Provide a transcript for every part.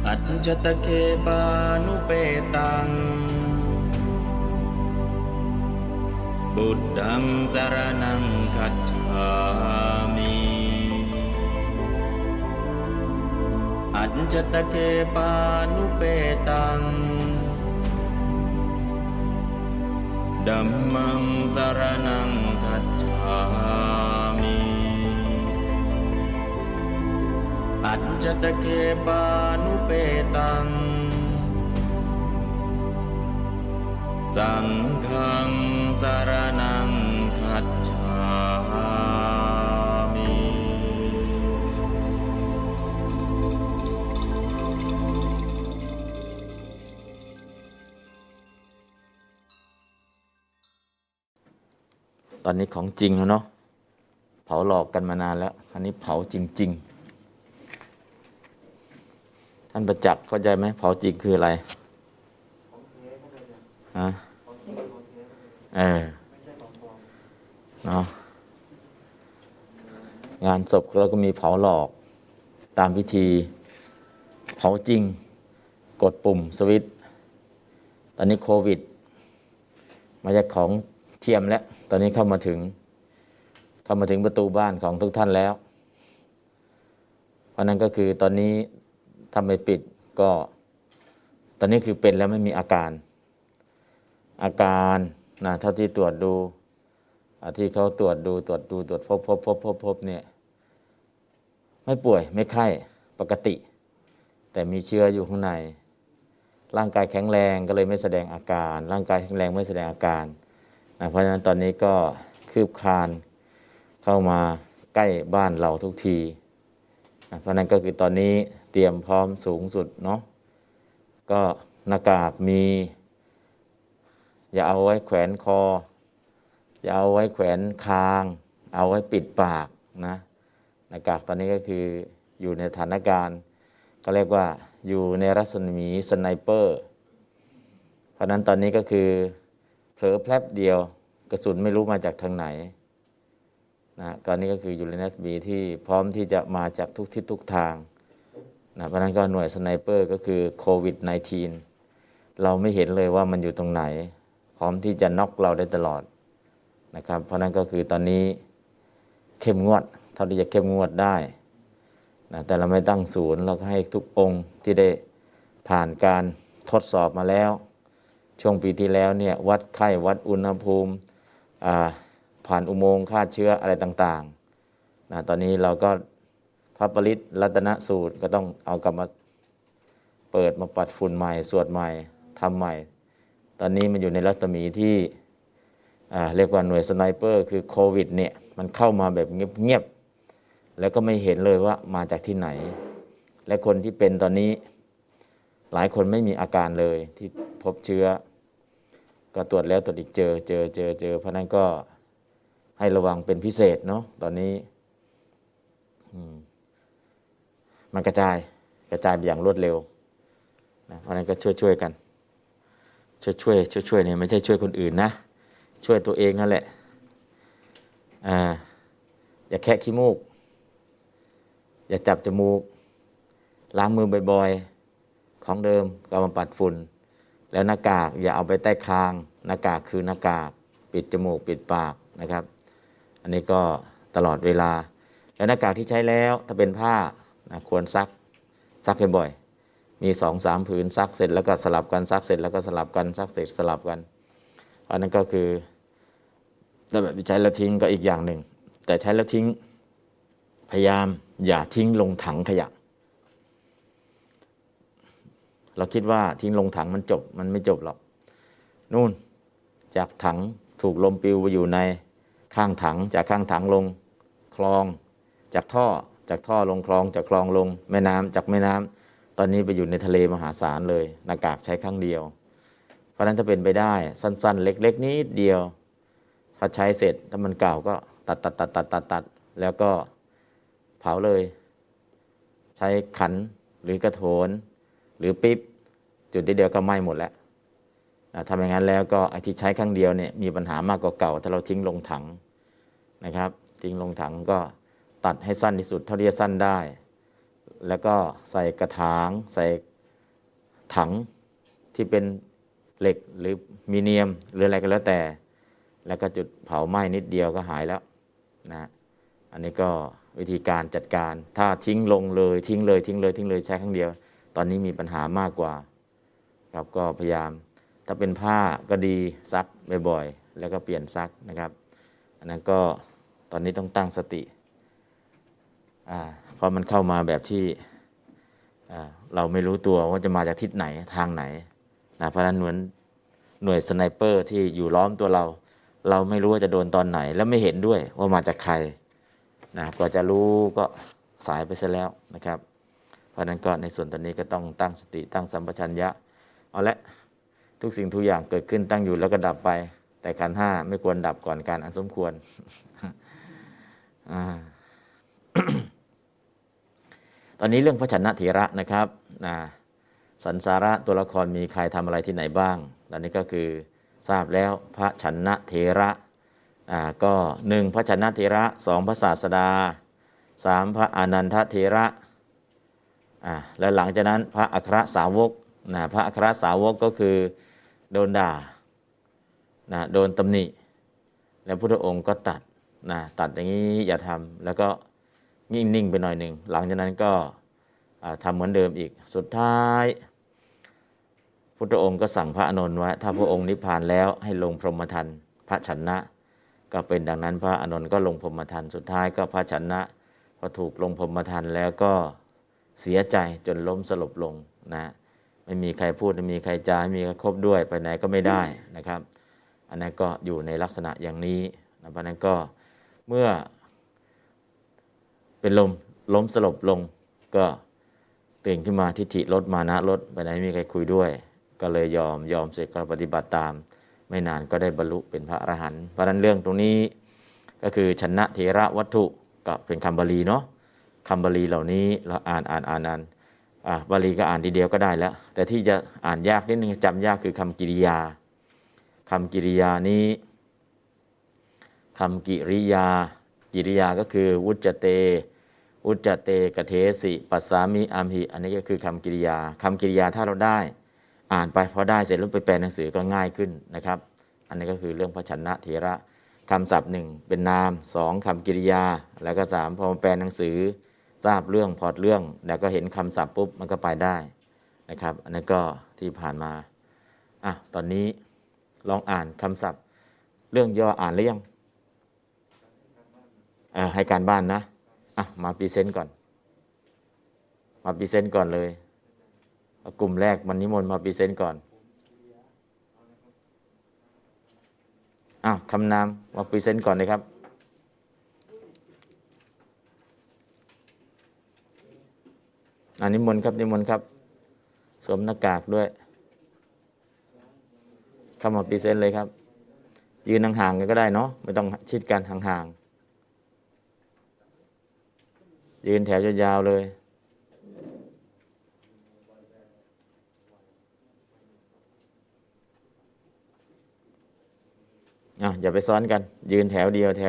อัจจตเคปานุเปตังบุตตังสรณังคัจฉามิอัจจตเคปานุเปตังธัมมังสรณังคัจฉามิอัจจตเคปานุเปตังสังฆังสรณังคัจฉามิตอนนี้ของจริงแล้วเนาะเผาหลอกกันมานานแล้วอันนี้เผาจริงๆท่านประจักษ์เข้าใจไหมเผาจริงคืออะไรฮะเนาะงานศพเราก็มีเผาหลอกตามพิธีเผาจริงกดปุ่มสวิตช์ตอนนี้โควิดมาจากของเทียมแล้วตอนนี้เข้ามาถึงประตูบ้านของทุกท่านแล้วเพราะนั้นก็คือตอนนี้ถ้าไม่ปิดก็ตอนนี้คือเป็นแล้วไม่มีอาการนะเท่าที่ตรวจดูที่เขาตรวจพบเนี่ยไม่ป่วยไม่ไข้ปกติแต่มีเชื้ออยู่ข้างในร่างกายแข็งแรงก็เลยไม่แสดงอาการร่างกายแข็งแรงไม่แสดงอาการนะเพราะฉะนั้นตอนนี้ก็คืบคลานเข้ามาใกล้บ้านเราทุกทีนะเพราะนั้นก็คือตอนนี้เตรียมพร้อมสูงสุดเนาะก็หน้ากากมีอย่าเอาไว้แขวนคออย่าเอาไว้แขวนคางเอาไว้ปิดปากนะหน้ากากตอนนี้ก็คืออยู่ในสถานการณ์ก็เรียกว่าอยู่ในรัศมีสไนเปอร์เพราะนั้นตอนนี้ก็คือเผลอแป๊บเดียวกระสุนไม่รู้มาจากทางไหนนะตอนนี้ก็คืออยู่ในรัศมีที่พร้อมที่จะมาจากทุกทิศทุกทางนะเพราะนั้นก็หน่วยสไนเปอร์ก็คือโควิด -19 เราไม่เห็นเลยว่ามันอยู่ตรงไหนพร้อมที่จะน็อกเราได้ตลอดนะครับเพราะนั้นก็คือตอนนี้เข้มงวดเท่าที่จะเข้มงวดได้นะแต่เราไม่ตั้งศูนย์เราก็ให้ทุกองค์ที่ได้ผ่านการทดสอบมาแล้วช่วงปีที่แล้วเนี่ยวัดไข้วัดอุณหภูมิผ่านอุโมงค์ฆ่าเชื้ออะไรต่างๆนะตอนนี้เราก็พระปริตรรัตนสูตรก็ต้องเอากลับมาเปิดมาปัดฝุ่นใหม่สวดใหม่ทำใหม่ตอนนี้มันอยู่ในรัศมีที่เรียกว่าหน่วยสไนเปอร์คือโควิดเนี่ยมันเข้ามาแบบเงียบๆแล้วก็ไม่เห็นเลยว่ามาจากที่ไหนและคนที่เป็นตอนนี้หลายคนไม่มีอาการเลยที่พบเชื้อก็ตรวจแล้วตรวจอีกเจอเพราะนั้นก็ให้ระวังเป็นพิเศษเนาะตอนนี้มันกระจายไปอย่างรวดเร็วนะเพราะนั้นก็ช่วยกันช่วยเนี่ยไม่ใช่ช่วยคนอื่นนะช่วยตัวเองนั่นแหละอย่าแคะขี้มูกอย่าจับจมูกล้างมือบ่อยๆของเดิมก็มาปัดฝุ่นแล้วหน้ากากอย่าเอาไปใต้คางหน้ากากคือหน้ากากปิดจมูกปิดปากนะครับอันนี้ก็ตลอดเวลาแล้วหน้ากากที่ใช้แล้วถ้าเป็นผ้านะควรซักให้บ่อยมี 2-3 ผืนซักเสร็จแล้วก็สลับกันซักเสร็จแล้วก็สลับกันซักเสร็จสลับกันอันนั้นก็คือถ้าแบบใช้แล้วทิ้งก็อีกอย่างหนึ่งแต่ใช้แล้วทิ้งพยายามอย่าทิ้งลงถังขยะเราคิดว่าทิ้งลงถังมันจบมันไม่จบหรอกนู่นจากถังถูกลมปลิวไปอยู่ในข้างถังจากข้างถังลงคลองจากท่อลงคลองจากคลองลงแม่น้ำจากแม่น้ำตอนนี้ไปอยู่ในทะเลมหาศาลเลยหน้ากากใช้ครั้งเดียวเพราะฉะนั้นถ้าเป็นไปได้สั้นๆเล็กๆนิดเดียวพอใช้เสร็จถ้ามันเก่าก็ตัดแล้วก็เผาเลยใช้ขันหรือกระโถนหรือปิ๊บจุดเดียวก็ไหม้หมดแล้วทำอย่างนั้นแล้วก็ไอ้ที่ใช้ครั้งเดียวเนี่ยมีปัญหามากกว่าเก่าถ้าเราทิ้งลงถังนะครับทิ้งลงถังก็ตัดให้สั้นที่สุดเท่าที่จะสั้นได้แล้วก็ใส่กระถางใส่ถังที่เป็นเหล็กหรือมีเนียมหรืออะไรก็แล้วแต่แล้วก็จุดเผาไหม้นิดเดียวก็หายแล้วนะอันนี้ก็วิธีการจัดการถ้าทิ้งลงเลยทิ้งเลยใช้ครั้งเดียวตอนนี้มีปัญหามากกว่าครับก็พยายามถ้าเป็นผ้าก็ดีซักบ่อยๆแล้วก็เปลี่ยนซักนะครับอันนั้นก็ตอนนี้ต้องตั้งสติเพราะมันเข้ามาแบบที่เราไม่รู้ตัวว่าจะมาจากทิศไหนทางไหนนะเพราะฉะนั้นเหมือนหน่วยสไนเปอร์ที่อยู่ล้อมตัวเราไม่รู้ว่าจะโดนตอนไหนแล้วไม่เห็นด้วยว่ามาจากใครนะกว่าจะรู้ก็สายไปซะแล้วนะครับเพราะฉะนั้นก็ในส่วนตอนนี้ก็ต้องตั้งสติตั้งสัมปชัญญะเอาละทุกสิ่งทุกอย่างเกิดขึ้นตั้งอยู่แล้วก็ดับไปแต่ขันธ์ห้าไม่ควรดับก่อนการอันสมควร ตอนนี้เรื่องพระชนะเถระนะครับสันสาระตัวละครมีใครทำอะไรที่ไหนบ้างตอนนี้ก็คือทราบแล้วพระชนะเถระก็1พระชนะเถระ2พระศาสดา3พระอนันทเถระและหลังจากนั้นพระอัครสาวกพระอัครสาวกก็คือโดนด่าโดนตำหนิแล้วพระพุทธองค์ก็ตัดอย่างนี้อย่าทำแล้วก็นิ่งไปหน่อยหนึ่งหลังจากนั้นก็ทำเหมือนเดิมอีกสุดท้ายพุทธองค์ก็สั่งพระอานนท์ไว้ถ้าพระองค์นิพพานแล้วให้ลงพรหมทันพระชนะก็เป็นดังนั้นพระอานนท์ก็ลงพรหมทันสุดท้ายก็พระชนะพอถูกลงพรหมทันแล้วก็เสียใจจนล้มสลบลงไม่มีใครพูดไม่มีใครจาไม่มีใครคบด้วยไปไหนก็ไม่ได้นะครับอันนั้นก็อยู่ในลักษณะอย่างนี้เพราะนั้นก็เมื่อเป็นล้มสลบลงก็ตื่นขึ้นมาทิฏฐิลดมานะลดไปไหนไม่มีใครคุยด้วยก็เลยยอมเสร็จก็ปฏิบัติตามไม่นานก็ได้บรรลุเป็นพระอรหันต์เพราะนั้นเรื่องตรงนี้ก็คือชนะเถระวัตถุก็เป็นคำบาลีเนาะคำบาลีเหล่านี้เราอ่านบาลีก็อ่านทีเดียวก็ได้แล้วแต่ที่จะอ่านยากนิดนึงจำยากคือคำกิริยานี้คำกิริยาก็คือวุจเตกเทสิปัสสามิอัมหิอันนี้ก็คือคำกิริยาถ้าเราได้อ่านไปพอได้เสร็จแล้วไปแปลหนังสือก็ง่ายขึ้นนะครับอันนี้ก็คือเรื่องพระชนะเถระคำศัพท์1เป็นนาม2คำกิริยาแล้วก็3พอมาแปลหนังสือทราบเรื่องพอร์ตเรื่องแล้วก็เห็นคำศัพท์ปุ๊บมันก็ไปได้นะครับอันนี้ก็ที่ผ่านมาตอนนี้ลองอ่านคำศัพท์เรื่องย่ออ่านหรือยังให้การบ้านนะมาพรีเซนต์ก่อนเลยกลุ่มแรกมันนิมนต์มาพรีเซนต์ก่อนคำนามมาพรีเซนต์ก่อนเลยครับนิมนต์ครับสวมหน้ากากด้วยเข้ามาพรีเซนต์เลยครับยืนห่างๆกันก็ได้เนาะไม่ต้องชิดกันห่างๆยืนแถวยาวๆเลยอย่าไปซ้อนกันยืนแถวเดียว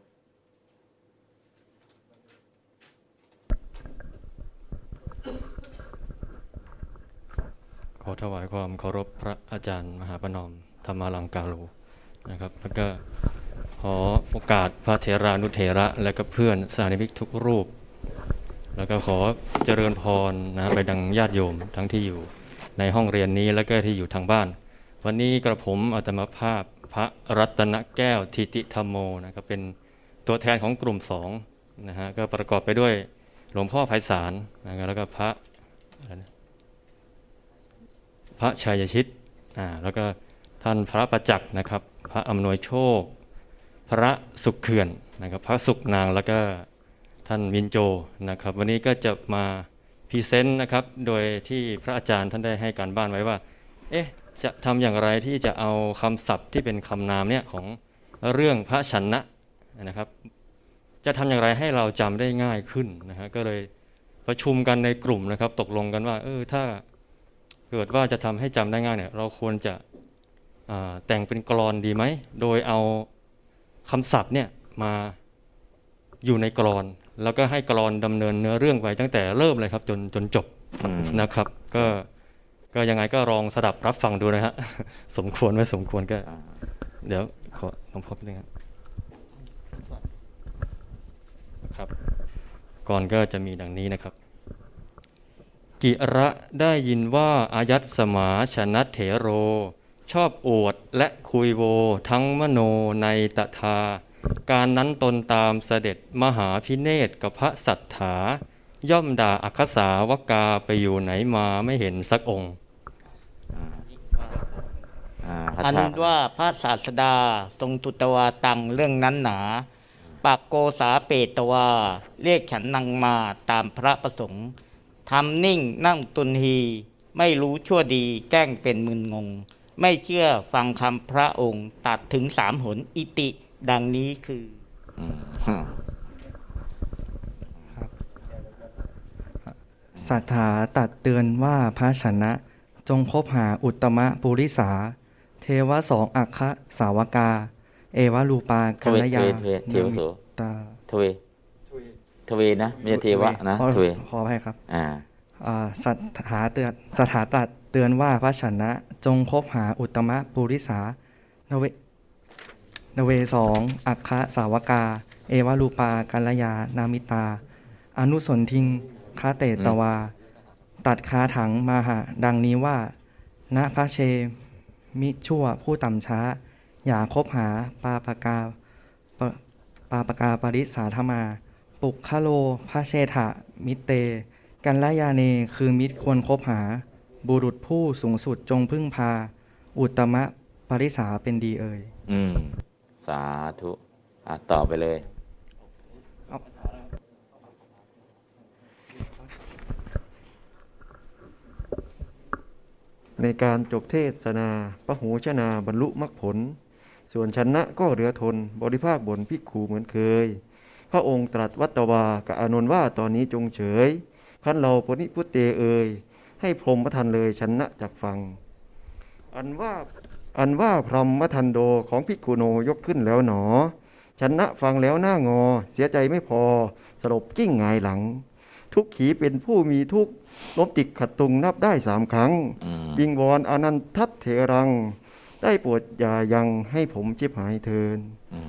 ขอถวายความเคารพพระอาจารย์มหาประนอมธรรมาลังกาโลนะครับแล้วก็ขอโอกาสพระเถรานุเถระและก็เพื่อนสานิมิกทุกรูปแล้วก็ขอเจริญพรไปดังญาติโยมทั้งที่อยู่ในห้องเรียนนี้และก็ที่อยู่ทางบ้านวันนี้กระผมอาตมาภาพพระรัตนแก้วทิติธรรมโมนะครับเป็นตัวแทนของกลุ่ม2นะฮะก็ประกอบไปด้วยหลวงพ่อไพศาลนะครับแล้วก็พระชัยชิตแล้วก็ท่านพระประจักษ์นะครับพระอำนวยโชคพระสุขเขื่อนนะครับพระสุขนางแล้วก็ท่านวินโจนะครับวันนี้ก็จะมาพรีเซนต์นะครับโดยที่พระอาจารย์ท่านได้ให้การบ้านไว้ว่าจะทำอย่างไรที่จะเอาคำศัพท์ที่เป็นคำนามเนี่ยของเรื่องพระชนะนะครับจะทำอย่างไรให้เราจำได้ง่ายขึ้นนะฮะก็เลยประชุมกันในกลุ่มนะครับตกลงกันว่าถ้าเกิดว่าจะทำให้จำได้ง่ายเนี่ยเราควรจะแต่งเป็นกลอนดีไหมโดยเอาคำศัพท์เนี่ยมาอยู่ในกลอนแล้วก็ให้กลอนดำเนินเนื้อเรื่องไปตั้งแต่เริ่มเลยครับจนจบนะครับก็ก็ยังไงก็ลองสดับรับฟังดูนะฮะ สมควรไม่สมควรก็เดี๋ยวขอหลวงพ่อนิดนึงครับก่อนก็จะมีดังนี้นะครับกิระได้ยินว่าอายัตสมาชนัตเถโรชอบอวดและคุยโวทั้งมโนในตถาการนั้นตนตามเสด็จมหาพิเนศกับพระสัทธาย่อมด่าอักขสาวกาไปอยู่ไหนมาไม่เห็นสักองค์อันว่าพระศาสดาทรงตุตวาตังเรื่องนั้นหนาปากโกสาเปตวาเรียกฉันนางมาตามพระประสงค์ทำนิ่งนั่งตุนฮีไม่รู้ชั่วดีแกล้งเป็นมึนงงไม่เชื่อฟังคำพระองค์ตัดถึง3 หนอิติดังนี้คือสัทธาตัดเตือนว่าพระชนะจงคบหาอุตตมะปุริสาเทวะ2 อัคคสาวกาเอวรูปากัลยาเทวโสทเวนะไม่ใช่เทวะนะทเวขออภัยครับสัทธาตัดเตือนว่าพระชนะจงคบหาอุตตมะปุริสานเว2 อัคคสาวกาเอวรูปากัลยานามิตาอนุสนทิงคาเตตวาตัดคาถังมาหะดังนี้ว่าณพระเชมิชั่วผู้ต่ำช้าอย่าคบหาปาปกาปริสาธมาปุคโลพระเชถะมิเตกัลยาเนคือมิตรควรคบหาบุรุษผู้สูงสุดจงพึ่งพาอุตตมะปริสาเป็นดีเอ่ยสาธุต่อไปเลยในการจบเทศนาพหูชนาบรรลุมรรคผลส่วนชนะก็เหลือทนบริภาคบนภิกขุเหมือนเคยพระองค์ตรัสวัตตวากับอานนท์ว่าตอนนี้จงเฉยขั้นเราปนิพุตเตเอ่ยให้พรหมทันเลยชนะจากฟังอันว่าพรหมทันโดของภิกขุโนยกขึ้นแล้วหนอชนะฟังแล้วหน้างอเสียใจไม่พอสลบกิ้งหงายหลังทุกขีเป็นผู้มีทุกข์ล้มติดขัดตุงนับได้3 ครั้งวิงวอนอนันทัตเถรังได้โปรดอย่ายังให้ผมชิบหายเทิน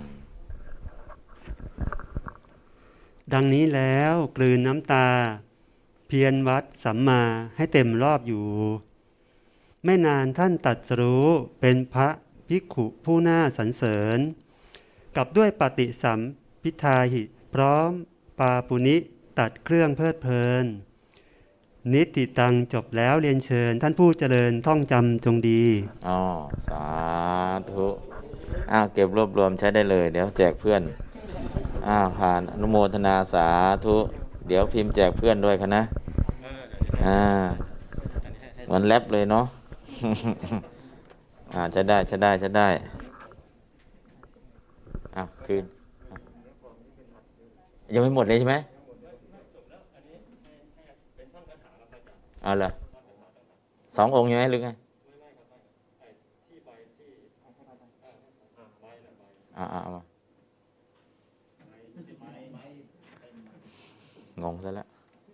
ดังนี้แล้วกลืนน้ำตาเพียรวัดสัมมาให้เต็มรอบอยู่ไม่นานท่านตรัสรู้เป็นพระภิกขุผู้น่าสรรเสริญกับด้วยปฏิสัมภิทาหิพร้อมปาปุณิตัดเครื่องเพลิดเพลินนิติตังจบแล้วเรียนเชิญท่านผู้เจริญท่องจำจงดีสาธุเก็บรวบรวมใช้ได้เลยเดี๋ยวแจกเพื่อนผ่านอนุโมทนาสาธุเดี๋ยวพิมพ์แจกเพื่อนด้วยนะเหมือนแรปเลยเนาะจะได้คืนยังไม่หมดเลยใช่ไหมเหรอ2 องค์ใช่ไหมหรือไงเอามางงซะแล้ว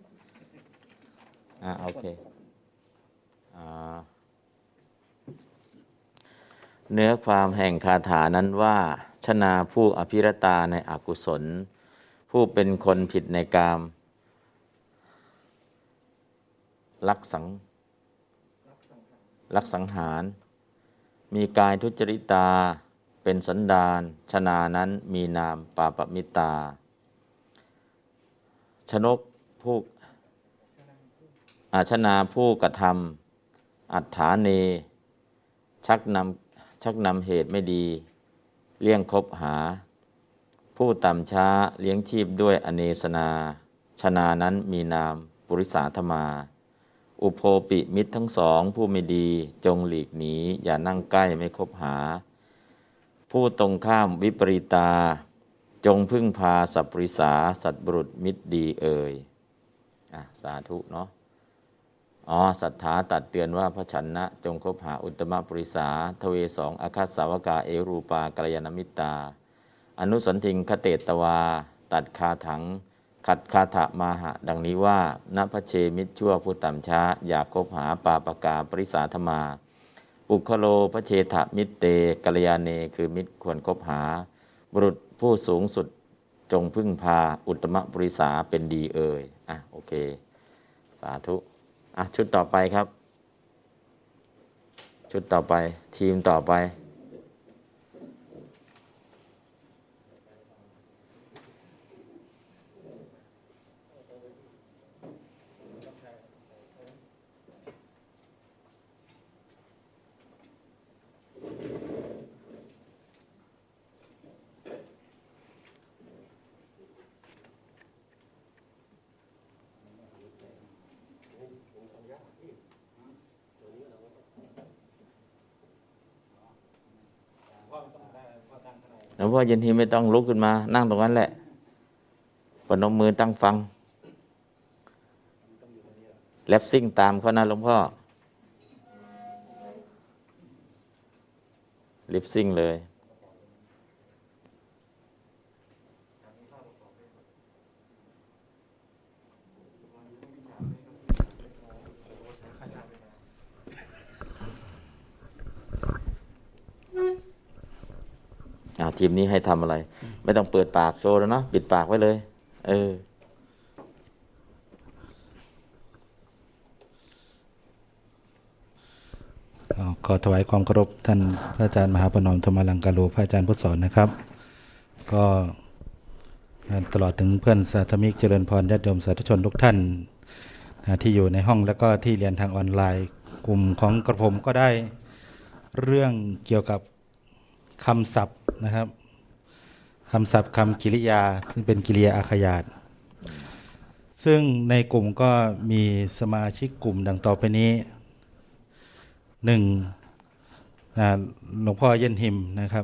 โอเคเนื้อความแห่งคาถานั้นว่าชนาผู้อภิรตาในอกุศลผู้เป็นคนผิดในกามลักสังหารมีกายทุจริตาเป็นสันดานชนานั้นมีนามปาปมิตาชนาผู้กระทำอัฏฐาเนชักนำเหตุไม่ดีเลี่ยงคบหาผู้ต่ำช้าเลี้ยงชีพด้วยอเนสนาชนานั้นมีนามปุริสาธมาอุโภปิมิตรทั้ง2ผู้ไม่ดีจงหลีกหนีอย่านั่งใกล้ไม่คบหาผู้ตรงข้ามวิปริตาจงพึ่งพาสัพปริสาสัตบุรุษมิตรดีเอ่ยสาธุเนาะศรัทธาตัดเตือนว่าพระชนะจงคบหาอุตตมปุริสาทเว2 อัคคสาวกาเอรูปากัลยาณมิตาอนุสันทิงคเตตวาตัดคาถังขัดคาถะมาหะดังนี้ว่าณพระเชมิตรชั่วผู้ต่ำช้าอยากคบหาปาปกาปริสาธมาปุคโลพระเชถะมิตรเตกัลยาเนคือมิตรควรคบหาบุรุษผู้สูงสุดจงพึ่งพาอุตตมปริสาเป็นดีเอ่ยโอเคสาธุชุดต่อไปครับชุดต่อไปทีมต่อไปหลวงพ่อเย็นทีไม่ต้องลุกขึ้นมานั่งตรงนั้นแหละปนมมือตั้งฟังแลปซิ่งตามเขานะหลวงพ่อลิปซิ่งเลยทีมนี้ให้ทำอะไรไม่ต้องเปิดปากโชว์แล้วเนาะปิดปากไว้เลยขอถวายความเคารพท่านพระอาจารย์มหาประนอมธรรมลังกาโลพระอาจารย์พุทธสอนนะครับก็ตลอดถึงเพื่อนสาธมิกเจริญพรญาติโยมสาธุชนทุกท่านที่อยู่ในห้องแล้วก็ที่เรียนทางออนไลน์กลุ่มของกระผมก็ได้เรื่องเกี่ยวกับคำศัพท์นะครับคำศัพท์คำกริยาที่เป็นกริยาอาขยาตซึ่งในกลุ่มก็มีสมาชิกกลุ่มดังต่อไปนี้1หลวงพ่อเย็นหิมนะครับ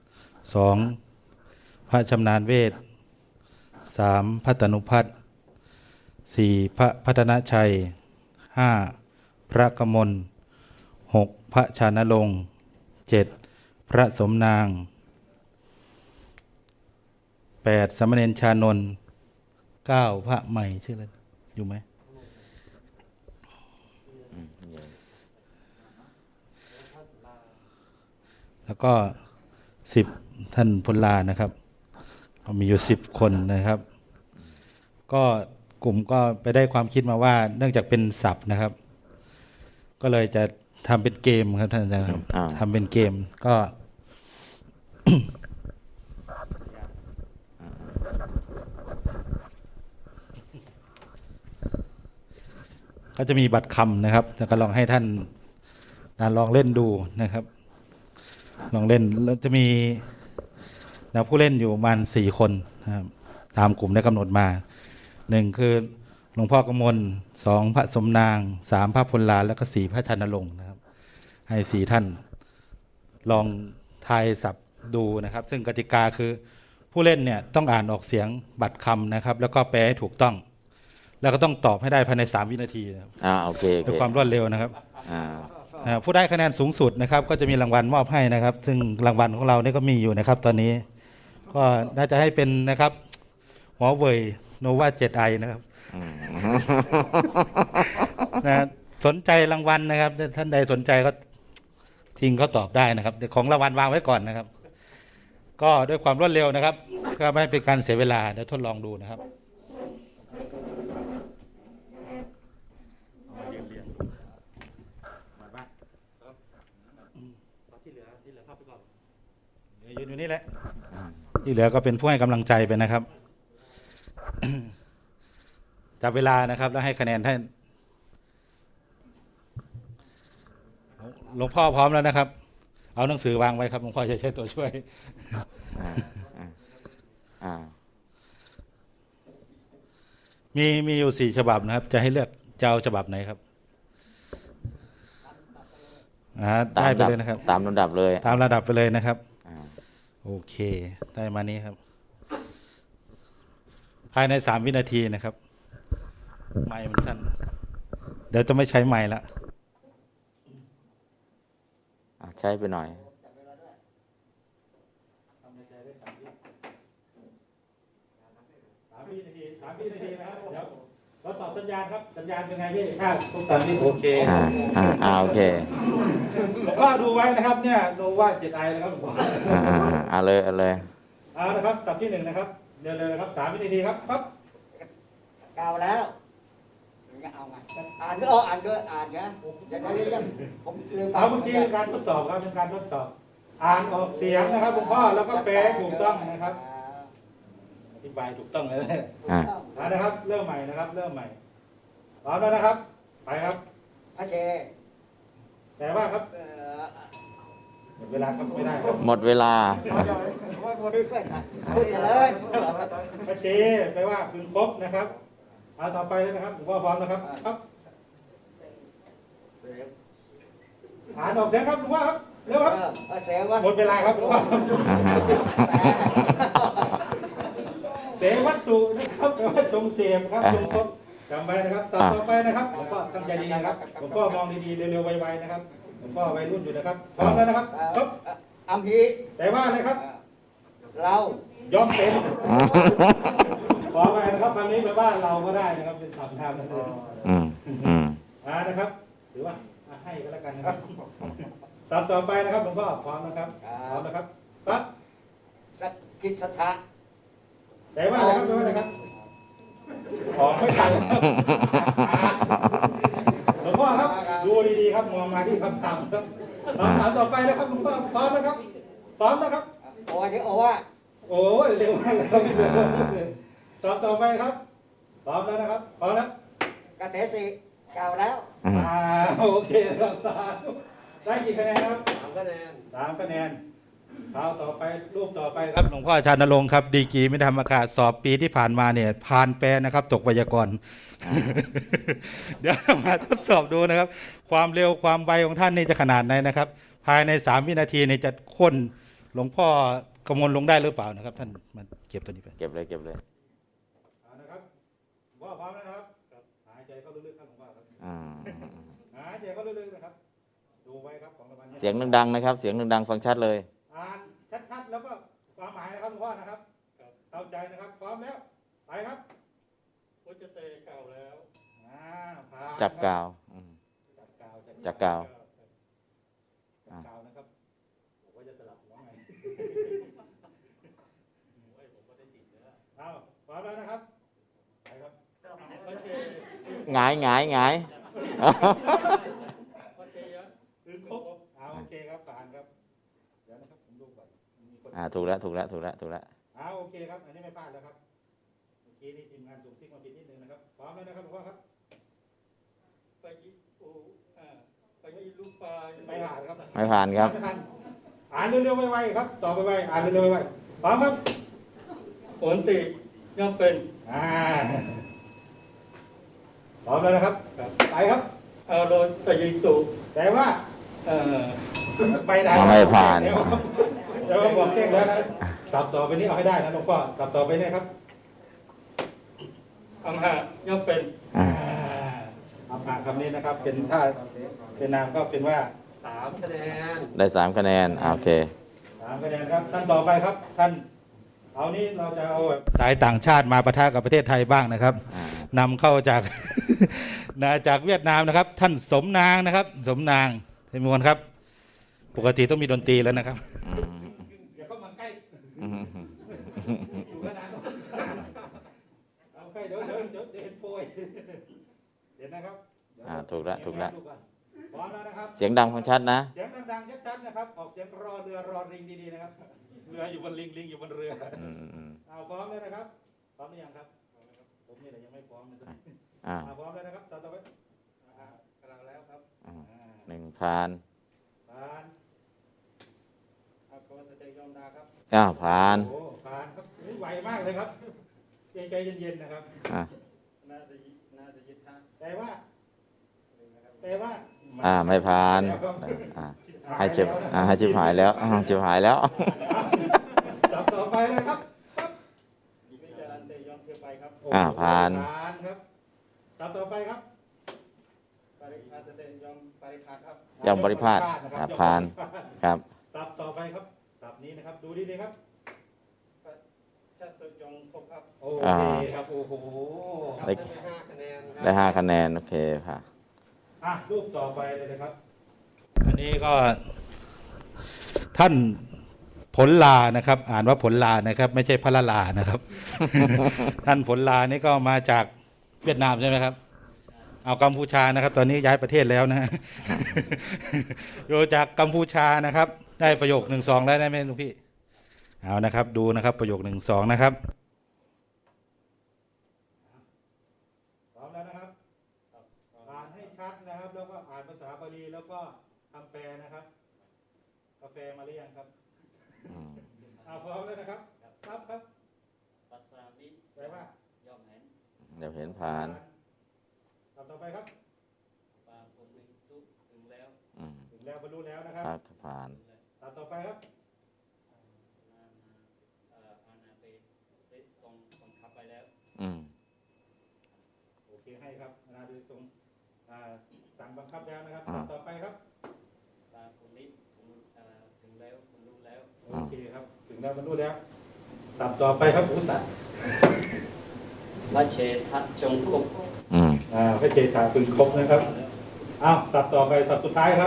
2พระชำนาญเวท3พระตนุพัฒน์4พระพัฒนชัย5พระกมล6พระชานรงค์7พระสมนาง8สมณเณรชานนท์9พระใหม่ชื่ออะไรอยู่ไหมแล้วก็10ท่านพลลานะครับมีอยู่10คนนะครับก็กลุ่มก็ไปได้ความคิดมาว่าเนื่องจากเป็นศัพท์นะครับก็เลยจะทำเป็นเกมครับท่านอาจารย์ครับทำเป็นเกมก็ ก็จะมีบัตรคำนะครับจะก็ลองให้ท่านลองเล่นดูนะครับลองเล่นแล้วจะมีผู้เล่นอยู่ประมาณ4คนนะครับตามกลุ่มได้กำหนดมา1คือหลวงพ่อกมล2พระสมนาง3พระพลลาแล้วก็4พระชานรงค์นะครับให้4ท่านลองทายศัพท์ดูนะครับซึ่งกติกาคือผู้เล่นเนี่ยต้องอ่านออกเสียงบัตรคำนะครับแล้วก็แปลให้ถูกต้องแล้วก็ต้องตอบให้ได้ภายใน3วินาทีนะครับโอเคด้วยความรวดเร็วนะครับผู้ได้คะแนนสูงสุดนะครับก็จะมีรางวัลมอบให้นะครับซึ่งรางวัลของเราเนี่ยก็มีอยู่นะครับตอนนี้ก็น่าจะให้เป็นนะครับหัวเว่ยโนวา 7i นะครับสนใจรางวัลนะครับท่านใดสนใจก็ทิ้งเขาตอบได้นะครับของรางวัลวางไว้ก่อนนะครับก็ด้วยความรวดเร็วนะครับก็ไม่เป็นการเสียเวลาเดี๋ยวทดลองดูนะครับยืนอยู่นี่แหละที่เหลือก็เป็นผู้ให้กำลังใจไปนะครับจับเวลานะครับแล้วให้คะแนนท่านหลวงพ่อพร้อมแล้วนะครับเอาหนังสือวางไว้ครับหลวงพ่อจะใช้ตัวช่วยมีอยู่4ฉบับนะครับจะให้เลือกจะเอาฉบับไหนครับได้ไปเลยนะครับตามลำดับเลยตามระดับไปเลยนะครับโอเคได้มานี้ครับภายใน3วินาทีนะครับไมค์มันสั้นเดี๋ยวจะไม่ใช้ไมค์ละใช้ไปหน่อย 3 วินาที3 วิวินาทีนะครับเดี๋ยวเราตอบสัญญาณครับสัญญาณเป็นไงพี่ถ้าทุกตอนนี้โอเคโอเคหลวงพ่อดูไว้นะครับเนี่ยดูว่าจิตไอนะครับหลวงพ่อเอาเลยเอานะครับตับที่หนึ่งนะครับเร็วๆนะครับ3 วินาทีครับปั๊บกาวแล้วเอาไงอ่านด้วยอ่านด้วยอ่านนะอย่างไรยังผมลืมเอาเมื่อกี้เป็นการทดสอบครับเป็นการทดสอบอ่านออกเสียงนะครับหลวงพ่อแล้วก็แปลถูกต้องนะครับอธิบายถูกต้องเลยนะครับเริ่มใหม่นะครับเริ่มใหม่พร้อมแล้วนะครับไปครับพระเชแต่ว่าครับหมดเวลาครับไม่ได้ครับหมดเวลาพูดเจริญพระเชแปลว่าพึงพบนะครับเอาต่อไปเลยนะครับหลวงพ่อพร้อมนะครับครับอ่านออกเสียงครับหลวงพ่อครับเร็วครับพระเสวะหมดเวลาครับหลวงพ่อเสวัตถุนะครับแปลว่าจงเสพครับจงพบจำไว้นะครับต่อไปนะครับหลวงพ่อตั้งใจดีๆนะครับหลวงพ่อมองดีๆเร็วๆไวๆนะครับหลวงพ่อวัยรุ่นอยู่นะครับพร้อมแล้วนะครับครับอัมพีแต่ว่าอะไรครับเรายอมเป็นขอไปนะครับคำนี้แปลว่าเราก็ได้นะครับเป็นศัพท์นามนั่นเองนะครับถือว่าให้ก็แล้วกันนะครับต่อไปนะครับหลวงพ่อพร้อมนะครับพร้อมนะครับปั๊บสักกิจสัทธะแต่ว่าอะไรครับแต่ว่าอะไรครับขอไม่ทันหลวงพ่อครับดูดีๆครับมองมาที่คำถามครับคำถามต่อไปนะครับหลวงพ่อพร้อมนะครับพร้อมนะครับโอ้ยโอ้ยโอ้ยเร็วมากเลยครับต่อไปครับพร้อมแล้วนะครับพร้อมแล้วกระเตสิกาวแล้วโอเคครับได้กี่คะแนนครับ3 คะแนน3 คะแนนคราวต่อไปรูปต่อไปครับหลวงพ่อชาญณรงค์ครับดีกรีไม่ธรรมกาสอบปีที่ผ่านมาเนี่ยผ่านแปรนะครับตกไวยากรณ์เดี๋ยวมาทดสอบดูนะครับความเร็วความไวของท่านนี่จะขนาดไหนนะครับภายใน3 วินาทีนี่จะค้นหลวงพ่อกำมลลงได้หรือเปล่านะครับท่านมาเก็บตัวนี้ไปเก็บเลยนะครับว่าพร้อมแล้วนะครับหายใจเข้าลึกๆครับหลวงพ่อครับหายใจเข้าลึกๆนะครับดูไว้ครับของรางวัลเสียงดังๆนะครับเสียงดังๆฟังชัดเลยอ่านชัดๆแล้วก็ความหมายนะครับหลวงพ่อนะครับเข้าใจนะครับพร้อมแล้วไปครับพุทธเตเก่าแล้วจับกาวนะครับผมว่าจะสลับหัวไงเอาพร้อมแล้วนะครับไปครับหงายคือครบโอเคครับผ่านครับเดี๋ยวนะครับผมดูก่อนถูกแล้วโอเคครับอันนี้ไม่พลาดแล้วครับเมื่อกี้นี่ทีมงานส่งซิกมาผิดนิดนึงนะครับพร้อมแล้วนะครับหลวงพ่อครับไปลูกปลาไม่ผ่านครับไม่ผ่านครับอ่านเร็วๆไวๆครับต่อไปไวอ่านเร็วๆไวๆพร้อมครับผลติย่อมเป็นพร้อมแล้วนะครับไปครับโรตยิสุแต่ว่าไปได้ไม่ผ่านเดี๋ยวบอกแจ้งแล้วนะสับต่อไปนี้เอาให้ได้นะหลวงพ่อสับต่อไปนี่ครับอัมหะย่อมเป็นอัมหะคำนี้นะครับเป็นท่าเป็นนามก็เป็นว่า3 คะแนนได้3 คะแนนโอเค 3 คะแนนครับท่านต่อไปครับท่านเอานี้เราจะเอาสายต่างชาติมาปะทะกับประเทศไทยบ้างนะครับนำเข้าจากจากเวียดนามนะครับท่านสมนางนะครับสมนางเป็นมวลครับปกติต้องมีดนตรีแล้วนะครับเดี๋ยวเข้ามาใกล้อยู่ขนาดเอาใกล้เดี๋ยวเห็นโปรยเห็นนะครับถูกแล้วพร้อมแล้วนะครับเสียงดังฟังชัดนะเสียงดังชัดๆนะครับออกเสียงรอเรือรอริงดีๆนะครับเรืออยู่บนลิงอยู่บนเรือเอาพร้อมเลยนะครับพร้อมหรือยังครับผมนี่แหละยังไม่พร้อมนะครับพร้อมเลยนะครับต่อไปกำลังแล้วครับ 1 ผ่านขอแสดงยอมนาครับผ่านผ่านครับไวมากเลยครับใจเย็นๆนะครับน่าจะยึดท่าแต่ว่าไม่ผ่านให้เจ็บหายแล้วต่อไปเลยครับผ่านครับต่อไปครับยอมบริพาทผ่านครับต่อไปครับนี้นะครับดูดีๆครับชัดสุดจงพบครับโอเคครับโอ้โหได้5 คะแนนโอเคค่ะรูปต่อไปเลยนะครับอันนี้ก็ท่านผลลานะครับอ่านว่าผลลานะครับไม่ใช่พระลานะครับ ท่านผลลานี่ก็มาจากเวียดนามใช่ไหมครับเอากัมพูชานะครับตอนนี้ย้ายประเทศแล้วนะ อยู่จากกัมพูชานะครับได้ประโยค1-2แล้วได้ไหมลุงพี่เอานะครับดูนะครับประโยค1-2นะครับพร้อมแล้วนะครับอ่านให้ชัดนะครับแล้วก็อ่านภาษาบาลีแล้วก็คำแปลนะครับกาแฟมาหรือยังครับพร้อมแล้วนะครับครับปัสสาวิแปลว่าย่อมเห็นเดี๋ยวเห็นผ่านต่อไปครับปาผมมิสุถึงแล้วบรรลุแล้วนะครับผ่านต่อไปครับอาณาเปได้ทรงบังคับไปแล้วโอเคให้ครับอาณาได้ทรงสั่งบังคับแล้วนะครับต่อไปครับปาผมมิถึงแล้วบรรลุแล้วโอเคครับถึงแล้วบรรลุแล้วต่อไปครับอุสัตพระเชทะจงครบพระเชทะพึงครบนะครับต่อไปสุดท้ายครับ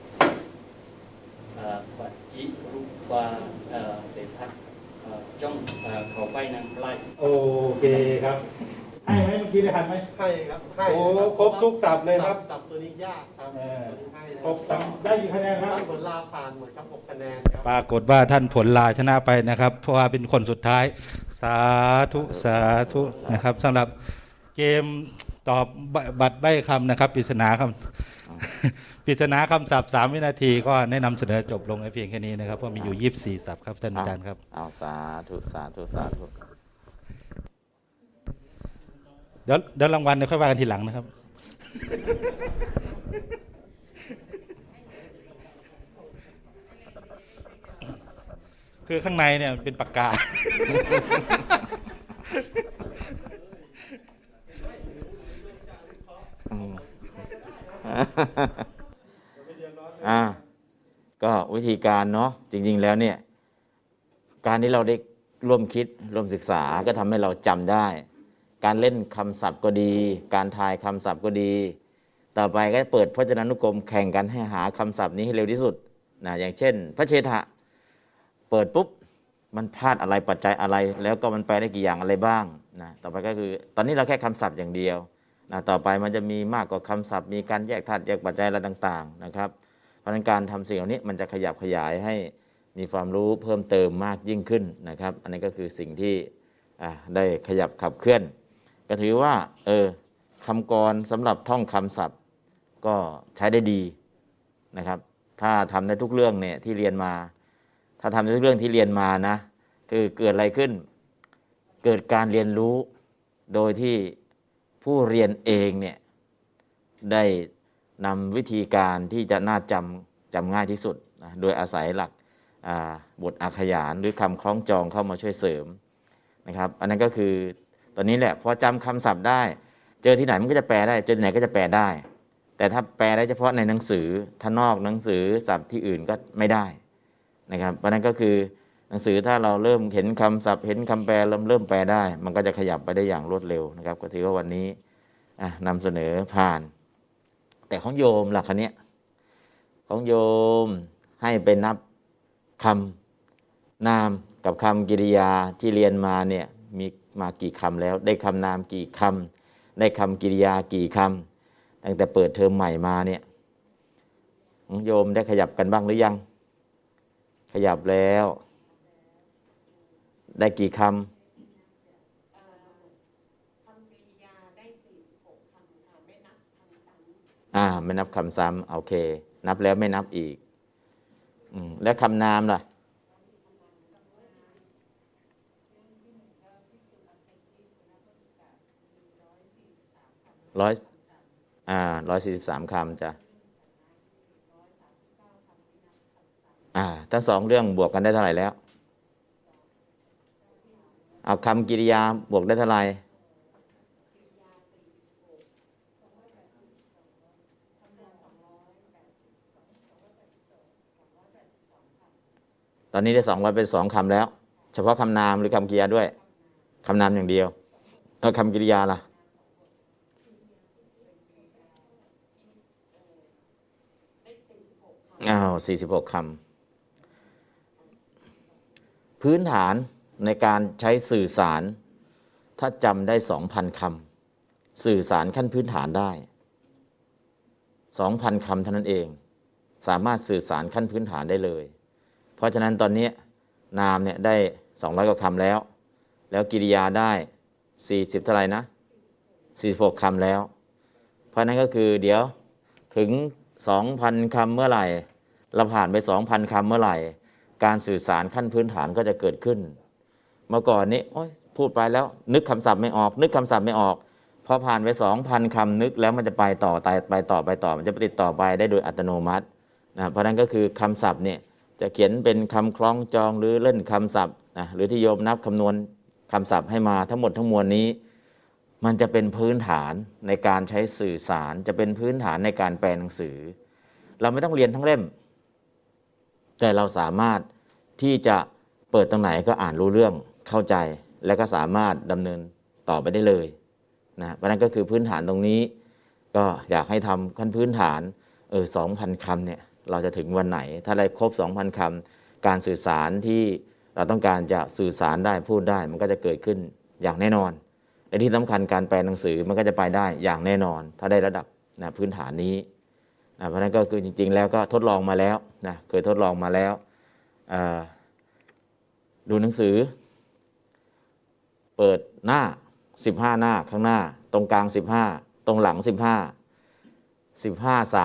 ปัจจิรูปาเตทะจงเขาไปนางไล่โอเคครับให้ไหมเมื่อกี้ได้ทันไหมให้ครับให้โอ้ครบทุกศัพท์เลยครับศัพท์ตัวนี้ยากครับครบได้กี่คะแนนครับผลลาผ่านหมดครับ6 คะแนนครับปรากฏว่าท่านผลลาชนะไปนะครับเพราะว่าเป็นคนสุดท้ายสาธุนะครับสำหรับเกมตอบบัตรใบ้คำนะครับปริศนาคำศัพท์3 วินาทีก็แนะนำเสนอจบลงในเพียงแค่นี้นะครับเพราะมีอยู่24 ศัพท์ครับท่านอาจารย์ครับสาธุเดี๋ยวรางวัลเดี๋ยวค่อยว่ากันทีหลังนะครับคือข้างในเนี่ยเป็นปากกาก็วิธีการเนาะจริงๆแล้วเนี่ยการที่เราได้ร่วมคิดร่วมศึกษาก็ทำให้เราจำได้การเล่นคำศัพท์ก็ดีการทายคำศัพท์ก็ดีต่อไปก็เปิดพจนานุกรมแข่งกันให้หาคำศัพท์นี้ให้เร็วที่สุดนะอย่างเช่นพระเชทะเปิดปุ๊บมันพลาดอะไรปัจจัยอะไรแล้วก็มันไปได้กี่อย่างอะไรบ้างนะต่อไปก็คือตอนนี้เราแค่คำศัพท์อย่างเดียวนะต่อไปมันจะมีมากกว่าคำศัพท์มีการแยกธาตุแยกปัจจัยอะไรต่างๆนะครับเพราะฉะนั้นการทำสิ่งเหล่านี้มันจะขยับขยายให้มีความรู้เพิ่มเติมมากยิ่งขึ้นนะครับอันนี้ก็คือสิ่งที่ได้ขยับขับเคลื่อนก็ถือว่าคำกรสำหรับท่องคำศัพท์ก็ใช้ได้ดีนะครับถ้าทำในทุกเรื่องเนี่ยที่เรียนมาถ้าทำในทุกเรื่องที่เรียนมานะคือเกิดอะไรขึ้นเกิดการเรียนรู้โดยที่ผู้เรียนเองเนี่ยได้นำวิธีการที่จะน่าจำง่ายที่สุดนะโดยอาศัยหลักบทอาขยานหรือคำคล้องจองเข้ามาช่วยเสริมนะครับอันนั้นก็คือตอนนี้แหละพอจำคำศัพท์ได้เจอที่ไหนมันก็จะแปลได้เจอที่ไหนก็จะแปลได้แต่ถ้าแปลได้เฉพาะในหนังสือถ้านอกหนังสือศัพท์ที่อื่นก็ไม่ได้นะครับเพราะนั้นก็คือหนังสือถ้าเราเริ่มเห็นคำศัพท์เห็นคำแปลเริ่มแปลได้มันก็จะขยับไปได้อย่างรวดเร็วนะครับก็ถือว่าวันนี้นำเสนอผ่านแต่ของโยมล่ะคันนี้ของโยมให้ไปนับคำนามกับคำกริยาที่เรียนมาเนี่ยมีมากี่คำแล้วได้คำนามกี่คำได้คำกริยากี่คำตั้งแต่เปิดเทอมใหม่มาเนี่ยของโยมได้ขยับกันบ้างหรือยังขยับแล้วได้กี่คำไม่นับคำซ้ำโอเคนับแล้วไม่นับอีกแล้วคำนามล่ะ143 คำจ้ะทั้ง2เรื่องบวกกันได้เท่าไหร่แล้วเอาคำกริยาบวกได้เท่าไหร่ตอนนี้ได้200เป็น2คำแล้วเฉพาะคำนามหรือคำกริยาด้วยคำนามอย่างเดียวแล้วคำกริยาล่ะ46 คำพื้นฐานในการใช้สื่อสารถ้าจำได้ 2,000 คำสื่อสารขั้นพื้นฐานได้ 2,000 คำเท่านั้นเองสามารถสื่อสารขั้นพื้นฐานได้เลยเพราะฉะนั้นตอนนี้นามเนี่ยได้200 กว่าคำแล้วกิริยาได้40เท่าไหร่นะ46 คำแล้วเพราะนั้นก็คือเดี๋ยวถึง 2,000 คำเมื่อไหร่เราผ่านไป 2,000 คำเมื่อไหร่การสื่อสารขั้นพื้นฐานก็จะเกิดขึ้นเมื่อก่อนนี้พูดไปแล้วนึกคำศัพท์ไม่ออกพอผ่านไป 2,000 คำนึกแล้วมันจะไปต่อมันจะติดต่อไปได้โดยอัตโนมัตินะเพราะนั้นก็คือคำศัพท์เนี่ยจะเขียนเป็นคำคล้องจองหรือเล่นคำศัพท์นะหรือที่โยมนับคำนวณคำศัพท์ให้มาทั้งหมดทั้งมวลนี้มันจะเป็นพื้นฐานในการใช้สื่อสารจะเป็นพื้นฐานในการแปลหนังสือเราไม่ต้องเรียนทั้งเล่มแต่เราสามารถที่จะเปิดตรงไหนก็อ่านรู้เรื่องเข้าใจและก็สามารถดำเนินต่อไปได้เลยนะเพราะนั้นก็คือพื้นฐานตรงนี้ก็อยากให้ทำขั้นพื้นฐาน 2,000 คำเนี่ยเราจะถึงวันไหนถ้าได้ครบ 2,000 คำการสื่อสารที่เราต้องการจะสื่อสารได้พูดได้มันก็จะเกิดขึ้นอย่างแน่นอนและที่สำคัญการแปลหนังสือมันก็จะไปได้อย่างแน่นอนถ้าได้ระดับนะพื้นฐานนี้นะเพราะนั้นก็คือจริงๆแล้วก็ทดลองมาแล้วนะเคยทดลองมาแล้วดูหนังสือเปิดหน้า15 หน้าข้างหน้าตรงกลาง15ตรงหลัง15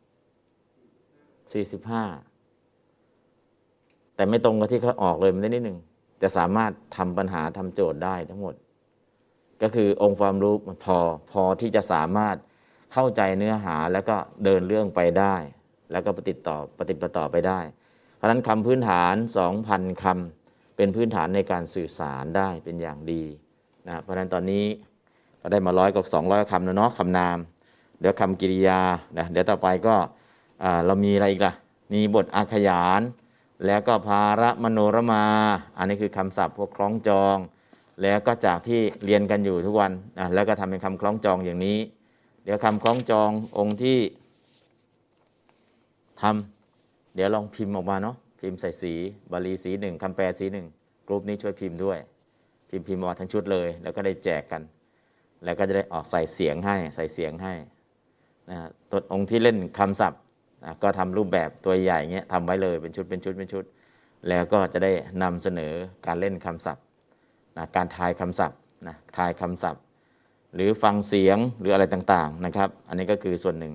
45แต่ไม่ตรงกับที่เขาออกเลยมันได้นิดนึงแต่สามารถทำปัญหาทำโจทย์ได้ทั้งหมดก็คือองค์ความรู้มันพอที่จะสามารถเข้าใจเนื้อหาแล้วก็เดินเรื่องไปได้แล้วก็ปฏิบัติต่อไปได้เพราะฉะนั้นคำพื้นฐาน 2,000 คำเป็นพื้นฐานในการสื่อสารได้เป็นอย่างดีนะเพราะฉะนั้นตอนนี้เราได้มา100 กับ 200 คำแล้วเนาะคำนามเดี๋ยวคำกริยานะเดี๋ยวต่อไปก็เรามีอะไรอีกล่ะมีบทอาขยานแล้วก็ภาระมโนรมาอันนี้คือคำศัพท์พวกคล้องจองแล้วก็จากที่เรียนกันอยู่ทุกวันแล้วก็ทำเป็นคำคล้องจองอย่างนี้เดี๋ยวคำคล้องจององค์ที่ทำเดี๋ยวลองพิมพ์ออกมาเนาะพิมพ์ใส่สีบาลีสีหนึ่งคำแปลสีหนึ่งกรุ๊ปนี้ช่วยพิมพ์ด้วยพิมพ์ออกทั้งชุดเลยแล้วก็ได้แจกกันแล้วก็จะได้ออกใส่เสียงให้นะตัวองค์ที่เล่นคำศัพท์ก็ทำรูปแบบตัวใหญ่เงี้ยทำไว้เลยเป็นชุดแล้วก็จะได้นำเสนอการเล่นคำศัพท์นะการทายคำศัพท์นะทายคำศัพท์หรือฟังเสียงหรืออะไรต่างๆนะครับอันนี้ก็คือส่วนหนึ่ง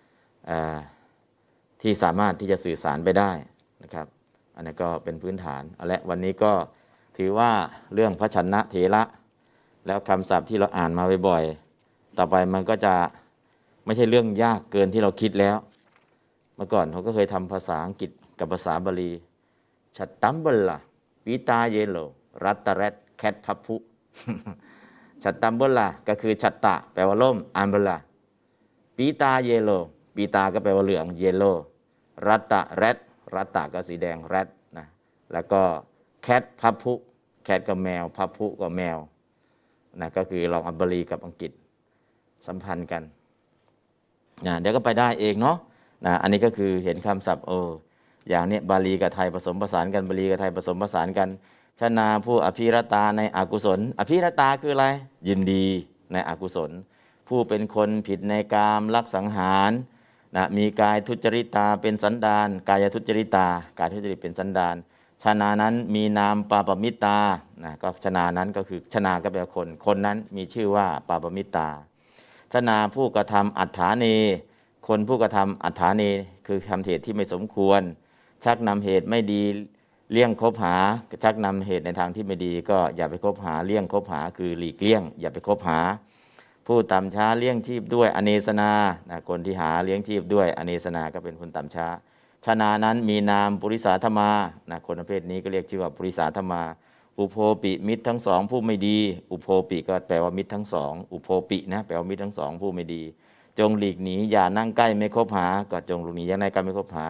ที่สามารถที่จะสื่อสารไปได้นะครับอันนี้ก็เป็นพื้นฐานและวันนี้ก็ถือว่าเรื่องพระชนะเถระแล้วคำศัพท์ที่เราอ่านมาบ่อยๆต่อไปมันก็จะไม่ใช่เรื่องยากเกินที่เราคิดแล้วเมื่อก่อนเขาก็เคยทำภาษาอังกฤษกับภาษาบาลีชัตตัมเบลล่าปีตาเยโลรัตตะเรตแคทพัพพุชัตตัมเบลล่าก็คือชัตตะแปลว่าล่มอัมเบลล่าปีตาเยโลปีตาก็แปลว่าเหลืองเยโลรัตตะเรตรัตตะก็สีแดงแรดนะแล้วก็แคทพัพพุแคทก็แมวพัพพุก็แมวนะก็คือลองเอาบาลีกับอังกฤษสัมพันธ์กันนะเดี๋ยวก็ไปได้เองเนาะนะอันนี้ก็คือเห็นคำศัพท์อย่างนี้บาลีกับไทยผสมผสานกันบาลีกับไทยผสมผสานกันชนาผู้อภิรตาในอกุศลอภิรตาคืออะไรยินดีในอกุศลผู้เป็นคนผิดในกามลักสังหารนะมีกายทุจริตาเป็นสันดานกายทุจริตากายทุจริตเป็นสันดานชนานั้นมีนามปาปมิตานะก็ชนานั้นก็คือชนาก็แปลว่าคนนั้นมีชื่อว่าปาปมิตาชนาผู้กระทำอัฏฐาเนคนผู้กระทำอัฏฐาเนคือทำเหตุที่ไม่สมควรชักนำเหตุไม่ดีเลี่ยงคบหาชักนำเหตุในทางที่ไม่ดีก็อย่าไปคบหาเลี่ยงคบหาคือหลีกเลี่ยงอย่าไปคบหาผู้ต่ำช้าเลี้ยงชีพด้วยอเนสนาคนที่หาเลี้ยงชีพด้วยอเนสนาก็เป็นคนต่ำช้าชนานั้นมีนามปุริสาธมาคนประเภทนี้ก็เรียกชื่อว่าปุริสาธมาอุโภปิมิตรทั้งสองผู้ไม่ดีอุโภปิก็แปลว่ามิตรทั้งสองอุโภปินะแปลว่ามิตรทั้งสองผู้ไม่ดีจงหลีกหนีอย่านั่งใกล้ไม่คบหาก็จงหลีกหนีอย่านั่งใกล้ไม่คบหา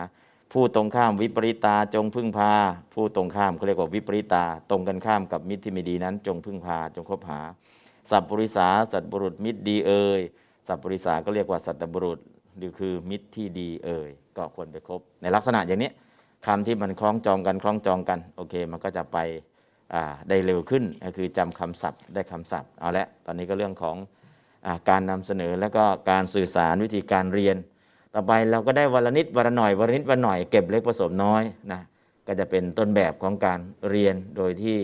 ผู้ตรงข้ามวิปริตาจงพึ่งพาผู้ตรงข้ามเขาเรียกว่าวิปริตาตรงกันข้ามกับมิตรที่ไม่ดีนั้นจงพึ่งพาจงคบหาสัพปริสาสัตบุรุษมิตรดีเอ่ยสัพปริสาก็เรียกว่าสัตบุรุษหรือคือมิตรที่ดีเอ่ยก็ควรไปคบในลักษณะอย่างนี้คำที่มันคล้องจองกันโอเคมันก็จะไปได้เร็วขึ้นก็คือจำคำศัพท์ได้คำศัพท์เอาละตอนนี้ก็เรื่องของการนำเสนอแล้วก็การสื่อสารวิธีการเรียนต่อไปเราก็ได้วันละนิดวันละหน่อยวันละนิดวันละหน่อยเก็บเล็กผสมน้อยนะก็จะเป็นต้นแบบของการเรียนโดยที่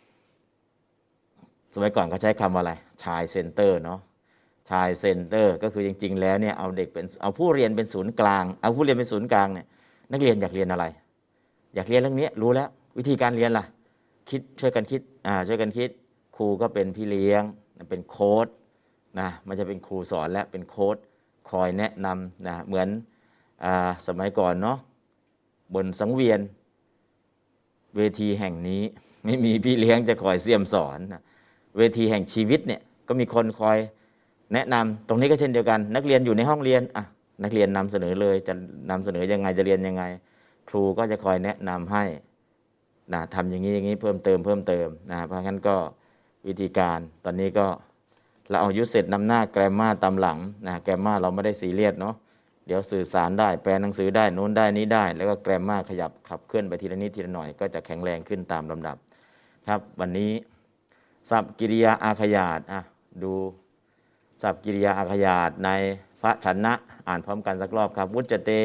สมัยก่อนเขาใช้คำว่าอะไรชายเซ็นเตอร์เนาะชายเซ็นเตอร์ก็คือจริงๆแล้วเนี่ยเอาผู้เรียนเป็นศูนย์กลางเอาผู้เรียนเป็นศูนย์กลางเนี่ยนักเรียนอยากเรียนอะไรอยากเรียนเรื่องนี้รู้แล้ววิธีการเรียนล่ะคิดช่วยกันคิดครูก็เป็นพี่เลี้ยงเป็นโค้ชนะมันจะเป็นครูสอนและเป็นโค้ชคอยแนะนำนะเหมือนสมัยก่อนเนาะบนสังเวียนเวทีแห่งนี้ไม่มีพี่เลี้ยงจะคอยเสี่ยมสอนนะเวทีแห่งชีวิตเนี่ยก็มีคนคอยแนะนำตรงนี้ก็เช่นเดียวกันนักเรียนอยู่ในห้องเรียนนักเรียนนำเสนอเลยจะนำเสนอยังไงจะเรียนยังไงครูก็จะคอยแนะนำให้นะทำอย่างนี้เพิ่มเติมนะเพราะงั้นก็วิธีการตอนนี้ก็เราเอายุทธเสร็จนำหน้าแกรมมาตามหลังนะแกรมมาเราไม่ได้ซีเรียสเนาะเดี๋ยวสื่อสารได้แปลหนังสือได้โน้นได้นี้ได้แล้วก็แกรมมาขยับขับเคลื่อนไปทีละนิดทีละหน่อยก็จะแข็งแรงขึ้นตามลำดับครับวันนี้ศัพท์กิริยาอาขยาตดูศัพท์กิริยาอาขยาตในพระชนะอ่านพร้อมกันสักรอบครับวุจเต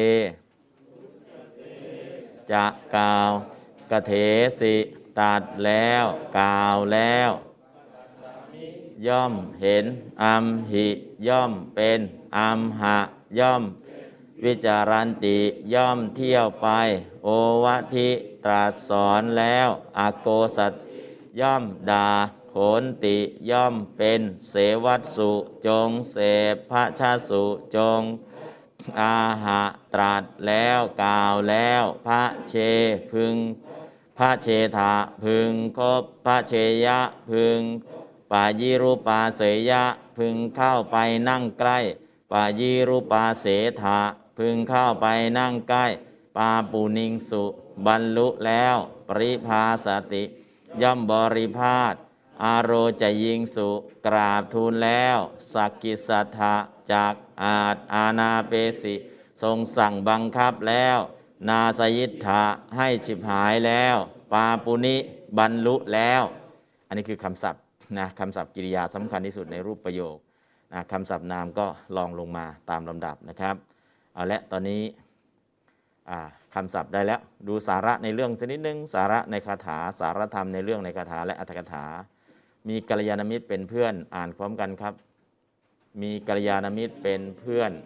จะกล่าวกเถสิตัดแล้วกล่าวแล้วย่อมเห็นอัมหิย่อมเป็นอัมหะย่อมวิจารันติย่อมเที่ยวไปโอวะทิตรัสสอนแล้วอโกสัตย่อมด่าโหนติย่อมเป็นเสวัตสุจงเสพพระชาสุจงอาหะตรัสแล้วกล่าวแล้วพระเชพึงพระเชถาพึงคบพระเชยะพึงปายิรูปาเสยะพึงเข้าไปนั่งใกล้ปายิรูปาเสถาพึงเข้าไปนั่งใกล้ปาปุนิงสุบรรลุแล้วปริภาสติย่อมบริภาสอารโรจะยิงสุกราบทูลแล้วสักกิสัทธะจากอาณาเปสิทรงสั่งบังคับแล้วนาสยิทธะให้ฉิบหายแล้วปาปุนิบรรลุแล้วอันนี้คือคำศัพท์นะคำศัพท์กิริยาสำคัญที่สุดในรูปประโยคนะคำศัพท์นามก็ลองลงมาตามลำดับนะครับเอาละตอนนี้คำศัพท์ได้แล้วดูสาระในเรื่องสักนิดนึงสาระในคาถาสารธรรมในเรื่องในคาถาและอรรถกถามีกัลยาณมิตรเป็นเพื่อนอ่านพร้อมกันครับมีกัลยาณมิตรเป็นเพื่อน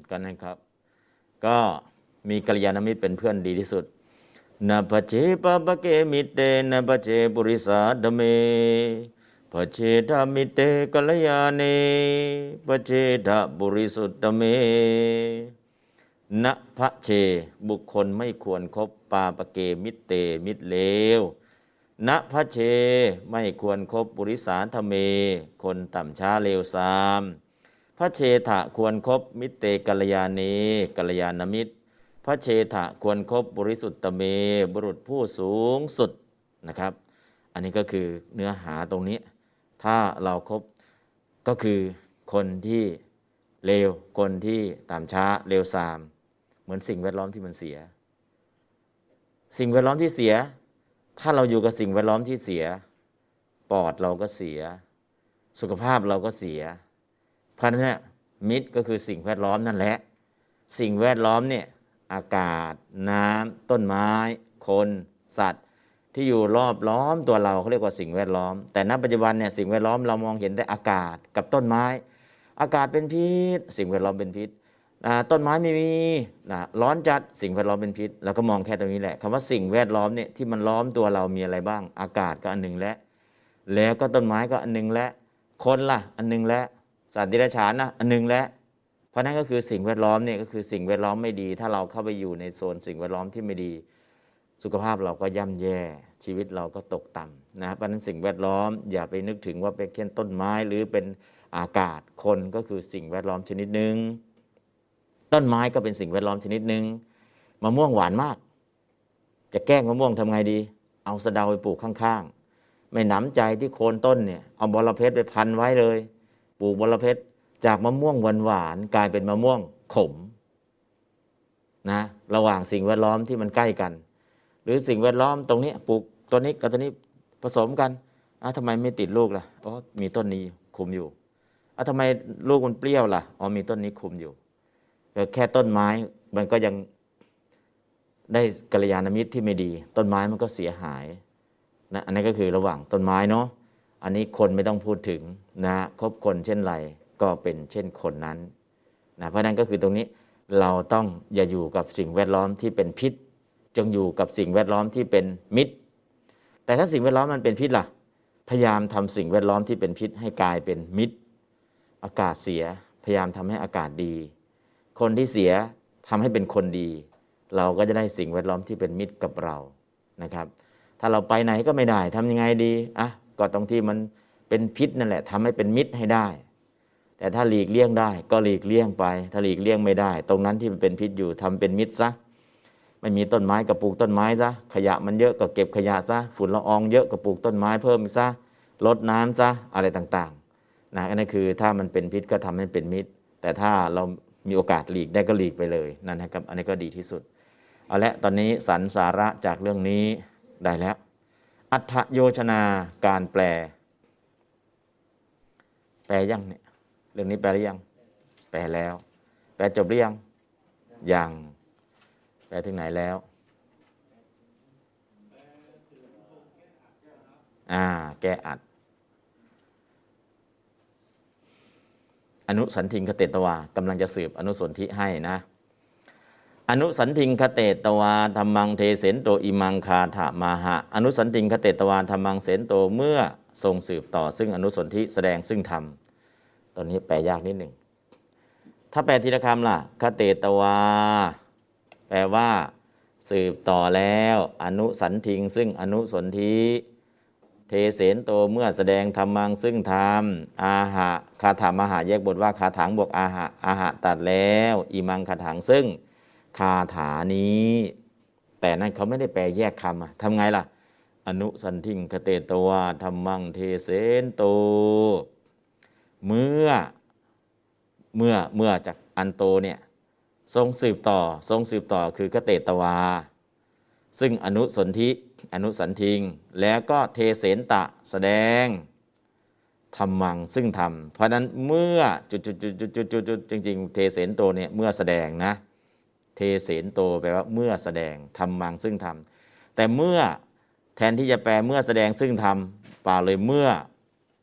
กันนะครับก็มีกัลยาณมิตรเป็นเพื่อนดีที่สุดนาปเจปะปะเกมิเตนาปเจปุริสาดเมปเจดามิเตกัลยาเนปเจดาบุริสุทธเมนะพะเชบุคคลไม่ควรคบปาปะเกมิเตมิตรเลวนะพะเชไม่ควรคบปุริสาธเมคนต่ำช้าเลวทรามพระเชถะควรคบมิตรเตกัลยาเนกัลยาณมิตรพระเชถะควรคบบุริสุทธเมบุรุษผู้สูงสุดนะครับอันนี้ก็คือเนื้อหาตรงนี้ถ้าเราครบก็คือคนที่เลวคนที่ต่ำช้าเลวทรามเหมือนสิ่งแวดล้อมที่มันเสียสิ่งแวดล้อมที่เสียถ้าเราอยู่กับสิ่งแวดล้อมที่เสียปอดเราก็เสียสุขภาพเราก็เสียเพราะฉะนั้นเนี่ยมิตรก็คือสิ่งแวดล้อมนั่นแหละสิ่งแวดล้อมเนี่ยอากาศน้ำต้นไม้คนสัตว์ที่อยู่รอบล้อมตัวเราเขาเรียกว่าสิ่งแวดล้อมแต่ณปัจจุบันเนี่ยสิ่งแวดล้อมเรามองเห็นแต่อากาศกับต้นไม้อากาศเป็นพิษสิ่งแวดล้อมเป็นพิษต้นไม้ไม่มีร้อนจัดสิ่งแวดล้อมเป็นพิษเราก็มองแค่ตรงนี้แหละคำว่าสิ่งแวดล้อมเนี่ยที่มันล้อมตัวเรามีอะไรบ้างอากาศก็อันหนึ่งแล้วก็ต้นไม้ก็อันหนึ่งและคนล่ะอันหนึ่งและสัตว์เดรัจฉานนะอันหนึ่งและเพราะนั้นก็คือสิ่งแวดล้อมเนี่ยก็คือสิ่งแวดล้อมไม่ดีถ้าเราเข้าไปอยู่ในโซนสิ่งแวดล้อมที่ไม่ดีสุขภาพเราก็ย่ำแย่ชีวิตเราก็ตกต่ำนะเพราะฉะนั้นสิ่งแวดล้อมอย่าไปนึกถึงว่าเป็นแค่ต้นไม้หรือเป็นอากาศคนก็คือสิ่งแวดล้อมชนิดหนึ่งต้นไม้ก็เป็นสิ่งแวดล้อมชนิดหนึ่งมะม่วงหวานมากจะแกล้งมะม่วงทำไงดีเอาสะเดาไปปลูกข้างๆไม่หนำใจที่โคนต้นเนี่ยเอาบอระเพ็ดไปพันไว้เลยปลูกบอระเพ็ดจากมะม่วงหวานๆกลายเป็นมะม่วงขมนะระหว่างสิ่งแวดล้อมที่มันใกล้กันหรือสิ่งแวดล้อมตรงนี้ปลูกตัวนี้กับตัวนี้ผสมกันทำไมไม่ติดลูกล่ะอ๋อมีต้นนี้คุมอยู่ทำไมลูกมันเปรี้ยวล่ะอ๋อมีต้นนี้คุมอยู่แค่ต้นไม้มันก็ยังได้กัลยาณมิตรที่ไม่ดีต้นไม้มันก็เสียหายนะอันนี้ก็คือระหว่างต้นไม้เนาะอันนี้คนไม่ต้องพูดถึงนะคบคนเช่นไรก็เป็นเช่นคนนั้นนะเพราะนั้นก็คือตรงนี้เราต้องอย่าอยู่กับสิ่งแวดล้อมที่เป็นพิษจงอยู่กับสิ่งแวดล้อมที่เป็นมิตรแต่ถ้าสิ่งแวดล้อมมันเป็นพิษล่ะพยายามทำสิ่งแวดล้อมที่เป็นพิษให้กลายเป็นมิตรอากาศเสียพยายามทำให้อากาศดีคนที่เสียทำให้เป็นคนดีเราก็จะได้สิ่งแวดล้อมที่เป็นมิตรกับเรานะครับถ้าเราไปไหนก็ไม่ได้ทำยังไงดีก็ตรงที่มันเป็นพิษนั่นแหละทำให้เป็นมิตรให้ได้แต่ถ้าหลีกเลี่ยงได้ก็หลีกเลี่ยงไปถ้าหลีกเลี่ยงไม่ได้ตรงนั้นที่มันเป็นพิษอยู่ทำเป็นมิตรซะไม่มีต้นไม้ก็ปลูกต้นไม้ซะขยะมันเยอะก็เก็บขยะซะฝุ่นละอองเยอะก็ปลูกต้นไม้เพิ่มซะลดน้ำซะอะไรต่างๆนะอันนั้นคือถ้ามันเป็นพิษก็ทำให้เป็นมิตรแต่ถ้าเรามีโอกาสหลีกได้ก็หลีกไปเลยนั่นนะครับอันนี้ก็ดีที่สุดเอาละตอนนี้สรรสาระจากเรื่องนี้ได้แล้วอัฏฐโยชนาการแปลยังเนี่ยเรื่องนี้แปลหรือยังแปลแล้วแปลจบหรือยังยังแปลถึงไหนแล้วแก้อัดอนุสันทิงคเตตวากำลังจะสืบอนุสนธิให้นะอนุสันทิงคเตตวาธัมมังเทเสนโตอิมังคาถามาหะอนุสันทิงคเตตวาธัมมังเสนโตเมื่อทรงสืบต่อซึ่งอนุสนธิแสดงซึ่งธรรมตอนนี้แปลยากนิดหนึ่งถ้าแปลทีละคำล่ะคเตตวาแปลว่าสืบต่อแล้วอนุสันทิงซึ่งอนุสนธิเทเสนโตเมื่อแสดงธรรมังซึ่งธรรมอาหะคาถามหาแยกบทว่าคาถางบวกอาหะตัดแล้วอิมังคาถางซึ่งคาถานี้แต่นั้นเขาไม่ได้แปลแยกคำทำไงล่ะอนุสันทิงคเตตวาธัมมังเทเสนโตเมื่อจากอันโตเนี่ยทรงสืบต่อคือคเตตวาซึ่งอนุสนธิอนุสันทิงแล้วก็เทเสนตะแสดงธัมมังซึ่งธรรมเพราะนั้นเมื่อจริงๆเทเสนโตเนี่ยเมื่อแสดงนะเทเสนโตแปลว่าเมื่อแสดงธัมมังซึ่งธรรมแต่เมื่อแทนที่จะแปลเมื่อแสดงซึ่งธรรมเปล่าเลยเมื่อ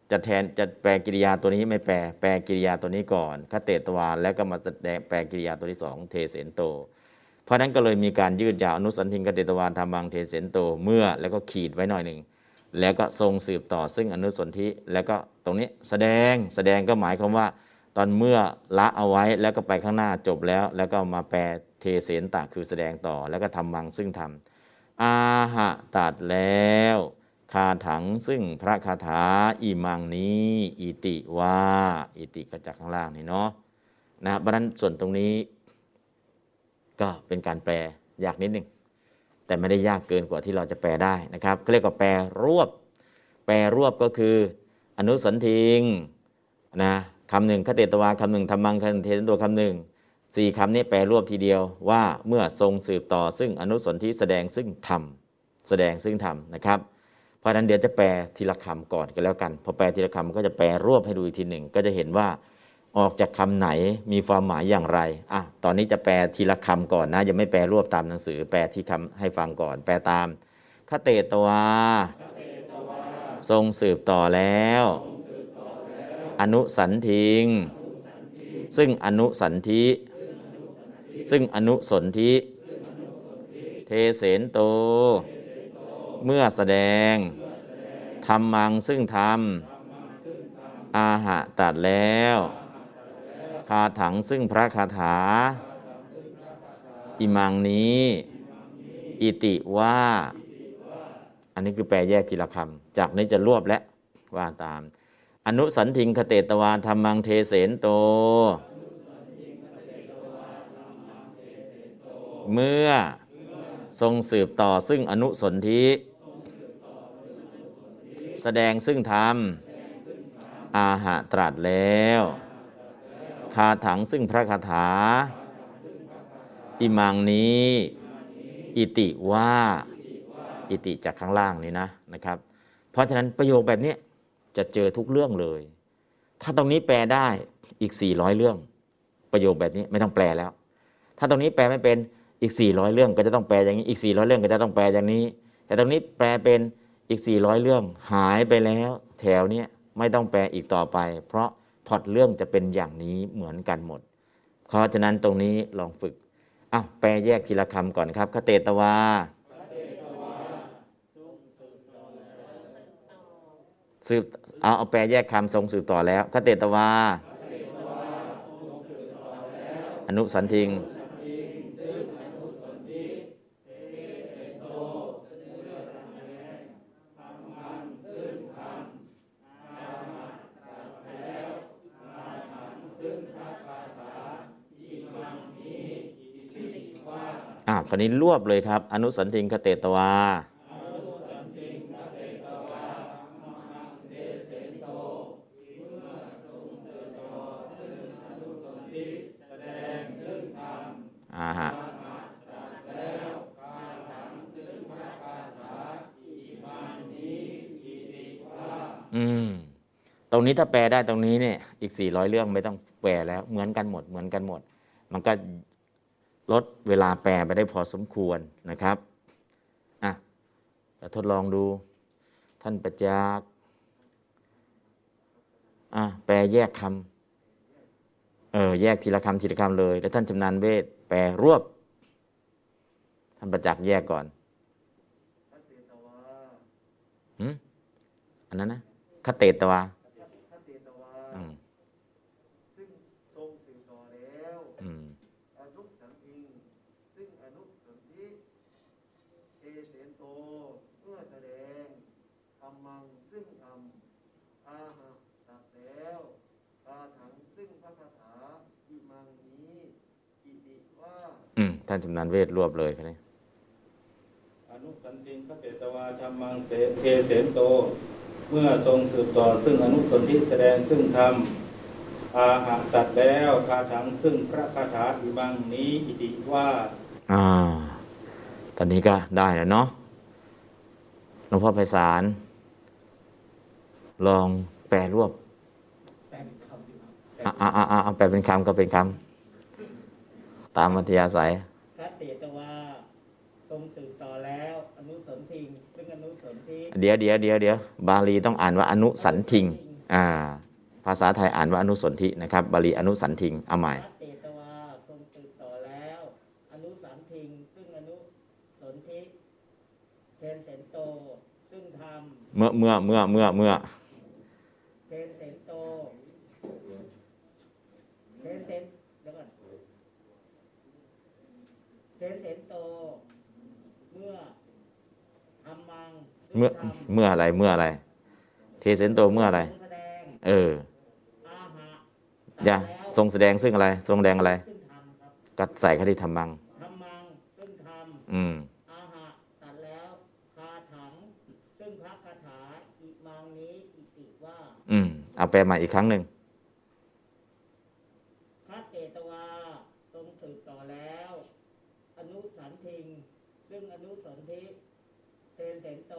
จะแปลกิริยาตัวนี้ไม่แปลกิริยาตัวนี้ก่อนคเตตวาแล้วก็มาแปลกิริยาตัวที่สองเทเสนโตเพราะนั้นก็เลยมีการยืดยาวอนุสันทิงคเตตวาธรรมังเทเสนโตเมื่อแล้วก็ขีดไว้หน่อยหนึ่งแล้วก็ทรงสืบต่อซึ่งอนุสนธิแล้วก็ตรงนี้แสดงก็หมายความว่าตอนเมื่อละเอาไว้แล้วก็ไปข้างหน้าจบแล้วก็มาแปลเทเสนตะคือแสดงต่อแล้วก็ทำมังซึ่งทำอาหะตัดแล้วคาถังซึ่งพระคาถาอิมังนี้อิติว่าอิติก็จากข้างล่างนี่เนาะนะเพราะนั้นส่วนตรงนี้ก็เป็นการแปลยากนิดนึงแต่ไม่ได้ยากเกินกว่าที่เราจะแปลได้นะครับก็เรียกว่าแปลรวบก็คืออนุสันทิงนะคำหนึ่งคเตตวาคำหนึ่งธรรมังคเทศตัวคำหนึ่ง4คำนี้แปลรวบทีเดียวว่าเมื่อทรงสืบต่อซึ่งอนุสนธิแสดงซึ่งธรรมนะครับเพราะฉะนั้นเดี๋ยวจะแปลทีละคำก่อนก็แล้วกันพอแปลทีละคำก็จะแปลรวบให้ดูอีกทีหนึ่งก็จะเห็นว่าออกจากคำไหนมีความหมายอย่างไรตอนนี้จะแปลทีละคำก่อนนะยังไม่แปลรวบตามหนังสือแปลที่คำให้ฟังก่อนแปลตามคเตตวาทรงสืบต่อแล้วอนุสันทิงซึ่งอนุสันธิซึ่งอนุสนธิเทเสนโตเมื่อแสดงธรรมังซึ่งธรรมอาหะตัดแล้วคาถังซึ่งพระคาถาอิมังนี้อิติว่าอันนี้คือแปลแยกทีละคำจากนี้จะรวบและว่าตามอนุสันทิงคเตตวาธรรมังเทเสนโตเมื่อทรงสืบต่อซึ่งอนุสนธิแสดงซึ่งธรรมอาหะตรัสแล้วคาถังซึ่งพระคาถาอิมังนี้อิติว่าอิติจากข้างล่างนี่นะครับเพราะฉะนั้นประโยคแบบนี้จะเจอทุกเรื่องเลยถ้าตรงนี้แปลได้อีก400เรื่องประโยคแบบนี้ไม่ต้องแปลแล้วถ้าตรงนี้แปลไม่เป็นอีก400เรื่องก็จะต้องแปลอย่างนี้อีก400เรื่องก็จะต้องแปลอย่างนี้แต่ตรงนี้แปลเป็นอีก400เรื่องหายไปแล้วแถวนี้ไม่ต้องแปลอีกต่อไปเพราะพล็อตเรื่องจะเป็นอย่างนี้เหมือนกันหมดเพราะฉะนั้นตรงนี้ลองฝึกแปลแยกทีละคำก่อนครับคเตตวาสืบเอาแปลแยกคำทรงสืบต่อแล้วคเตตวาอนุสันทิงคราวนี้รวบเลยครับอนุสันทิงคเตตวาตรงนี้ถ้าแปลได้ตรงนี้เนี่ยอีก400เรื่องไม่ต้องแปลแล้วเหมือนกันหมดมันก็ลดเวลาแปลไปได้พอสมควรนะครับจะทดลองดูท่านประจักษ์แปลแยกคำแยกทีละคำเลยแล้วท่านชำนาญเวทแปลรวบท่านประจักษ์แยกก่อนอันนั้นนะคเตตวาซึ่งทรงสืบต่อแล้วอนุสันทิงซึ่งอนุสนธิเทเสนโตเมื่อแสดงธรรมังซึ่งธรรมอาหะตัดแล้วคาถังซึ่งพระคาถาอิมังนี้อิติว่าท่านชำนาญเวทรวบเลยครับนี่อนุสันทิงคเตตวาธรรมังเทเสนโตเมื่อทรงสืบต่อซึ่งอนุสนธิแสดงซึ่งธรรมอาหะตัดแล้วคาถังซึ่งพระคาถาอิมังนี้อิติว่าตอนนี้ก็ได้แล้วเนาะหลวงพ่อไพศาลลองแปลรวบเอาแปลเป็นคำก็เป็นคำตามมัธยาศัยคเตตวาทรงสืบต่อแล้วอนุสนทิงซึ่งอนุสนธิเดี๋ยวบาลีต้องอ่านว่าอนุสันทิงภาษาไทยอ่านว่าอนุสนธินะครับบาลีอนุสันทิงเอาใหม่เตตวาทรงสืบต่อแล้วอนุสันทิงซึ่งอนุสนธิเทนเสนโตซึ่งทำเมื่อเทนเสนโตเทนเสนเดี๋ยวก่อนเทนเสนโตเมื่อทำมังเมื่ออะไรเทเสนโตเมื่ออะไรอย่าทรงแสดงซึ่งอะไรทรงแสดงอะไรกัดใส่คติธรรมังซึ่งทำอาหะตัดแล้วคาถังซึ่งพระคาถาอิมังนี้อิติว่าเอาแปลใหม่อีกครั้งหนึ่งพระเตตวาทรงสืบต่อแล้วอนุสันทิงซึ่งอนุสนธิเทนเสนโต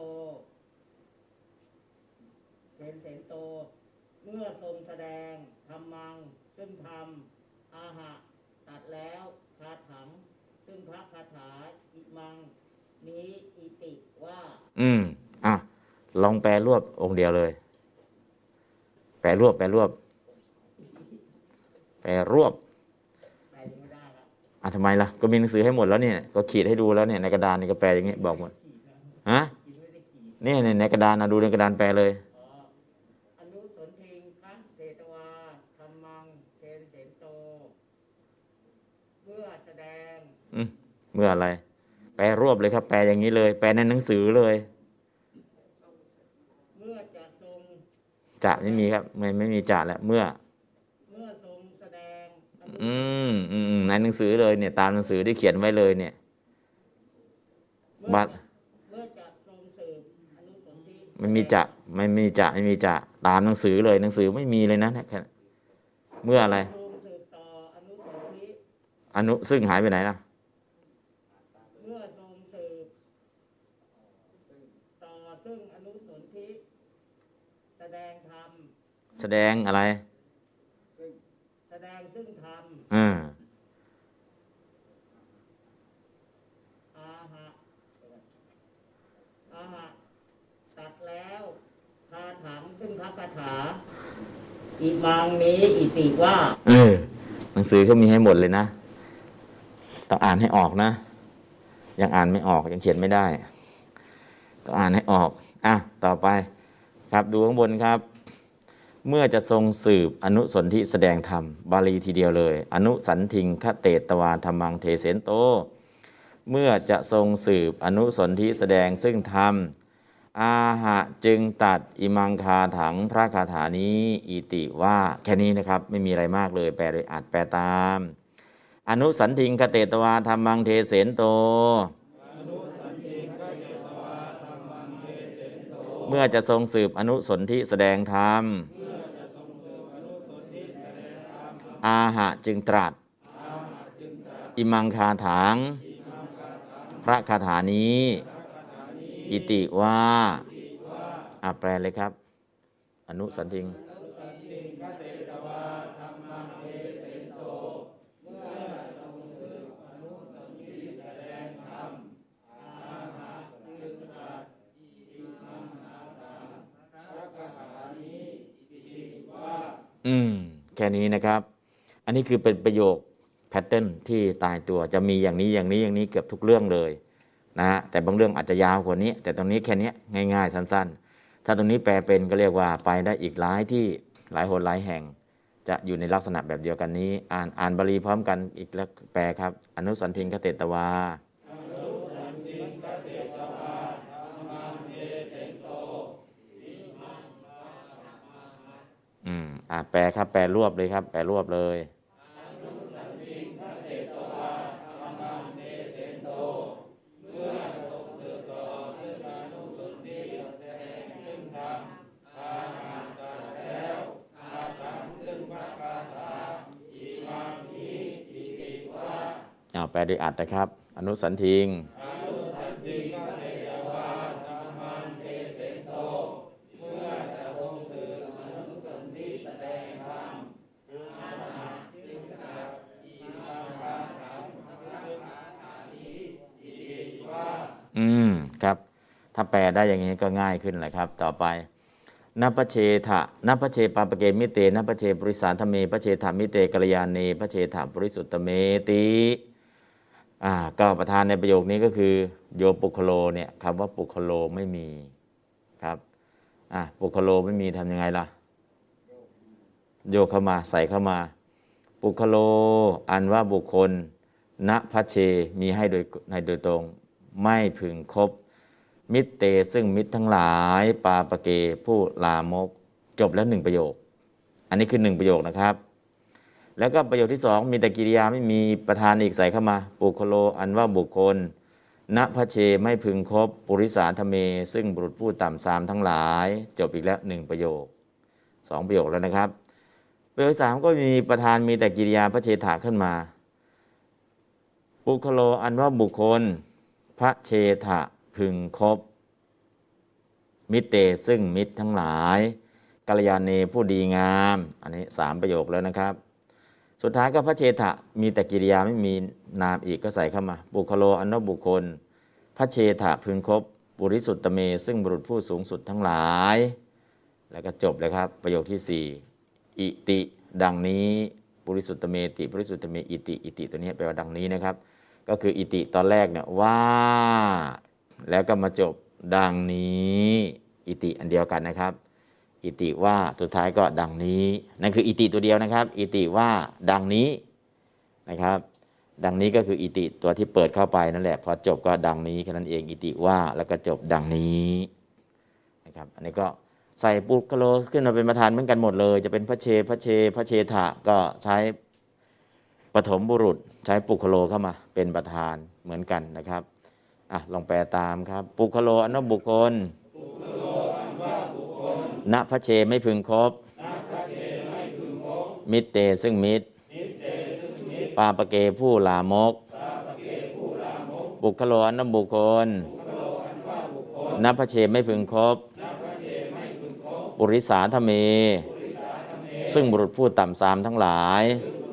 เมื่อทรงแสดงธรรมังซึ่งธรรมอาหะตัดแล้วคาถังซึ่งพระคาถาอิมังนี้อิติว่าลองแปลรวบองค์เดียวเลยแปลรวบทำไมล่ะก็มีหนังสือให้หมดแล้วเนี่ยก็ขีดให้ดูแล้วเนี่ยในกระดานนี่ก็แปลอย่างนี้บอกหมดนี่ในกระดานดูในกระดานแปลเลยอนุสนทิงพระเตตวาธรรมังเทนเสนโตเมื่อแสดงเมื่ออะไรแปลรวบเลยครับแปลอย่างนี้เลยแปลในหนังสือเลยเมื่อจะทรงจะไม่มีครับไม่มีจะแล้วเมื่อทรงแสดงในหนังสือเลยเนี่ยตามหนังสือที่เขียนไว้เลยเนี่ยบัดไม่มีจะตามหนังสือเลยหนังสือไม่มีเลยนะเมื่ออะไรอนุซึ่งหายไปไหนล่ะเมื่อทรงสืบต่อซึ่งอนุสนธิแสดงธรรมแสดงอะไรแสดงซึ่งธรรมอาหะตัดแล้วคาถังซึ่งพระคาถาอิมังนี้อิติว่าหนังสือเขามีให้หมดเลยนะต้องอ่านให้ออกนะยังอ่านไม่ออกยังเขียนไม่ได้ต้องอ่านให้ออกต่อไปครับดูข้างบนครับเมื่อจะทรงสืบอนุสนธิแสดงธรรมบาลีทีเดียวเลยอนุสันทิงคเตตวาธรรมังเทเสนโตเมื่อจะทรงสืบอนุสนธิแสดงซึ่งธรรมอาหะจึงตัดอิมังคาถังพระคาถานี้อิติว่าแค่นี้นะครับไม่มีอะไรมากเลยแปลโดยอัดแปลตามอนุสันทิงคเตตวาธรรมังเทเสนโตเมื่อจะทรงสืบอนุสนธิแสดงธรรมอาหะจึงตรัสอิมังคาถังพระคาถานี้อิติว่าแปลเลยครับอนุสันทิงแค่นี้นะครับอันนี้คือเป็นประโยคแพทเทิร์นที่ตายตัวจะมีอย่างนี้เกือบทุกเรื่องเลยนะฮะแต่บางเรื่องอาจจะยาวกว่านี้แต่ตรงนี้แค่นี้ง่ายๆสั้นๆถ้าตรงนี้แปลเป็นก็เรียกว่าไปได้อีกหลายที่หลายหนหลายแห่งจะอยู่ในลักษณะแบบเดียวกันนี้อ่านบาลีพร้อมกันอีกแล้วแปลครับอนุสันทิงคเตตวาแปลครับแปลรวบเลยครับแปลรวบเลยแปลโดยอัดนะครับอนุสันทิงครับถ้าแปลได้อย่างนี้ก็ง่ายขึ้นแหละครับต่อไปนัพพเชทะนัพพเชปาปเกมิเตนัพพเชปริสานธเมพระเชทามิเตกัลยาเนพระเชทาปริสุตตเมติก็ประธานในประโยคนี้ก็คือโยปุคโลเนี่ยคำว่าปุคโลไม่มีครับปุคโลไม่มีทำยังไงล่ะโยกเข้ามาใส่เข้ามาปุคโลอันว่าบุคคลณพัชเชมีให้โดยตรงไม่พึงครบมิตรเตซึ่งมิตรทั้งหลายปาปเกผู้ลามกจบแล้ว1ประโยคอันนี้คือ1ประโยคนะครับแล้วก็ประโยคที่2มีแต่กิริยาไม่มีประธานอีกใส่เข้ามาปุคโลอันว่าบุคคลณพัชเชไม่พึงครบปุริสาธเมซึ่งบุรุษผู้ต่ำทรามทั้งหลายจบอีกแล้ว1ประโยค2ประโยคแล้วนะครับประโยค3ก็มีประธานมีแต่กิริยาพระเชถะขึ้นมาปุคโลอันว่าบุคคลพระเชถะพึงครบมิตรเตซึ่งมิตรทั้งหลายกัลยาเนผู้ดีงามอันนี้3ประโยคแล้วนะครับสุดท้ายก็พระเชถะมีแต่กิริยาไม่มีนามอีกก็ใส่เข้ามาปุคโลอันว่าบุคคลพระเชถะพึงครบปุริสุตตเมซึ่งบุรุษผู้สูงสุดทั้งหลายแล้วก็จบเลยครับประโยคที่4อิติดังนี้ปุริสุตตเมติปุริสุตตเมอิติอิติตัวนี้แปลว่าดังนี้นะครับก็คืออิติตอนแรกเนี่ยว่าแล้วก็มาจบดังนี้อิติอันเดียวกันนะครับอิติว่าสุดท้ายก็ดังนี้นั่นคืออิติตัวเดียวนะครับอิติว่าดังนี้นะครับดังนี้ก็คืออิติตัวที่เปิดเข้าไปนั่นแหละพอจบก็ดังนี้แค่นั้นเองอิติว่าแล้วก็จบดังนี้นะครับอันนี้ก็ใส่ปุคโลขึ้นมาเป็นประธานเหมือนกันหมดเลยจะเป็นพระเชพระเชถะก็ใช้ปฐมบุรุษใช้ปุคโลเข้ามาเป็นประธานเหมือนกันนะครับลองแปลตามครับปุคโลอันว่าบุคคลณพระเชไม่พึงครบมิตรเตซึ่งมิตรปาปเกผู้ลามกปุคโลอันว่าบุคคลณพระเชไม่พึงครบปุริสาธเมซึ่งบุรุษผู้ต่ำทรามทั้งหลาย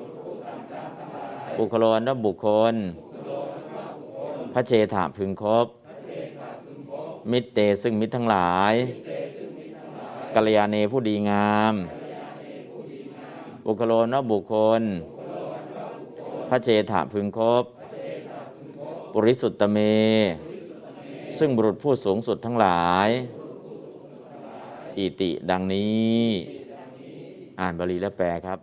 ปุคโลอันว่าบุคคลพระเชถะพึงครบมิตรเตซึ่งมิตรทั้งหลายกัลยาเนผู้ดีงามปุคโลอันว่าบุคคลพระเชถะพึงครบปุริสุตตเมซึ่งบุรุษผู้สูงสุดทั้งหลายอิติดังนี้อ่านบาลีและแปลครับ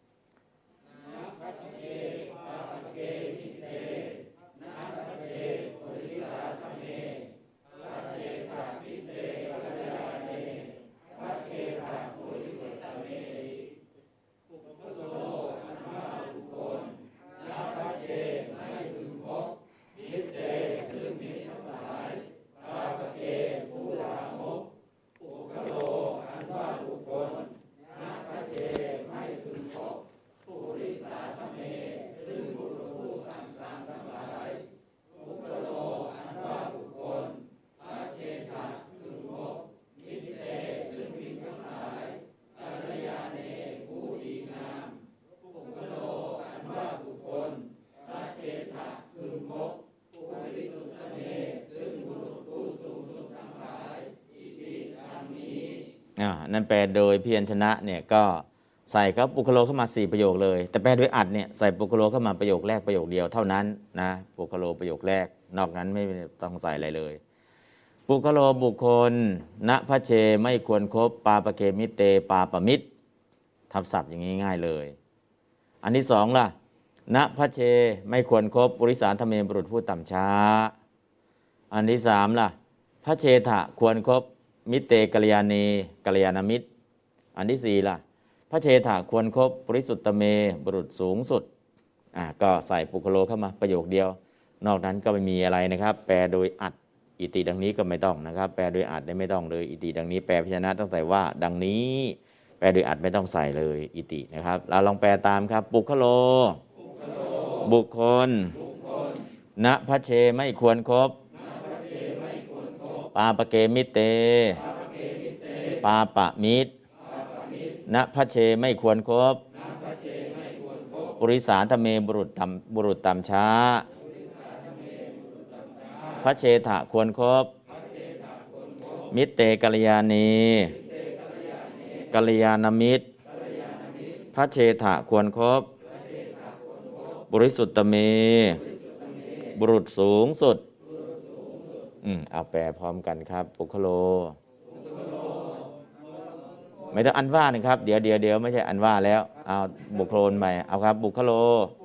นั่นแปลโดยพยัญชนะเนี่ยก็ใส่ครับปุคโลเข้ามา4ประโยคเลยแต่แปลโดยอัดเนี่ยใส่ปุคโลเข้ามาประโยคแรกประโยคเดียวเท่านั้นนะปุคโลประโยคแรกนอกนั้นไม่ต้องใส่อะไรเลยปุคโลบุคคลณพระเชไม่ควรครบปาปเกมิเตปาปมิตรทับศัพท์อย่างนี้ง่ายเลยอันที่2ล่ะณพระเชไม่ควรครบปุริสาธเมบุรุษผู้ต่ำช้าอันที่3ล่ะพระเชถะควรครบมิเตกัลยาเนกัลยาณมิตรอันที่4ล่ะพระเชถะควรครบปุริสุตตเมบุรุษสูงสุดก็ใส่ปุคโลเข้ามาประโยคเดียวนอกนั้นก็ไม่มีอะไรนะครับแปลโดยอัดอิติดังนี้ก็ไม่ต้องนะครับแปลโดยอัดได้ไม่ต้องเลยอิติดังนี้แปลพยัญชนะตั้งแต่ว่าดังนี้แปลโดยอัดไม่ต้องใส่เลยอิตินะครับเราลองแปลตามครับปุคโลบุคคลณพระเชไม่ควรครบปาปเกมิเตปาปะมิตรณพระเชไม่ควรครบปุริสาธเมบุรุษต่ำช้าพระเชถะควรครบมิตรเตกัลยาณีกัลยาณมิตรพระเชถะควรครบบริสุทธเมบุรุษสูงสุดเอาแปลพร้อมกันครับปุคโลไม่ต้องอันว่านะครับเดี๋ยวไม่ใช่อันว่าแล้วเอาบุคโลใหม่เอาครับบุคโล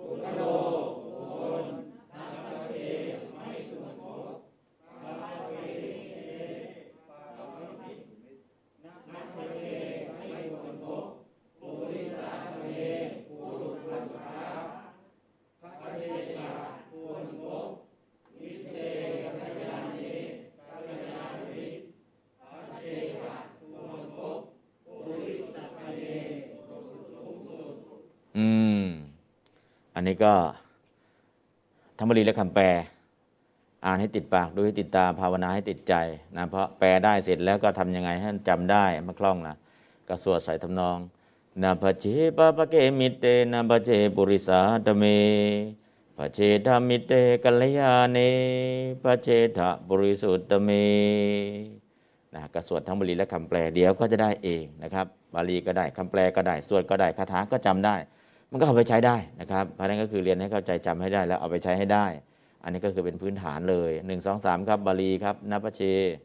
อันนี้ก็ธรรมบาลีและคำแปลอ่านให้ติดปากดูให้ติดตาภาวนาให้ติดใจนะเพราะแปลได้เสร็จแล้วก็ทำยังไงให้จำได้มาคล่องนะก็สวดใส่ทำนองนาภเจปะปะเกมิเตนาภเจปุริสาตเมภเจธามิเตกัลยาเนภเจทะปุริสุตตเมนะก็สวดทั้งบาลีและคำแปลเดี๋ยวก็จะได้เองนะครับบาลีก็ได้คำแปลก็ได้สวดก็ได้คาถาก็จำได้มันก็เอาไปใช้ได้นะครับเพราะนั้นก็คือเรียนให้เข้าใจจำให้ได้แล้วเอาไปใช้ให้ได้อันนี้ก็คือเป็นพื้นฐานเลย1 2 3ครับบาลีครับนะภเช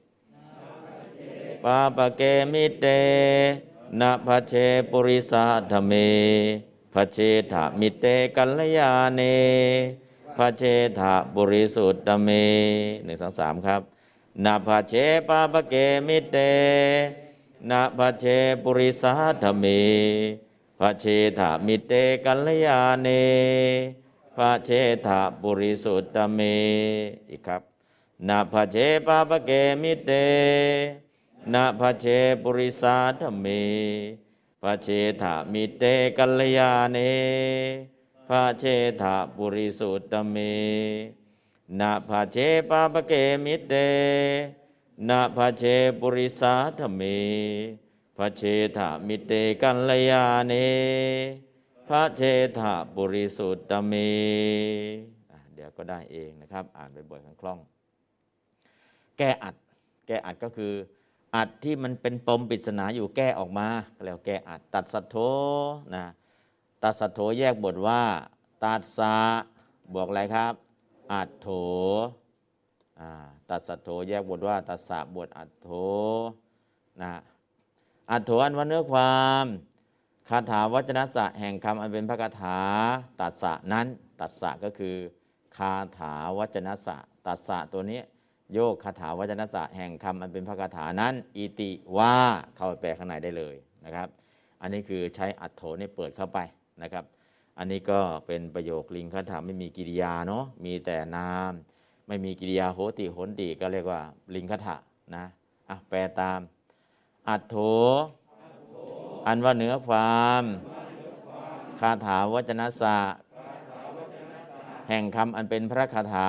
ปะปะเกมิเตนะภเชปุริสาธเมภเชถะมิเตกัลยาเนภเชถะปุริสุตตเม1 2 3ครับนะภเชปะปะเกมิเตนะภเชปุริสาธเมภเชถะมิเตกัลยาเนภเชถะปุริสุตตเมอีกครับนะภเชปะปะเกมิเตนะภเชปุริสาธเมภเชถะมิเตกัลยาเนภเชถะปุริสุตตเมนะภเชปะปะเกมิเตนะภเชปุริสาธเมภเชถะมิเตกัลยาเนภเชถะปุริสุตตเมเดี๋ยวก็ได้เองนะครับอ่านบ่อยๆคล่องแก้อัดก็คืออัดที่มันเป็นปมปริศนาอยู่แก้ออกมาก็แล้วแก้อัดตัดสัทโธนะตัดสัทโธแยกบทว่าตัดสะบวกอะไรครับอัดโธตัดสัทโธแยกบทว่าตัดสะบวกอัดโธนะอัดโธอันว่าเนื้อความคาถาวจนะสะแห่งคำอันเป็นพระคาถาตัดสะนั้นตัดสะก็คือคาถาวจนะสะตัดสะตัวนี้โยกคาถาวจนะสะแห่งคำอันเป็นพระคาถานั้นอิติว่าเข้าไปแปลข้างในได้เลยนะครับอันนี้คือใช้อัดโธนี่เปิดเข้าไปนะครับอันนี้ก็เป็นประโยคลิงคาถาไม่มีกิริยาเนาะมีแต่นามไม่มีกิริยาโหติโหนติก็เรียกว่าลิงคาถานะแปลตามอัดโธอันว่าเนื้อความคาถาวจนะสะแห่งคำอันเป็นพระคาถา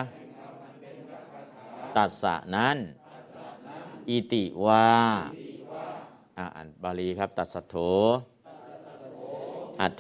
ตัสสะนั้นอิติว่าอ่านบาลีครับตัสสะโธอัตโธ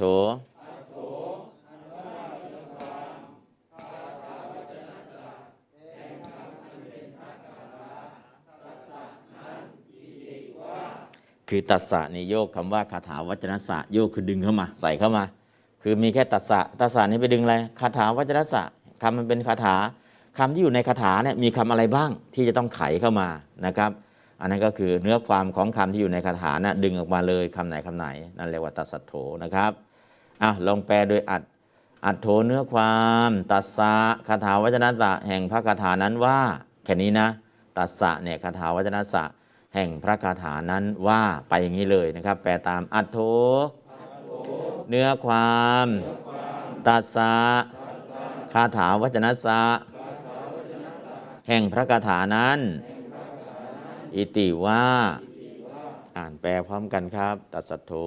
คือตัสสะนี่โยกคำว่าคาถาวจนะสะโยกคือดึงเข้ามาใส่เข้ามาคือมีแค่ตัสสะนี่ไปดึงอะไรคาถาวจนะสะคำมันเป็นคาถาคำที่อยู่ในคาถาเนี่ยมีคำอะไรบ้างที่จะต้องไขเข้ามานะครับอันนั้นก็คือเนื้อความของคำที่อยู่ในคาถานะดึงออกมาเลยคำไหนนั่นเรียกว่าตัสสะโธนะครับลองแปลโดยอัดโธเนื้อความตัสสะคาถาวจนะสะแห่งพระคาถานั้นว่าแค่นี้นะตัสสะเนี่ยคาถาวจนะสะแห่งพระคาถานั้นว่าไปอย่างนี้เลยนะครับแปลตามอัตโธเนื้อความตัสสะคาถาวจนะสะแห่งพระคาถานั้นอิติว่าอ่านแปลพร้อมกันครับตัสสะโธ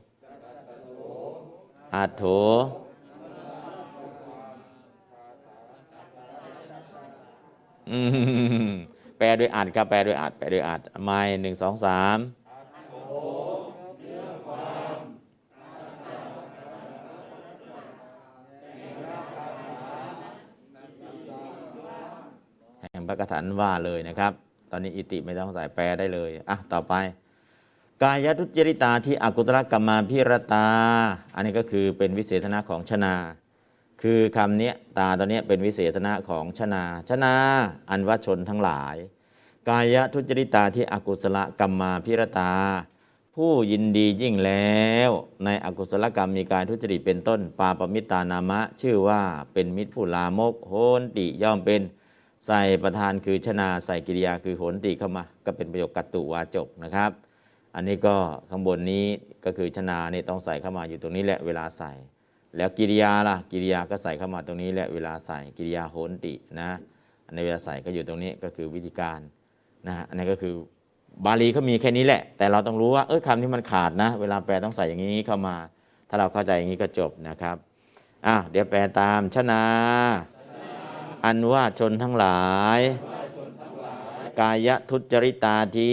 อัตโธแปลโดยอัดครับแปลโดยอัดไม่1 2 3แห่งพระคาถาว่าเลยนะครับตอนนี้อิติไม่ต้องใส่แปลได้เลยต่อไปกกายทุจริตาที่อกุศลกรรมาพิรตาอันนี้ก็คือเป็นวิเศษณะของชนาคือคำนี้ตาตัวนี้เป็นวิเศษณะของชนาอันว่าชนทั้งหลายกายทุจริตาที่อกุศลกรรมาพิรตาผู้ยินดียิ่งแล้วในอกุศลกรรมมีการทุจริตเป็นต้นปาปมิตานามะชื่อว่าเป็นมิตรผู้ลามกโหนติย่อมเป็นใส่ประธานคือชนาใส่กิริยาคือโหนติเข้ามาก็เป็นประโยคกัตตุวาจกนะครับอันนี้ก็ข้างบนนี้ก็คือชนาเนี่ยต้องใส่เข้ามาอยู่ตรงนี้แหละเวลาใส่แล้วกิริยาล่ะกิริยาก็ใส่เข้ามาตรงนี้แหละเวลาใส่กิริยาโหนตินะในเวลาใส่ก็อยู่ตรงนี้ก็คือวิธีการนะอันนี้ก็คือบาลีเขามีแค่นี้แหละแต่เราต้องรู้ว่าคำที่มันขาดนะเวลาแปลต้องใส่อย่างนี้เข้ามาถ้าเราเข้าใจอย่างนี้ก็จบนะครับเดี๋ยวแปลตามชนาอันว่าชนทั้งหลายกายทุจริตาทิ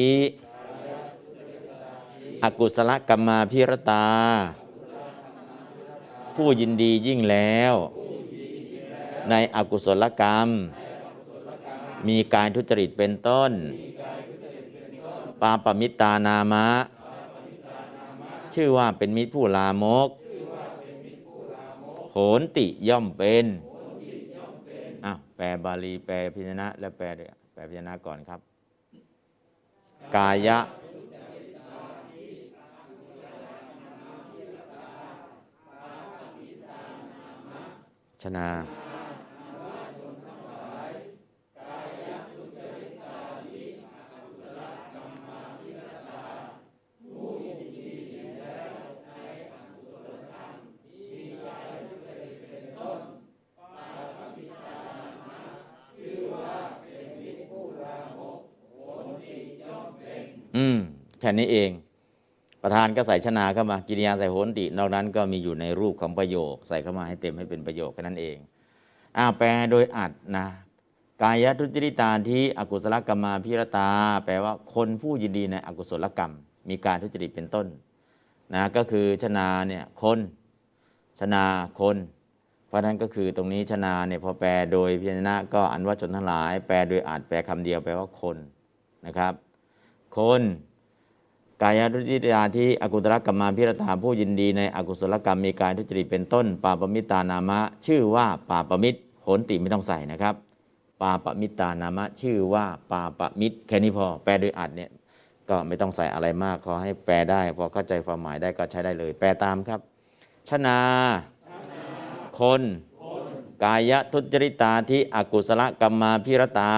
อกุศลกรรมาพิรตาผู้ยินดียิ่งแล้วในอกุศลกรรมมีการทุจริตเป็นต้นปาปมิตานามะชื่อว่าเป็นมิตรผู้ลามกโหนติย่อมเป็นแปลบาลีแปลพยัญชนะและแปลพยัญชนะก่อนครับกายะชนาแค่นี้เองประธานก็ใส่ชนาเข้ามากิริยาใส่โหนตินอกนั้นก็มีอยู่ในรูปของประโยคใส่เข้ามาให้เต็มให้เป็นประโยคแค่นั้นเองแปลโดยอัดนะกายทุจริตาที่อกุศลกรรมาพิรตาแปลว่าคนผู้ยินดีในอกุศลกรรมมีการทุจริตเป็นต้นนะก็คือชนาเนี่ยคนชนาคนเพราะนั้นก็คือตรงนี้ชนาเนี่ยพอแปลโดยพยัญชนะก็อันว่าชนทั้งหลายแปลโดยอัดแปลคำเดียวแปลว่าคนนะครับคนกายทุจริตาที่อกุศลกรรมาพิรตาผู้ยินดีในอกุศลกรรมมีการทุจริตเป็นต้นปาปมิตานามะชื่อว่าปาปมิตรโหนติไม่ต้องใส่นะครับปาปมิตานามะชื่อว่าปาปมิตรแค่นี้พอแปลโดยอัดเนี่ยก็ไม่ต้องใส่อะไรมากขอให้แปลได้พอเข้าใจความหมายได้ก็ใช้ได้เลยแปลตามครับชนาคนกายทุจริตาที่อกุศลกรรมาพิรตา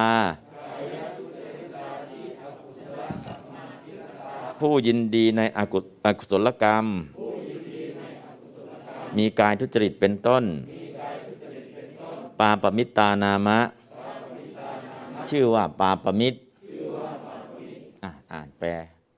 ผู้ยินดีในอกุศลกรรมมีกายทุจริตเป็นต้นปาปมิตานามะชื่อว่าปาปมิตรอ่านแปล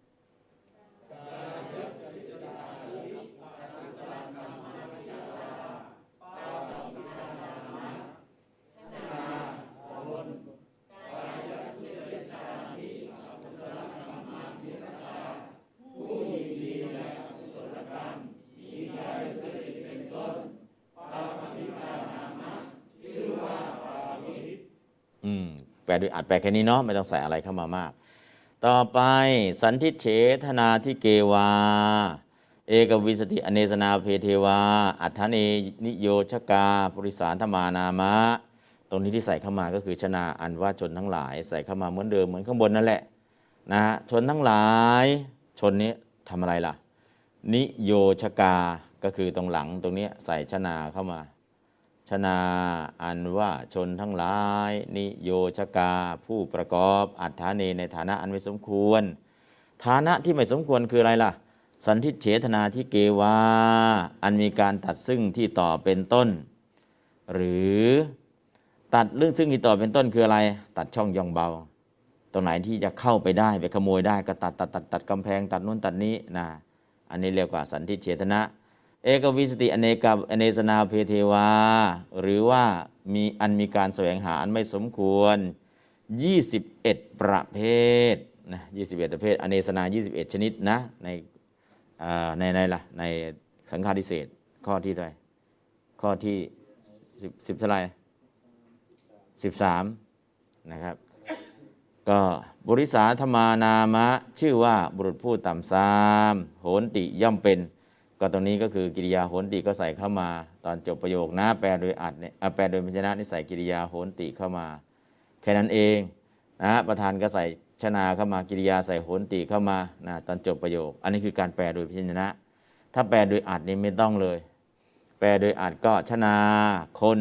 แปลโดยอัดแปลแค่นี้เนาะไม่ต้องใส่อะไรเข้ามามากต่อไปสันทิเฉทนาทิเกวาเอกวิสติอเนสนาเพเทวาอัฏฐเนนิโยชกาปุริสารธรรมานามะตรงนี้ที่ใส่เข้ามาก็คือชนาอันว่าชนทั้งหลายใส่เข้ามาเหมือนเดิมเหมือนข้างบนนั่นแหละนะชนทั้งหลายชนนี้ทำอะไรล่ะนิโยชกาก็คือตรงหลังตรงนี้ใส่ชนาเข้ามาชนาอันว่าชนทั้งหลายนิโยชกาผู้ประกอบอัฏฐาเนในฐานะอันไม่สมควรฐานะที่ไม่สมควรคืออะไรล่ะสันทิเฉทนาที่เกวาอันมีการตัดซึ่งที่ต่อเป็นต้นหรือตัดเรื่องซึ่งที่ต่อเป็นต้นคืออะไรตัดช่องย่องเบาตรงไหนที่จะเข้าไปได้ไปขโมยได้ก็ตัดกำแพงตัดนู่นตัดนี้นะอันนี้เรียกว่าสันทิเฉทนะเอกวิสติอเนสนาเพเทวาหรือว่ามีการแสวงหาอันไม่สมควร21ประเภทนะ21ประเภทอเนสนา21ชนิดนะในสังฆาทิเศษข้อที่เท่าไหร่ข้อที่10เท่าไหร่13นะครับก็บุริสาธมานามะชื่อว่าบุรุษผู้ต่ำทรามโหนติย่อมเป็นก็ตรงนี้ก็คือกิริยาโหนติก็ใส่เข้ามาตอนจบประโยคนะแปลโดยอัดเนี่ยแปลโดยพยัญชนะนี่ใส่กิริยาโหนติเข้ามาแค่นั้นเองนะประธานก็ใส่ชนาเข้ามากิริยาใส่โหนติเข้ามานะตอนจบประโยคอันนี้คือการแปลโดยพยัญชนะถ้าแปลโดยอัดนี่ไม่ต้องเลยแปลโดยอัดก็ชนาคน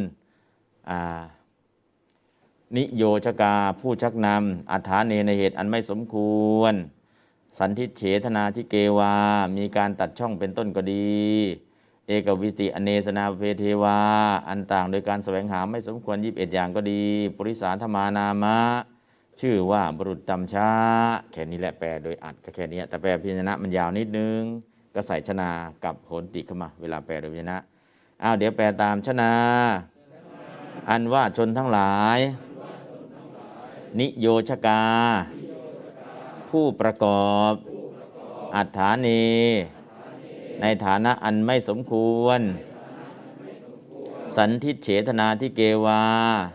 นิโยชกาผู้ชักนำอัฏฐาเนในเหตุอันไม่สมควรสันทิเฉทนาทิเกวามีการตัดช่องเป็นต้นก็ดีเอกวิสติอเนสนาเพเทวาอันต่างโดยการแสวงหาไม่สมควร21อย่างก็ดีปุริสาธมานามะชื่อว่าบุรุษต่ำช้าแค่นี้แหละแปลโดยอัดก็แค่นี้แต่แปลพยัญชนะมันยาวนิดนึงก็ใส่ชนากับโหนติเข้ามาเวลาแปลโดยพยัญชนะเดี๋ยวแปลตามชนาอันว่าชนทั้งหลายนิโยชกาผู้ประกอบอัฏฐาเนในฐานะอันไม่สมควรสันทิเฉทนาทิเกวา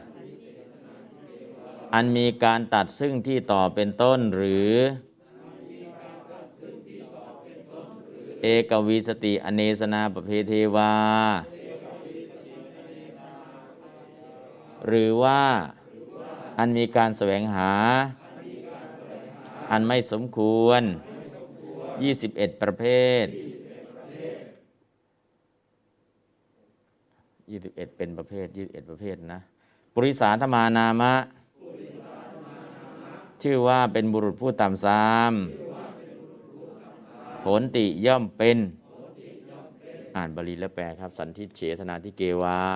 อันมีการตัดซึ่งที่ต่อเป็นต้นหรือเอกวิสติอเนสนาปเพเทวาหรือว่าอันมีการแสวงหาอันไม่สมควร21ประเภท21เป็นประเภท21ประเภทนะปุริสาธมานามะชื่อว่าเป็นบุรุษผู้ต่ำทรามโหนติย่อมเป็นอ่านบาลีและแปลครับสันทิเฉทนาทิเกวา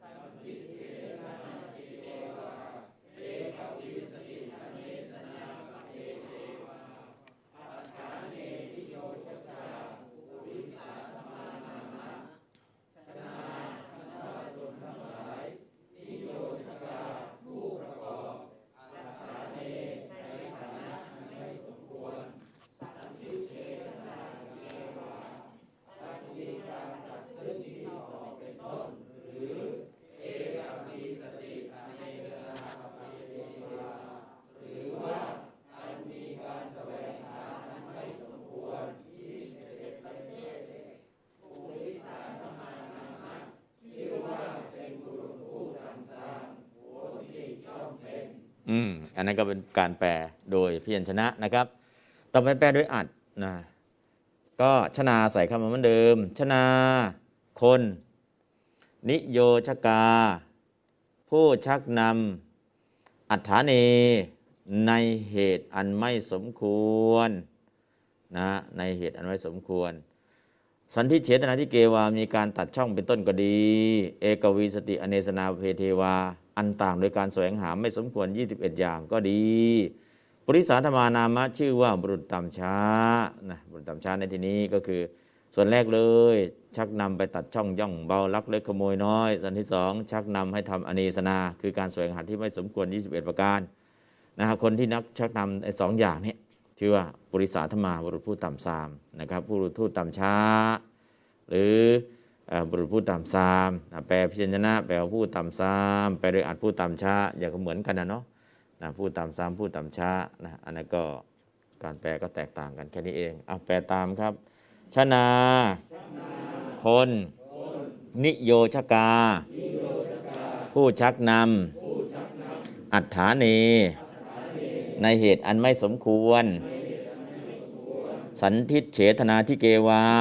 อันนั้นก็เป็นการแปลโดยพยัญชนะนะครับต่อไปแปลโดยอัดนะก็ชนาใส่เข้ามาเหมือนเดิมชนาคนนิโยชกาผู้ชักนำอัฏฐาเนในเหตุอันไม่สมควรนะในเหตุอันไม่สมควรสันทิเฉทนาทิเกวามีการตัดช่องเป็นต้นก็ดีเอกวิสติอเนสนาเพเทวาอันต่างโดยการแสวงหาไม่สมควร21อย่างก็ดีปุริสาธมานามะชื่อว่าบุรุษต่ำช้านะบุรุษต่ำช้าในที่นี้ก็คือส่วนแรกเลยชักนำไปตัดช่องย่องเบาลักเล็กขโมยน้อยส่วนที่2ชักนำให้ทำอเนสนาคือการแสวงหาที่ไม่สมควร21ประการนะครับคนที่นักชักนำไอ้2อย่างนี้ชื่อว่าปุริสาธมาบุรุษผู้ต่ำทรามนะครับบุรุษผู้ต่ำช้าหรือบุรุษผู้ต่ำทรามแปลพยัญชนะแปลว่าผู้ต่ำทรามแปลโดยอัดผู้ต่ำช้าอย่างก็เหมือนกันนะเนาะผู้ต่ำทรามผู้ต่ำช้านะอันนั้นก็การแปลก็แตกต่างกันแค่นี้เองแปลตามครับชนาคนนิโยชกาผู้ชักนำอัฏฐาเนในเหตุอันไม่สมควรสันทิเฉทนาทิเกวา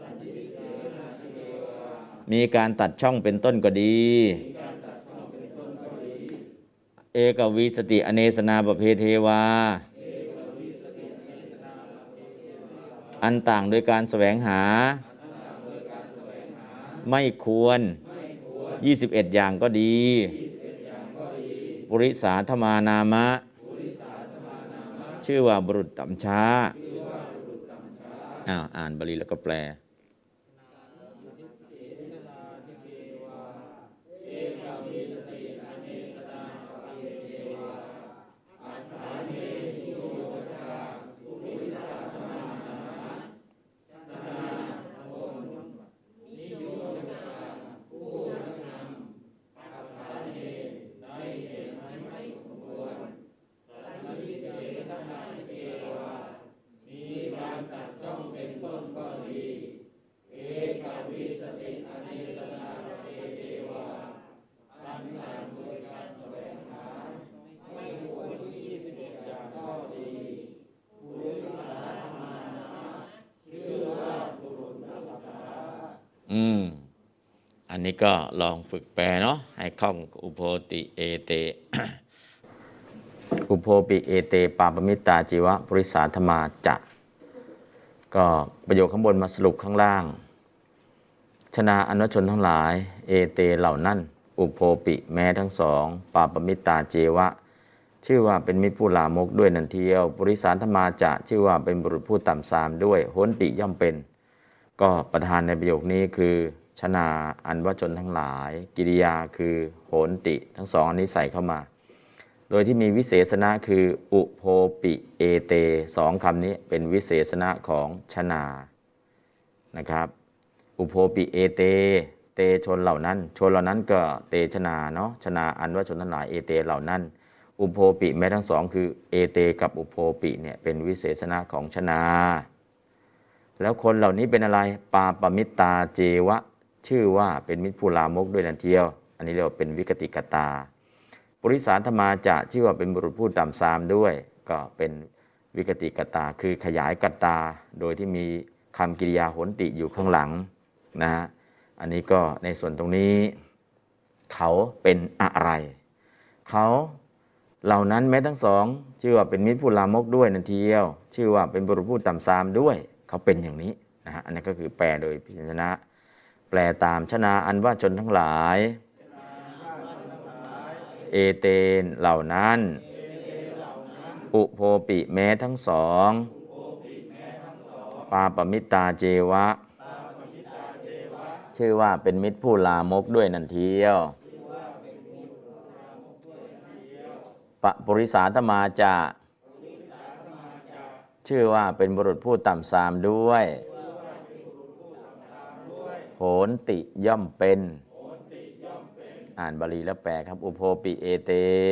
มีการตัดช่องเป็นต้นก็ดีเอกวิสติอเนสนาปเพเทวาอันต่างโดยการแสวงหาไม่ควร21อย่างก็ดีปุริสาธมานามะชื่อว่าบุรุษต่ำช้าอ่านบาลีแล้วก็แปลอันนี้ก็ลองฝึกแปลเนาะให้คล่องอุโพติเอเต อุโพปิเอเตปาปมิตตาจิวะปริสาธมาจะก็ประโยคข้างบนมาสรุปข้างล่างชนะอนุชนทั้งหลายเอเตเหล่านั้นอุโพปิแม้ทั้งสองปาปมิตตาเจวะชื่อว่าเป็นมิตรผู้ลามกด้วยนันเทียวปริสาธมาจะชื่อว่าเป็นบุรุษผู้ต่ำทรามด้วยโหนติย่อมเป็นก็ประธานในประโยคนี้คือชนะอันวชนทั้งหลายกิริยาคือโหนติทั้งสองอันนี้ใส่เข้ามาโดยที่มีวิเศษณะคืออุโพปิเอเตสองคำนี้เป็นวิเศษณะของชนานะครับอุโพปิเอเตเตชนเหล่านั้นชนเหล่านั้นก็เตชนาเนาะชนาอันว่าชนทั้งหลายเอเตเหล่านั้นอุโพปิแม้ทั้งสองคือเอเตกับอุโพปิเนี่ยเป็นวิเศษณะของชนาแล้วคนเหล่านี้เป็นอะไรปาปมิตตาเจวะชื่อว่าเป็นมิตรผู้ลามกด้วยนันเทียวอันนี้เรียกว่าเป็นวิกติกตาปริสาธมาจะชื่อว่าเป็นบุรุษผู้ต่ำทรามด้วยก็เป็นวิกติกตาคือขยายกตาโดยที่มีคำกริยาโหนติอยู่ข้างหลังนะฮะอันนี้ก็ในส่วนตรงนี้เขาเป็นอะไรเขาเหล่านั้นแม้ทั้งสองชื่อว่าเป็นมิตรผู้ลามกด้วยนันเทียวชื่อว่าเป็นบุรุษผู้ต่ำทรามด้วยเขาเป็นอย่างนี้นะฮะอันนี้ก็คือแปลโดยพยัญชนะแปลตามชนาอันว่าชนทั้งหลายเอเตนเหล่านั้นอุโพปิแม้ทั้งสองปาปมิตตาเจวะชื่อว่าเป็นมิตรผู้ลามกด้วยนันเทียวปริสาธมาจะชื่อว่าเป็นบุรุษผู้ต่ำทรามด้วยโหนติย่อมเป็นอ่านบาลีแล้วแปลครับอุโพปิเอเต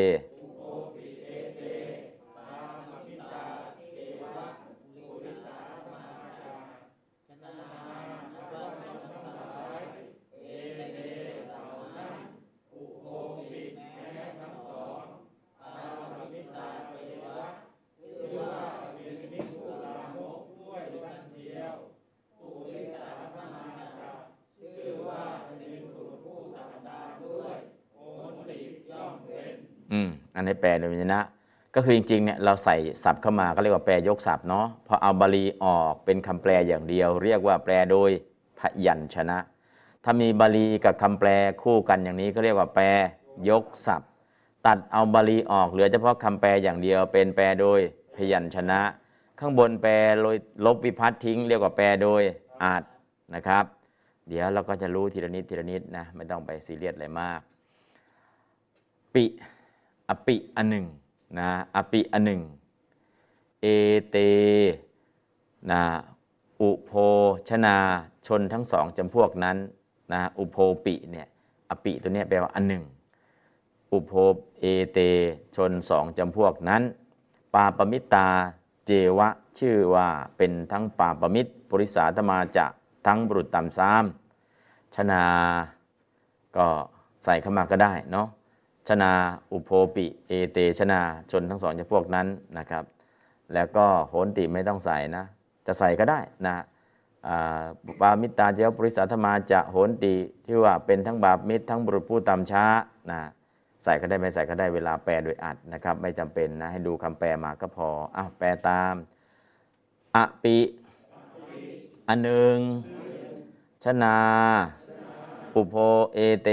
อันนี้แปลโดยพยัญชนะก็คือจริงๆเนี่ยเราใส่ศัพท์เข้ามาก็เรียกว่าแปลยกศัพท์เนาะพอเอาบาลีออกเป็นคำแปลอย่างเดียวเรียกว่าแปลโดยพยัญชนะถ้ามีบาลีกับคำแปลคู่กันอย่างนี้ก็เรียกว่าแปลยกศัพท์ตัดเอาบาลีออกเหลือเฉพาะคำแปลอย่างเดียวเป็นแปลโดยพยัญชนะข้างบนแปลโดยลบวิภัตทิ้งเรียกว่าแปลโดยอาจนะครับเดี๋ยวเราก็จะรู้ทีละนิดทีละนิดนะไม่ต้องไปซีเรียสอะไรมากปิอปิอันหนึ่งนะอปิอันหนึ่งเอเตนะอุโพชนาชนทั้งสองจำพวกนั้นนะอุโพปิเนี่ยอปิตัวนี้แปลว่าอันหนึ่งอุโพเอเตชนสองจำพวกนั้นปาปมิตตาเจวะชื่อว่าเป็นทั้งปาปมิตรปริสาธมาจะทั้งบุรุษต่ำทรามชนาก็ใส่เข้ามาก็ได้เนาะชนาอุโพปิเอเตชนาชนทั้งสองจำพวกนั้นนะครับแล้วก็โหนติไม่ต้องใส่นะจะใส่ก็ได้นะปามิตตาเจวปริสาธมาจะโหนติที่ว่าเป็นทั้งบาปมิตรทั้งบุรุษผู้ต่ำช้านะใส่ก็ได้ไม่ใส่ก็ได้เวลาแปลโดยอัดนะครับไม่จำเป็นนะให้ดูคำแปลมาก็พอแปลตามอปิอันหนึ่งชนาอุโพเอเต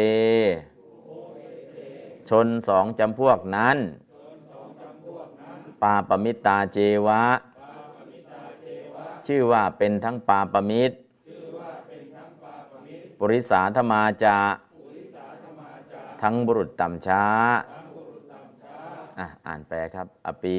ชนสองจำพวกนั้นปาปมิตตาเจวะชื่อว่าเป็นทั้งปาปมิตรปริสาธมาจะทั้งบุรุษต่ำช้าอ่านแปลครับอปิ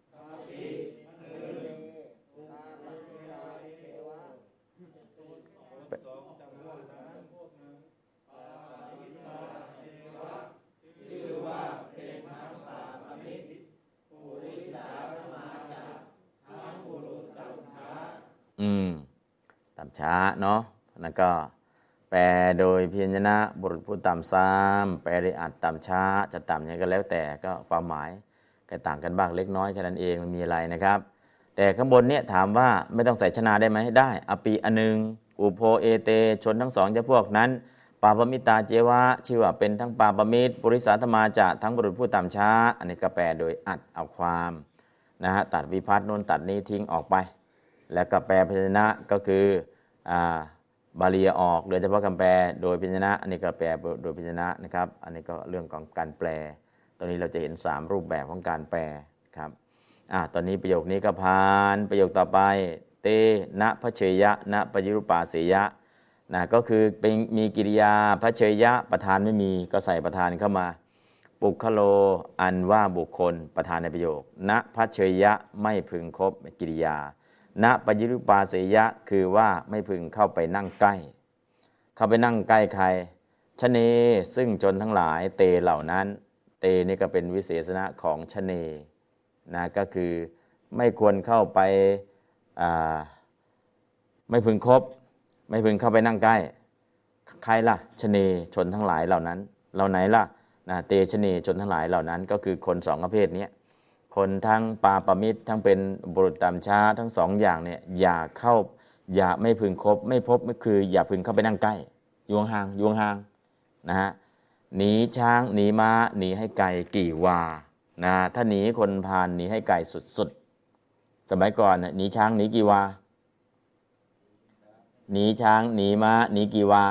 ต่ำช้าเนาะแล้วก็แปลโดยพยัญชนะบุรุษผู้ต่ำซ้ำแปลโดยอัดต่ำช้าจะต่ำยังไงก็แล้วแต่ก็ความหมายก็ต่างกันบ้างเล็กน้อยแค่นั้นเองมันมีอะไรนะครับแต่ข้างบนเนี่ยถามว่าไม่ต้องใส่ชนาได้ไหมได้อปิอันหนึ่งชอุโพเอเตชนทั้งสองจำพวกนั้นปาปมิตาเจวะชื่อว่าเป็นทั้งปาปมิตรปุริสาธมาจะทั้งบุรุษผู้ต่ำช้าอันนี้ก็แปลโดยอัดเอาความนะฮะตัดวิภัตโน้นตัดนี้ทิ้งออกไปแล้วก็แปลพยัญชนะก็คือบาลีออกเหลือเฉพาะคำแปลโดยพยัญชนะอันนี้ก็แปลโดยพยัญชนะนะครับอันนี้ก็เรื่องของการแปลตอนนี้เราจะเห็น3รูปแบบของการแปลครับตอนนี้ประโยคนี้ก็ผ่านประโยคต่อไปเตนะพระเชยะนะปยิรุปาเสยะนะก็คือเป็นมีกิริยาพระเชยะประธานไม่มีก็ใส่ประธานเข้ามาปุคโลอันว่าบุคคลประธานในประโยคนะพระเชยะไม่พึงครบกิริยานะปยิรุปาเสยะคือว่าไม่พึงเข้าไปนั่งใกล้เข้าไปนั่งใกล้ใครชะเนซึ่งจนทั้งหลายเตเหล่านั้นเตนี่ก็เป็นวิเศษณะของชะเนนะก็คือไม่ควรเข้าไปไม่พึงครบไม่พึงเข้าไปนั่งใกล้ใครล่ะชะเนชนทั้งหลายเหล่านั้นเหล่าไหนล่ะนะเตชะเนชนทั้งหลายเหล่านั้นก็คือคนสองประเภทนี้คนทั้งปาปมิตรทั้งเป็นบุรุษต่ำช้าทั้งสองอย่างเนี่ยอย่าไม่พึงคบไม่พบไม่คืออย่าพึงเข้าไปนั่งใกล้ยวงห่างนะฮะหนีช้างหนีม้าหนีให้ไกลกี่วานะถ้าหนีคนพาลหนีให้ไกลสุดๆสมัยก่อนหนีช้างหนีกี่วาหนีช้างหนีม้าหนีกี่วา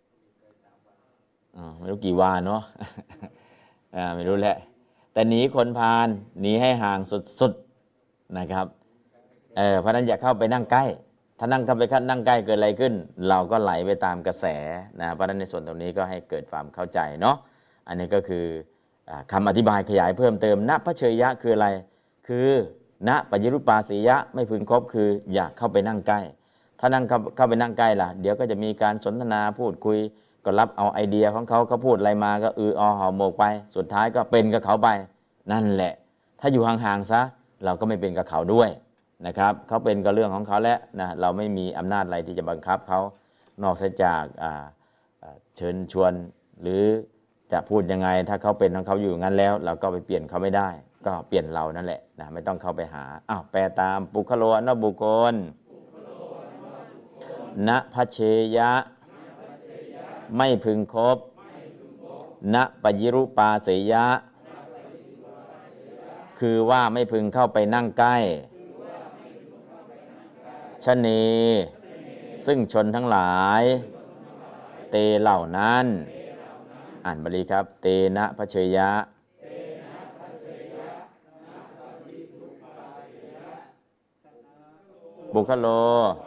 ไม่รู้กี่วาเนาะ ไม่รู้แหละแต่หนีคนพาลหนีให้ห่างสุดๆนะครับเพราะนั้นอย่าเข้าไปนั่งใกล้ถ้านั่งเข้าไปนั่งใกล้เกิดอะไรขึ้นเราก็ไหลไปตามกระแสนะเพราะนั้นในส่วนตรงนี้ก็ให้เกิดความเข้าใจเนาะอันนี้ก็คือคำอธิบายขยายเพิ่มเติมณพระเชยยะคืออะไรคือณปยิรุปาสียะไม่พึงครบคืออย่าเข้าไปนั่งใกล้ถ้านั่งเข้าไปนั่งใกล้ล่ะเดี๋ยวก็จะมีการสนทนาพูดคุยก็รับเอาไอเดียของเขาพูดอะไรมาก็ห่อหมกไปสุดท้ายก็เป็นกับเขาไปนั่นแหละถ้าอยู่ห่างๆซะเราก็ไม่เป็นกับเขาด้วยนะครับเขาเป็นก็เรื่องของเขาแล้วนะเราไม่มีอำนาจอะไรที่จะบังคับเขานอกจากเชิญชวนหรือจะพูดยังไงถ้าเขาเป็นของเขาอยู่งั้นแล้วเราก็ไปเปลี่ยนเขาไม่ได้ก็เปลี่ยนเรานั่นแหละนะไม่ต้องเข้าไปหาแปลตามปุคโลอนบุคคลณพระเชยะไม่พึงคบณปยิรุปาเสยะคือว่าไม่พึงเข้าไปนั่งใกล้ชะเนซึ่งชนทั้งหลายเตเหล่านั้นอ่านบาลีครับเตนะพระเชยะบุคโล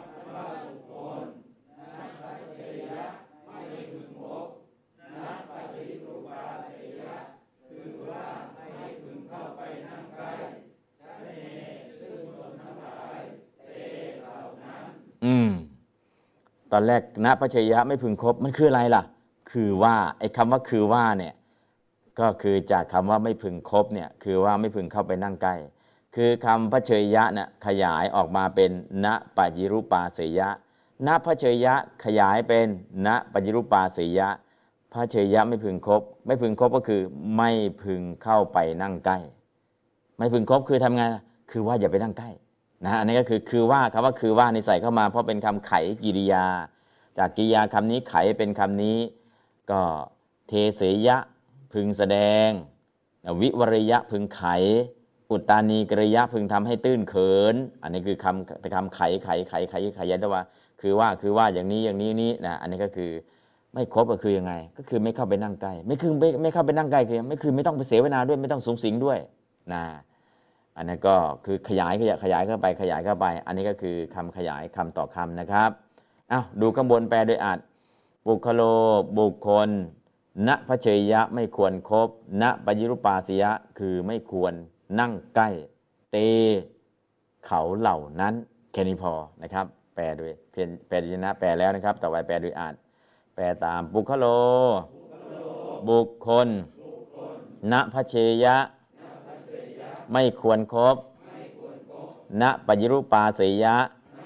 ตอนแรกณพระเชยยะไม่พึงคบมันคืออะไรล่ะคือว่าไอ้คำว่าคือว่าเนี่ยก็คือจากคำว่าไม่พึงคบเนี่ยคือว่าไม่พึงเข้าไปนั่งใกล้คือคำพระเชยยะเนี่ยขยายออกมาเป็นณปยิรุปาเสยะณพระเชยยะขยายเป็นณปยิรุปาเสยะพระเชยยะไม่พึงคบไม่พึงคบก็คือไม่พึงเข้าไปนั่งใกล้ไม่พึงคบคือทำไงคือว่าอย่าไปนั่งใกล้นะอันนี้ก็คือว่าคำว่าคือว่านี่ใส่เข้ามาเพราะเป็นคำไขกิริยาจากกิริยาคำนี้ไขเป็นคำนี้ก็เทเสยะพึงแสดงวิวริยะพึงไขอุตตานีกริยะพึงทำให้ตื้นเขินอันนี้คือคำไขยันตว่าคือว่าอย่างนี้นี้นะอันนี้ก็คือไม่ครบก็คือยังไงก็คือไม่เข้าไปนั่งใกล้ไม่เข้าไปนั่งใกล้คือไม่ต้องไปเสวนาด้วยไม่ต้องสูงสิงด้วยนะอันนั้นก็คือขยายเข้าไปอันนี้ก็คือคำขยายคำต่อคำนะครับดูข้างบนแปลโดยอัดบุคโลบุคคลณพระเชยยะไม่ควรครบณปยิรุปาสียะคือไม่ควรนั่งใกล้เตเขาเหล่านั้นแค่นี้พอนะครับแปลโดยแปลชนะแปลแล้วนะครับต่อไปแปลโดยอัดแปลตามบุคโลบุคคลณพระเชยยะไม่ควรครบณปยิรุปาเสยะ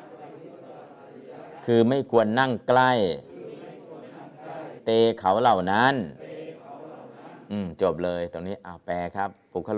คือไม่ควรนั่งใกล้เตเขาเหล่านั้นจบเลยตรงนี้แปลครับปุคโล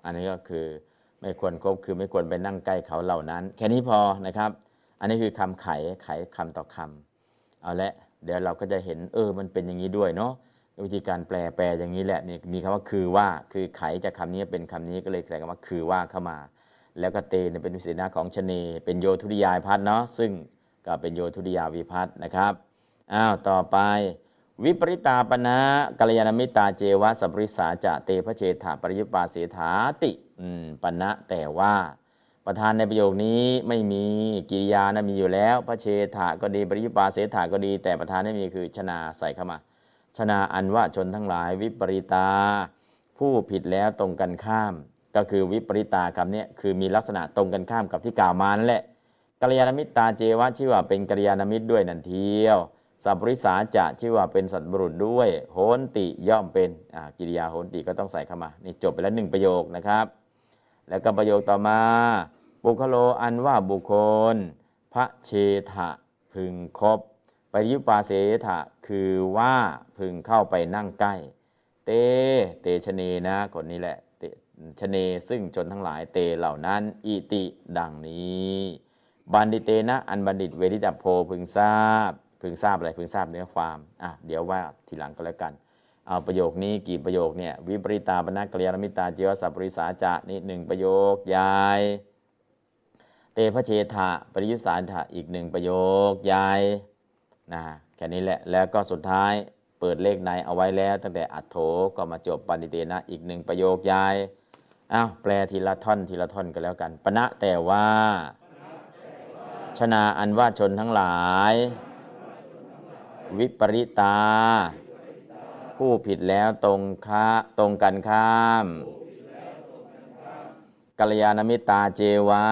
อันนี้ก็คือไม่ควรคบคือไม่ควรไปนั่งใกล้เขาเหล่านั้นแค่นี้พอนะครับอันนี้คือคำไขคำต่อคำเอาละเดี๋ยวเราก็จะเห็นมันเป็นอย่างนี้ด้วยเนาะวิธีการแปลอย่างนี้แหละนี่มีคำว่าคือว่าคือไขจากคำนี้เป็นคำนี้ก็เลยแปลคำว่าคือว่าเข้ามาแล้วก็เตเนี่ยเป็นวิเศษณะของชเนเป็นโยทุติยาวิภัตเนาะซึ่งก็เป็นโยทุติยาวิภัตนะครับต่อไปวิปริตาปนะกัลยาณมิตาเจวะสัพปริสาจะเตพระเชถาปริยุปาเสถาติปนะแต่ว่าประธานในประโยคนี้ไม่มีกิริยานะมีอยู่แล้วพระเชถาก็ดีปริยุปาเสถาก็ดีแต่ประธานไม่มีคือชนาใส่เข้ามาชนาอันว่าชนทั้งหลายวิปริตาผู้ผิดแล้วตรงกันข้ามก็คือวิปริตาคำนี้คือมีลักษณะตรงกันข้ามกับที่กล่าวมานั่นแหละกัลยาณมิตาเจวะชื่อว่าเป็นกัลยาณมิตรด้วยนั่นเทียวสัพปริสาจะชื่อว่าเป็นสัตบุรุษด้วยโหนติย่อมเป็นกิริยาโหนติก็ต้องใส่เข้ามานี่จบไปแล้ว1ประโยคนะครับแล้วก็ประโยคต่อมาบุคโลอันว่าบุคคลพระเชถะพึงคบปริยุปาเสถะคือว่าพึงเข้าไปนั่งใกล้เตชเนนะคนนี้แหละชเนซึ่งชนทั้งหลายเตเหล่านั้นอิติดังนี้บัณฑิเตนะอันบัณฑิตเวทิตาโพพึงทราบอะไรพึงทราบเนื้อความเดี๋ยวว่าทีหลังก็แล้วกันเอาประโยคนี้กี่ประโยคเนี่ยวิปริตาปนะกัลยาณมิตาเจวสัพปริสาจะนี่1ประโยคยายเตพระเชถะปริยุสาถะอีก1ประโยคยายแค่นี้แหละแล้วก็สุดท้ายเปิดเลขในเอาไว้แล้วตั้งแต่อัฏโถก็มาจบปันติเตนะอีก1ประโยคยายแปลทีละท่อนกันแล้วกันปณะแต่ว่าชนาอันว่าชนทั้งหลายวิปริตาผู้ผิดแล้วตรงกันข้ามกัลยาณมิตาเจวะ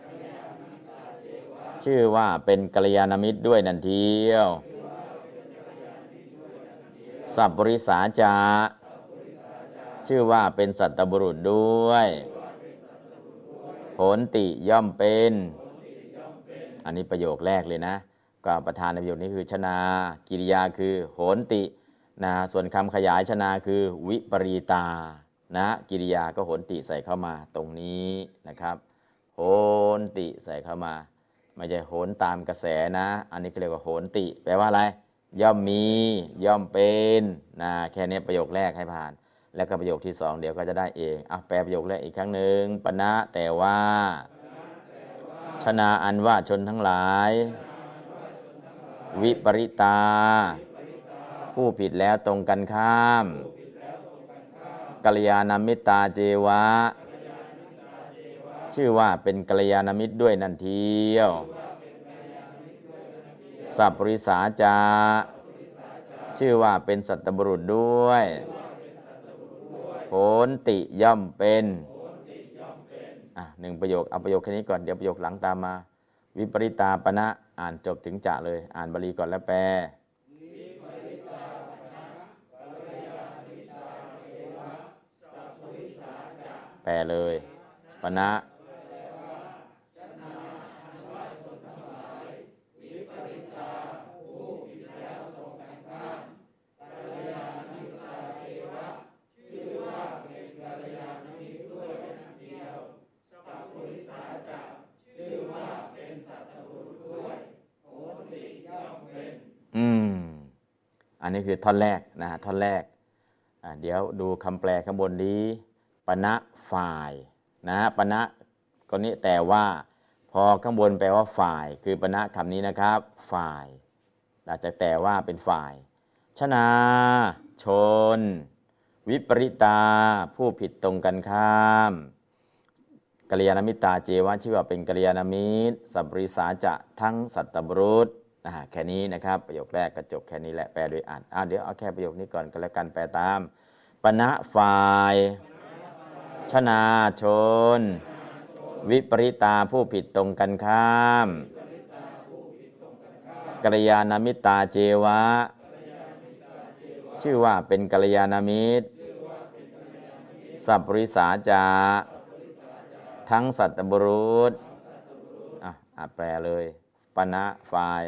ชื่อว่าเป็นกัลยาณมิตรด้วยนั่นเทียวสัพปริสาจาชื่อว่าเป็นสัตตบุรุษด้วยโหนติย่อมเป็นอันนี้ประโยคแรกเลยนะก็ประธานในประโยคนี้คือชนากิริยาคือโหนติส่วนคำขยายชนาคือวิปริตากิริยาก็โหนติใส่เข้ามาตรงนี้นะครับโหนติใส่เข้ามาไม่ใช่โหนตามกระแสนะอันนี้เขาเรียกว่าโหนติแปลว่าอะไรย่อมมีย่อมเป็นแค่นี้ประโยคแรกให้ผ่านแล้วก็ประโยคที่2เดี๋ยวก็จะได้เองแปลประโยคแรกอีกครั้งหนึ่งปณะแต่ว่าชนาอันว่าชนทั้งหลายวิปริตาผู้ผิดแล้วตรงกันข้ามกัลยาณมิตาเจวะชื่อว่าเป็นกัลยาณมิตรด้วยนั่นเทียวสัพปริสาจาชื่อว่าเป็นสัตตบุรุษด้วยโหนติย่อมเป็น1ประโยคเอาประโยคแค่นี้ก่อนเดี๋ยวประโยคหลังตามมาวิปริตาปณะอ่านจบถึงจะเลยอ่านบาลีก่อนแล้วแปลเลยปณะอันนี้คือท่อนแรกท่อนแรกเดี๋ยวดูคำแปลข้างบนนี้ปณะฝ่ายปณะคนนี้แต่ว่าพอข้างบนแปลว่าฝ่ายคือปณะคำนี้นะครับฝ่ายอาจจะแต่ว่าเป็นฝ่ายชนาชนวิปริตาผู้ผิดตรงกันข้ามกัลยาณมิตาเจวะชื่อว่าเป็นกัลยาณมิตรสัพปริสาจะทั้งสัตตบุรุษแค่นี้นะครับประโยคแรกก็จบแค่นี้แหละแปลโดยอ่านเดี๋ยวเอาแค่ประโยคนี้ก่อนก็แล้วกันแปลตามปณะฝ่ายชนาชนวิปริตาผู้ผิดตรงกันข้ามกัลยาณมิตาเจวะชื่อว่าเป็นกัลยาณมิตรสัพปริสาจาทั้งสัตตบุรุษแปลเลยปณะฝ่าย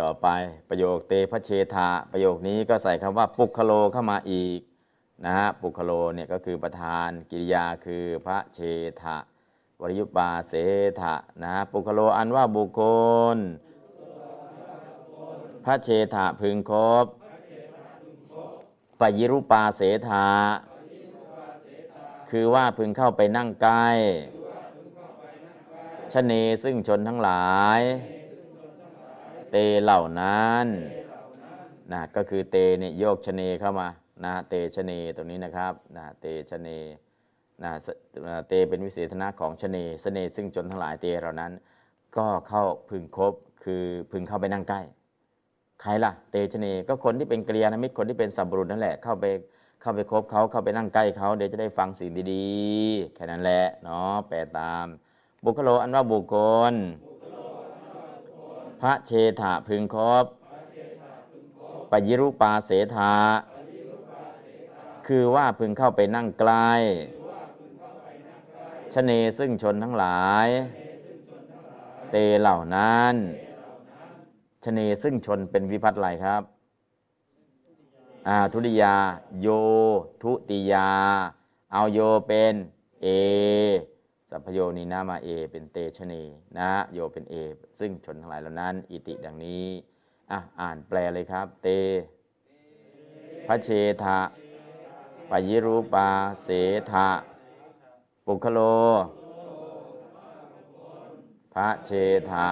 อไปประโยคเตพระเชทะประโยคนี้ก็ใส่คำว่าปุคโลเข้ามาอีกนะฮะปุคโลเนี่ยก็คือประธานกิริยาคือพระเชทะวริยุปาเสถะนะปุคโลอันว่าบุคคลพระเชทะพึงครบปยิรุปาเสถะคือว่าพึงเข้าไปนั่งใกล้ชเนซึ่งชนทั้งหลายเตเหล่านั้นนะก็คือเตเนี่ยโยกชเนเข้ามานะเตชเนตรงนี้นะครับนะเตชเนนะเตเป็นวิเศษณะของชเนสเนซึ่งชนทั้งหลายเตเหล่านั้นก็เข้าพึงครบคือพึงเข้าไปนั่งใกล้ใครล่ะเตชเนก็คนที่เป็นกัลยาณมิตรคนที่เป็นสัพบุรุษนั่นแหละเข้าไปคบเขาเข้าไปนั่งใกล้เขาเดี๋ยวจะได้ฟังสิ่งดีๆแค่นั้นแหละเนาะแปลตามบุคโลอันว่าบุคคลพระเชทะพึงครบปยิรุปาเสถะคือว่าพึงเข้าไปนั่งใกล้ชเนซึ่งชนทั้งหลายเตเหล่านั้นชเนซึ่งชนเป็นวิภัตไรครับทุติยาโยทุติยาเอาโยเป็นเอสัพพโยนีนามาเอเป็นเตชเนนะโยเป็นเอซึ่งชนทั้งหลายเหล่านั้นอิติดังนี้อ่านแปลเลยครับเตพระเชทะปยิรูปาเสถะปุคโลพระเชทะ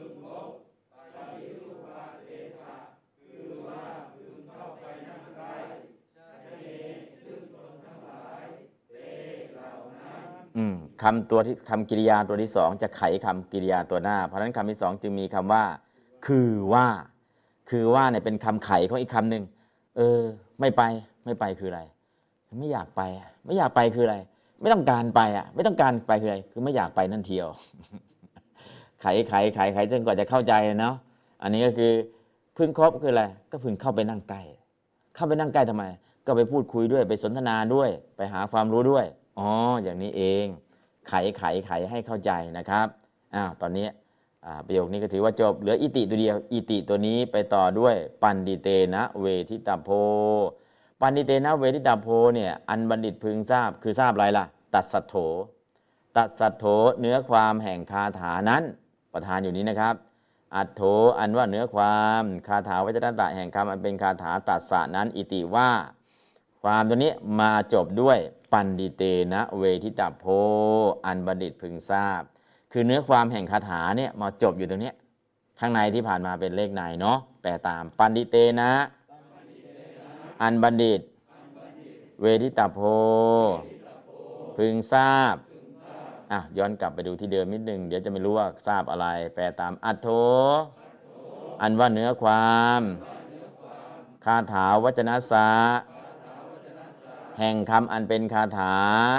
คำตัวที่คำกิริยาตัวที่สองจะไขคำกิริยาตัวหน้าเพราะฉะนั้นคำที่สองจึงมีคำว่าคือว่าเนี่ยเป็นคำไขของอีกคำหนึ่งไม่ไปคืออะไรไม่อยากไปไม่อยากไปคืออะไรไม่ต้องการไปไม่ต้องการไปคืออะไรคือไม่อยากไปนั่นเทียวไขจนกว่าจะเข้าใจเนาะอันนี้ก็คือพึงครบคืออะไรก็พึงเข้าไปนั่งใกล้เข้าไปนั่งใกล้ทำไมก็ไปพูดคุยด้วยไปสนทนาด้วยไปหาความรู้ด้วยอย่างนี้เองไขให้เข้าใจนะครับตอนนี้ประโยคนี้ก็ถือว่าจบเหลืออิติตัวเดียวอิติตัวนี้ไปต่อด้วยปันดิเตนะเวทิตาโพปันดิเตนะเวทิตาโพเนี่ยอันบัณฑิตพึงทราบคือทราบอะไรล่ะตัสสัทโธเนื้อความแห่งคาถานั้นประธานอยู่นี้นะครับอัตโธอันว่าเนื้อความคาถาวัจนตะแห่งคำอันเป็นคาถาตัสสะนั้นอิติว่าความตัวนี้มาจบด้วยปันดิเตนะเวทิตาโพอันบัณฑิตพึงทราบคือเนื้อความแห่งคาถาเนี่ยมาจบอยู่ตรงนี้ข้างในที่ผ่านมาเป็นเลขในเนาะแปลตามปันดิเตนะอันบัณฑิตเวทิตาโพพึงทราบย้อนกลับไปดูที่เดิมนิดนึงเดี๋ยวจะไม่รู้ว่าทราบอะไรแปลตามอัตโธอันว่าเนื้อความคาถาวัจนะสะแห่งคำอันเป็นคาถา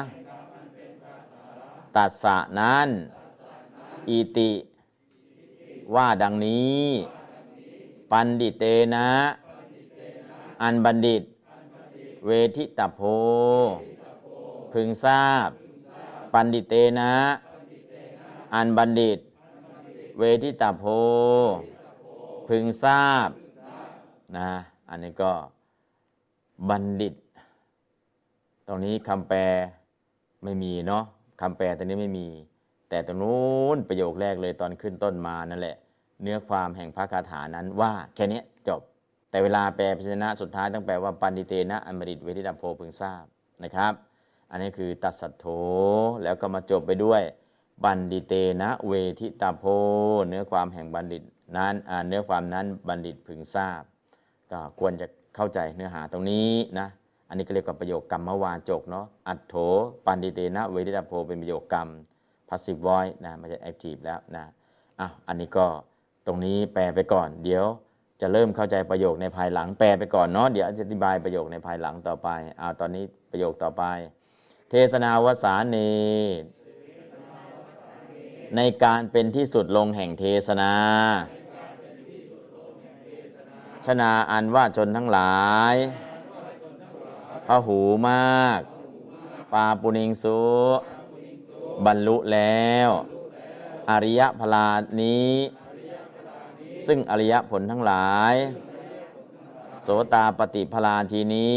ตัสสะนั้นอิติว่าดังนี้ปันดิเตนะอันบัณฑิตเวทิตาโพพึงทราบปันดิเตนะอันบัณฑิตเวทิตาโพพึงทราบนะอันนี้ก็บัณฑิตตรงนี้คำแปลไม่มีเนาะคำแปลตรงนี้ไม่มีแต่ตรงนู้นประโยคแรกเลยตอนขึ้นต้นมานั่นแหละเนื้อความแห่งพระคาถานั้นว่าแค่นี้จบแต่เวลาแปลพยัญชนะสุดท้ายต้องแปลว่าปันดิเตนะอันบัณฑิตเวทิตาโพพึงทราบนะครับอันนี้คือตัสสัทโธแล้วก็มาจบไปด้วยบัณฑิเตนะเวทิตาโพเนื้อความแห่งบัณฑิตนั้นเนื้อความนั้นบัณฑิตพึงทราบก็ควรจะเข้าใจเนื้อหาตรงนี้นะอันนี้ก็เรียกว่าประโยคกรรมวาจกเนาะอัตโธปันดิเตนะเวทิตาโพเป็นประโยคกรรม passive voice นะไม่ใช่ active แล้วนะอันนี้ก็ตรงนี้แปลไปก่อนเดี๋ยวจะเริ่มเข้าใจประโยคในภายหลังแปลไปก่อนเนาะเดี๋ยวจะอธิบายประโยคในภายหลังต่อไปตอนนี้ประโยคต่อไปเทศนาวสาเนในการเป็นที่สุดลงแห่งเทศนาชนาอันว่าชนทั้งหลายพหูมากปาปุณิงสุบรรลุแล้วอริยพลานี้ซึ่งอริยผลทั้งหลายโสตาปฏิภลาทีนี้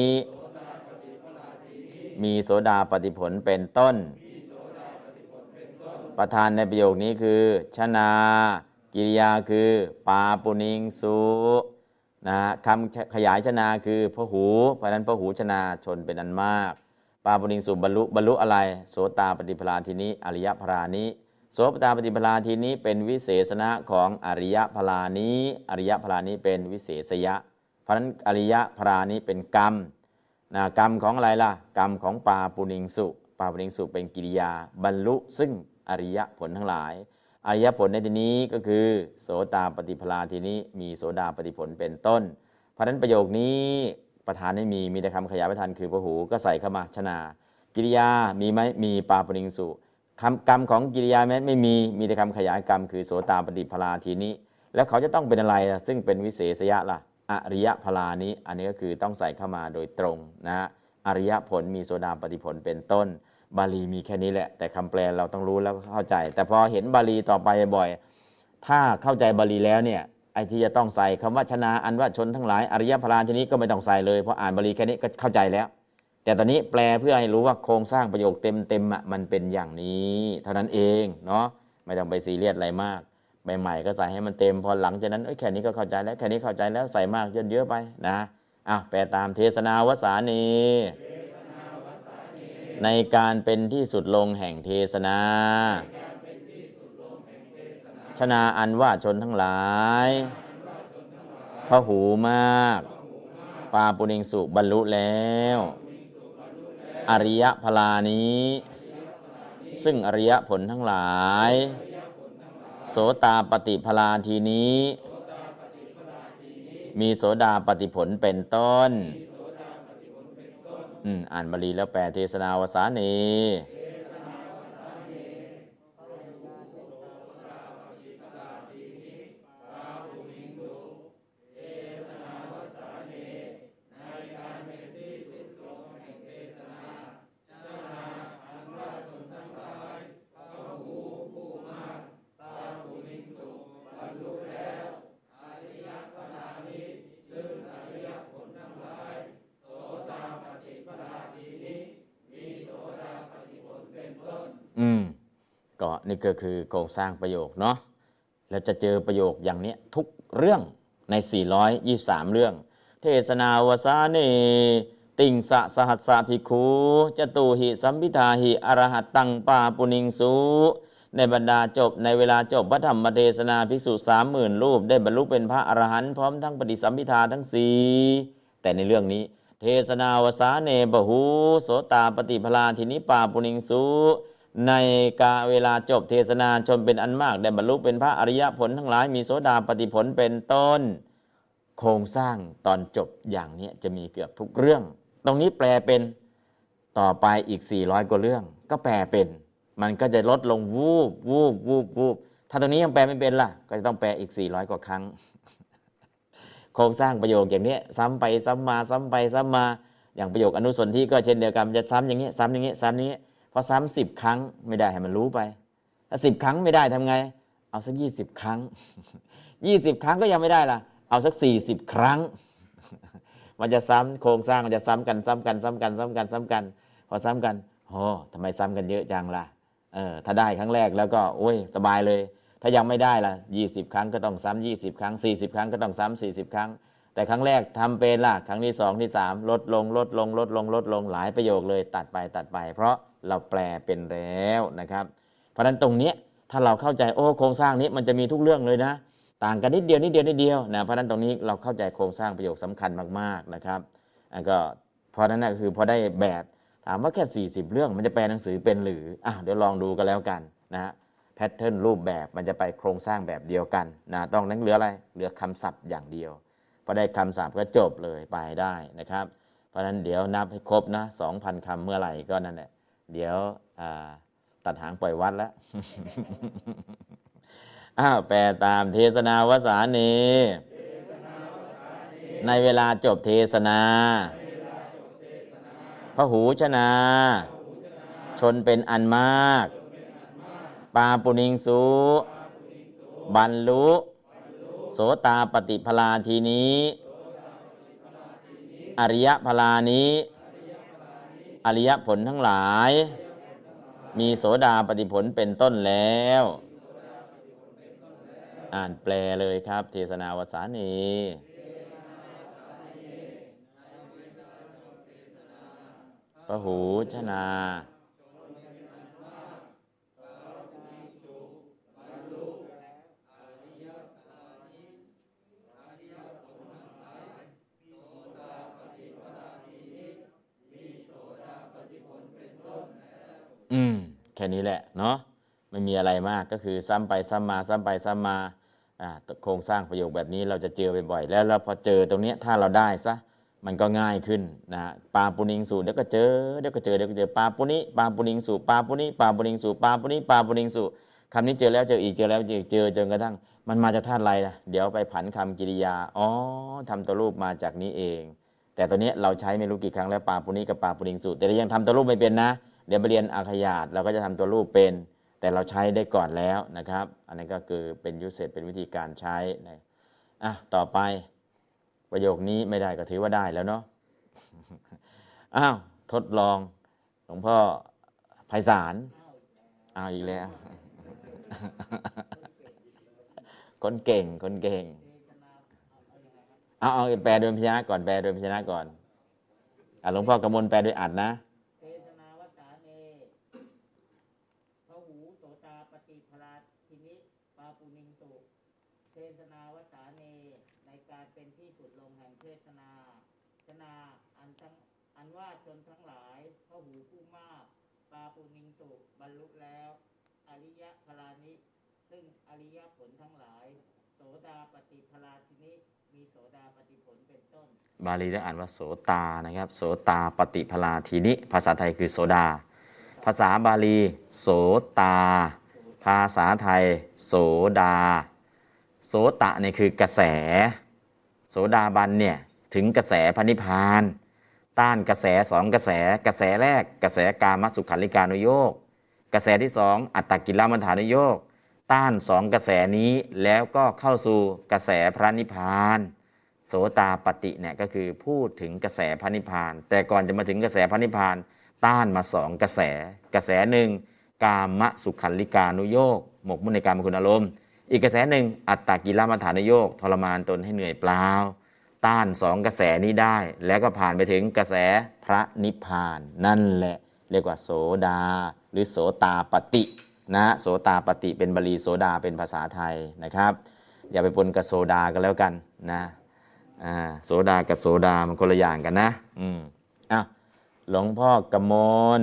มีโสดาปฏิผลเป็นต้นประธานในประโยคนี้คือชนากิริยาคือปาปุนิงสุนะคำขยายชนาคือพหูเพราะนั้นพหูชนาชนเป็นอันมากปาปุนิงสุบรรลุอะไรโสตาปฏิภลาทีนี้อริยพลานี้โสตาปฏิภลาทีนี้เป็นวิเศษณะของอริยพลานี้อริยพลานี้เป็นวิเศษยะเพราะนั้นอริยพลานี้เป็นกรรมนะกรรมของอะไรล่ะกรรมของปาปุนิงสุปาปุนิงสุเป็นกิริยาบรรลุซึ่งอริยผลทั้งหลายอริยผลในที่นี้ก็คือโสตาปฏิภลาทีนี้มีโสดาปฏิผลเป็นต้นเพราะฉะนั้นประโยคนี้ประธานไม่มีแต่คำขยายประธานคือพหูก็ใส่เข้ามาชนากิริยามีไหมมีปาปุนิงสุกรรมของกิริยาไม่มีแต่คำขยายกรรมคือโสตาปฏิภลาทีนี้แล้วเขาจะต้องเป็นอะไรซึ่งเป็นวิเศษยะล่ะอริยพลานี้อันนี้ก็คือต้องใส่เข้ามาโดยตรงนะฮะอริยผลมีโสดาปฏิผลเป็นต้นบาลีมีแค่นี้แหละแต่คำแปลเราต้องรู้แล้วเข้าใจแต่พอเห็นบาลีต่อไปบ่อยถ้าเข้าใจบาลีแล้วเนี่ยไอ้ที่จะต้องใส่คำว่าชนะอันว่าชนทั้งหลายอริยพลาทีนี้ก็ไม่ต้องใส่เลยเพราะอ่านบาลีแค่นี้ก็เข้าใจแล้วแต่ตอนนี้แปลเพื่อให้รู้ว่าโครงสร้างประโยคเต็มมันเป็นอย่างนี้เท่านั้นเองเนาะไม่ต้องไปซีเรียสอะไรมากใหม่ๆก็ใส่ให้มันเต็มพอหลังจากนั้นแค่นี้ก็เข้าใจแล้วแค่นี้เข้าใจแล้วใส่มากเยอะๆไปนะแปลตามเทศนาวสานีในการเป็นที่สุดลงแห่งเทศนาชนาอันว่าชนทั้งหลายพหูมากปาปุนิงสุบรรลุแล้วอริยพลานี้ซึ่งอริยผลทั้งหลายโสตาปฏิภลาทีนี้มีโสดาปฏิผลเป็นต้นอ่านบาลีแล้วแปลเทศนาวสานีก็นี่ก็คือโครงสร้างประโยคเนาะแล้วจะเจอประโยคอย่างนี้ทุกเรื่องใน423เรื่องเทศนาวสานีติงสะสหัสสะภิกขุจตุหิสัมพิทาหิอรหัตตังปาปุนิงสุในบรรดาจบในเวลาจบพระธรรมเทศนาภิกษุ 30,000 รูปได้บรรลุเป็นพระอรหันต์พร้อมทั้งปฏิสัมภิทาทั้ง4แต่ในเรื่องนี้เทศนาวสาเนปหูโสตาปฏิภลาทีนี้ปาปุนิงสุในกาเวลาจบเทศนาชนเป็นอันมากได้บรรลุเป็นพระอริยผลทั้งหลายมีโสดาปฏิผลเป็นต้นโครงสร้างตอนจบอย่างนี้จะมีเกือบทุกเรื่องตรงนี้แปลเป็นต่อไปอีก400กว่าเรื่องก็แปลเป็นมันก็จะลดลงวูบถ้าตรงนี้ยังแปลไม่เป็นล่ะก็จะต้องแปลอีก400กว่าครั้งโครงสร้างประโยคอย่างนี้ซ้ำไปซ้ำมาซ้ำไปซ้ำมาอย่างประโยคอนุสนธิก็เช่นเดียวกันจะซ้ำอย่างนี้ซ้ำอย่างนี้ซ้ำอย่างนี้พอซ้ำ10 ครั้งไม่ได้ให้มันรู้ไปถ้า10 ครั้งไม่ได้ทำไงเอาสัก20 ครั้ง20 ครั้งก็ยังไม่ได้ล่ะเอาสัก40 ครั้งมันจะซ้ำโครงสร้างมันจะซ้ำกันพอซ้ำกันทำไมซ้ำกันเยอะจังล่ะถ้าได้ครั้งแรกแล้วก็โอ้ยสบายเลยถ้ายังไม่ได้ล่ะ20 ครั้งก็ต้องซ้ำ20 ครั้ง40 ครั้งก็ต้องซ้ำ40 ครั้งแต่ครั้งแรกทำเป็นล่ะครั้งที่2ที่3ลดลงหลายประโยคเลยตัดไปเพราะเราแปลเป็นแล้วนะครับเพราะฉะนั้นตรงนี้ถ้าเราเข้าใจโครงสร้างนี้มันจะมีทุกเรื่องเลยนะต่างกันนิดเดียวนะเพราะฉะนั้นตรงนี้เราเข้าใจโครงสร้างประโยคสำคัญมากๆนะครับก็เพราะนั้นคือพอได้แบบถามว่าแค่40 เรื่องมันจะแปลหนังสือเป็นหรือเดี๋ยวลองดูกันแล้วกันนะแพทเทิร์นรูปแบบมันจะไปโครงสร้างแบบเดียวกันนะต้องนั่งเหลืออะไรเหลือคำศัพท์อย่างเดียวพอได้คำศัพท์ก็จบเลยไปได้นะครับเพราะฉะนั้นเดี๋ยวนับให้ครบนะ 2,000 คำเมื่อไหร่ก็นั่นแหละเดี๋ยวตัดหางปล่อยวัดแล้ว แปลตามเทศนาวสานีในเวลาจบเทศนาพหูชนาชนเป็นอันมากปาปุนิงสุบรรลุโสตาปฏิภลาทีนี้อริยภลานี้อริยผลทั้งหลายมีโสดาปฏิผลเป็นต้นแล้วอ่านแปลเลยครับเทศนาวสานีปหูชนาแค่นี้แหละเนาะไม่มีอะไรมากก็คือซ้ำไปซ้ำมาซ้ำไปซ้ำมาโครงสร้างประโยคแบบนี้เราจะเจอบ่อยๆแล้วเราพอเจอตรงนี้ถ้าเราได้ซะมันก็ง่ายขึ้นนะปาปุนิงสูเดี๋ยวก็เจอปาปุนิงสูปาปุนิปาปุนิงสูปาปุนิปาปุนิงสูคำนี้เจอแล้วเจออีกเจอแล้วเจอจนกระทั่งมันมาจากธาตุอะไรล่ะเดี๋ยวไปผันคำกริยาอ๋อทำตัวรูปมาจากนี้เองแต่ตัวนี้เราใช้ไม่รู้กี่ครั้งแล้วปาปุนิกับปาปุนิงสูแต่เรายังทำตัวรูปไม่เป็นนะเดี๋ยวไปเรียนอาขยาตเราก็จะทำตัวรูปเป็นแต่เราใช้ได้ก่อนแล้วนะครับอันนี้ก็คือเป็นยูเซจเป็นวิธีการใช้นะต่อไปประโยคนี้ไม่ได้ก็ถือว่าได้แล้วเนาะทดลองหลวงพ่อไพศาลอีกแล้วคนเก่งเอาแปลโดยพยัญชนะก่อนแปลโดยพยัญชนะก่อนหลวงพ่อกำมลแปลโดยอัดนะเทศนาวสาเนในการเป็นที่สุดลงแห่งเทศนาอันว่าชนทั้งหลายพหูผู้มากปาปุนิงตุบรรลุแล้วอริยพลานิซึ่งอริยผลทั้งหลายโสดาปฏิภลาทินิมีโสดาปฏิผลเป็นต้นบาลีต้องอ่านว่าโสตานะครับโสตาปฏิภลาทินิภาษาไทยคือโสดาภาษาบาลีโสตาภาษาไทยโสดาโสตะเนี่ยคือกระแสโสดาบันเนี่ยถึงกระแสพระนิพพานต้านกระแสสองกระแสแรกกระแสกามสุขันลิกานุโยคกระแสที่สองอัตตกิลมัฏฐานุโยคต้านสองกระแสนี้แล้วก็เข้าสู่กระแสพระนิพพานโสตาปฏิเนี่ยก็คือพูดถึงกระแสพระนิพพานแต่ก่อนจะมาถึงกระแสพระนิพพานต้านมาสองกระแสหนึ่งกามสุขันลิกานุโยคหมกมุ่นในกามคุณอารมณ์อีกกระแสหนึ่งอัตตกิลมัฏฐานุโยคทรมานตนให้เหนื่อยเปล่าต้านสองกระแสนี้ได้แล้วก็ผ่านไปถึงกระแสพระนิพพานนั่นแหละเรียกว่าโสดาหรือโสตาปฏินะโสตาปฏิเป็นบาลีโสดาเป็นภาษาไทยนะครับอย่าไปปนกับโซดากันแล้วกันนะโสดากับโสดามันคนละอย่างกันนะหลวงพ่อกมล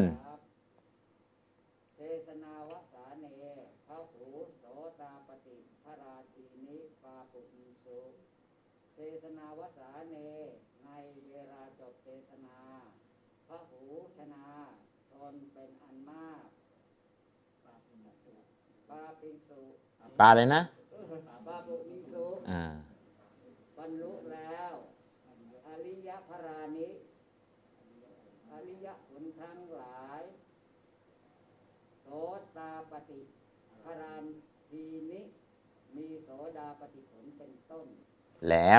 ปลาเลยนะปาปุนิสุบรรลุแล้วอริยพรานิอริยผลทั้งหลายโสตาปฏิภรานทีนิมีโสดาปฏิผลเป็นต้นแล้ว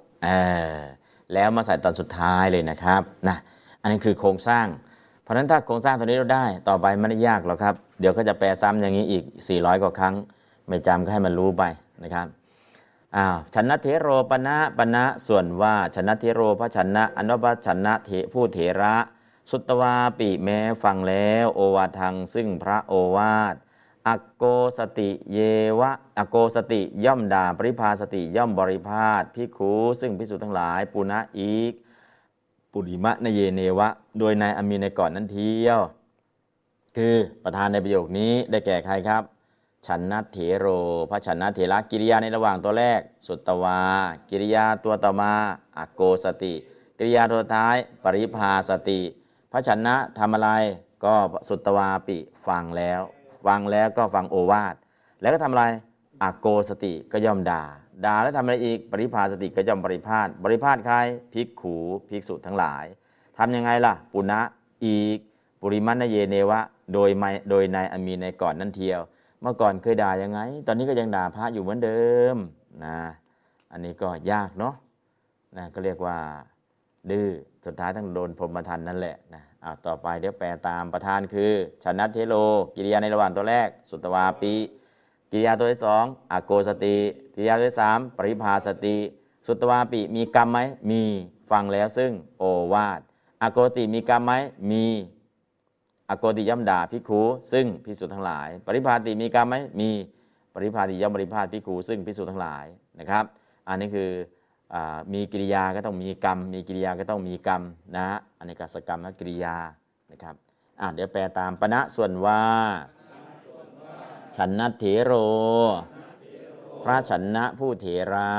มาใส่ตอนสุดท้ายเลยนะครับนะอันนี้คือโครงสร้างเพราะฉะนั้นถ้าโครงสร้างตัวนี้เราได้ต่อไปไม่ได้ยากหรอกครับเดี๋ยวก็จะแปลซ้ำอย่างนี้อีก400กว่าครั้งไม่จำก็ให้มันรู้ไปนะครับชนะเทโรปณะส่วนว่าชนะเทโรพระชนะอนุปัชนะเถผู้เถระสุตวาปิแม้ฟังแล้วโอวาทังซึ่งพระโอวาทอโกสติเยวะอโกสติย่อมด่าปริภาสติย่อมบริพาทภิกขุซึ่งภิกษุทั้งหลายปุณะอีกปุริมะนเยเนวะโดยนายอมีในก่อนนั้นเที่ยวคือประธานในประโยคนี้ได้แก่ใครครับฉันนัทเถโรพระฉันนัทเถระกิริยาในระหว่างตัวแรกสุตตวากิริยาตัวต่อมาอโกสติกิริยาตัวท้ายปริภาสติพระฉันนะทำอะไรก็สุตตวาปิฟังแล้วก็ฟังโอวาทแล้วก็ทำอะไรอโกสติก็ย่อมด่าแล้วทำอะไรอีกปริภาสติก็ย่อมบริพาทใครภิกขุภิกษุทั้งหลายทำยังไงล่ะปุณะอีกปุริมัณเยเนวะโดยนายอมีในก่อนนั่นเทียวเมื่อก่อนเคยด่ายังไงตอนนี้ก็ยังด่าพระอยู่เหมือนเดิมนะอันนี้ก็ยากเนาะนะก็เรียกว่าดื้อสุดท้ายต้องโดนพรหมทัณฑ์นั่นแหละนะต่อไปเดี๋ยวแปลตามประธานคือชนัตเทโลกิริยาในระหว่างตัวแรกสุตวาปิกิริยาตัวที่สองอโกสติกิริยาตัวที่สามปริภาสติสุตวาปิมีกรรมไหมมีฟังแล้วซึ่งโอวาทอโกติมีกรรมไหมมีอโกติย่อมด่าภิกขุซึ่งภิกษุทั้งหลายปริภาติมีกรรมไหมมีปริภาติย่อมปริภาสภิกขุซึ่งภิกษุทั้งหลายนะครับอันนี้คือมีกิริยาก็ต้องมีกรรมมีกิริยาก็ต้องมีกรรมนะอันนี้กสกรรมและกิริยานะครับเดี๋ยวแปลตามปณะส่วนว่าฉันนัตเถโรพระฉันนะผู้เถระ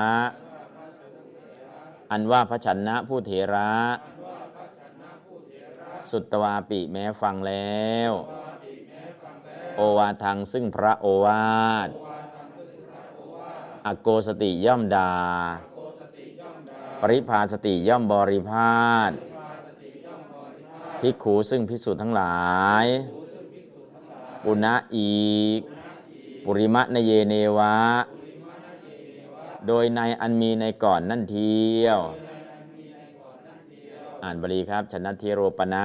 อันว่าพระฉันนะผู้เถระสุตวาปิแม้ฟังแล้วโอวาทังซึ่งพระโอวาทอโกสติย่อมด่าปริภาสติย่อมบริภาสภิกขุซึ่งภิกษุทั้งหลายปุณะอีกปุริมะนเยเนวะโดยในอันมีในก่อนนั่นเทียวอ่านบาลีครับชนัตเทโรปณะ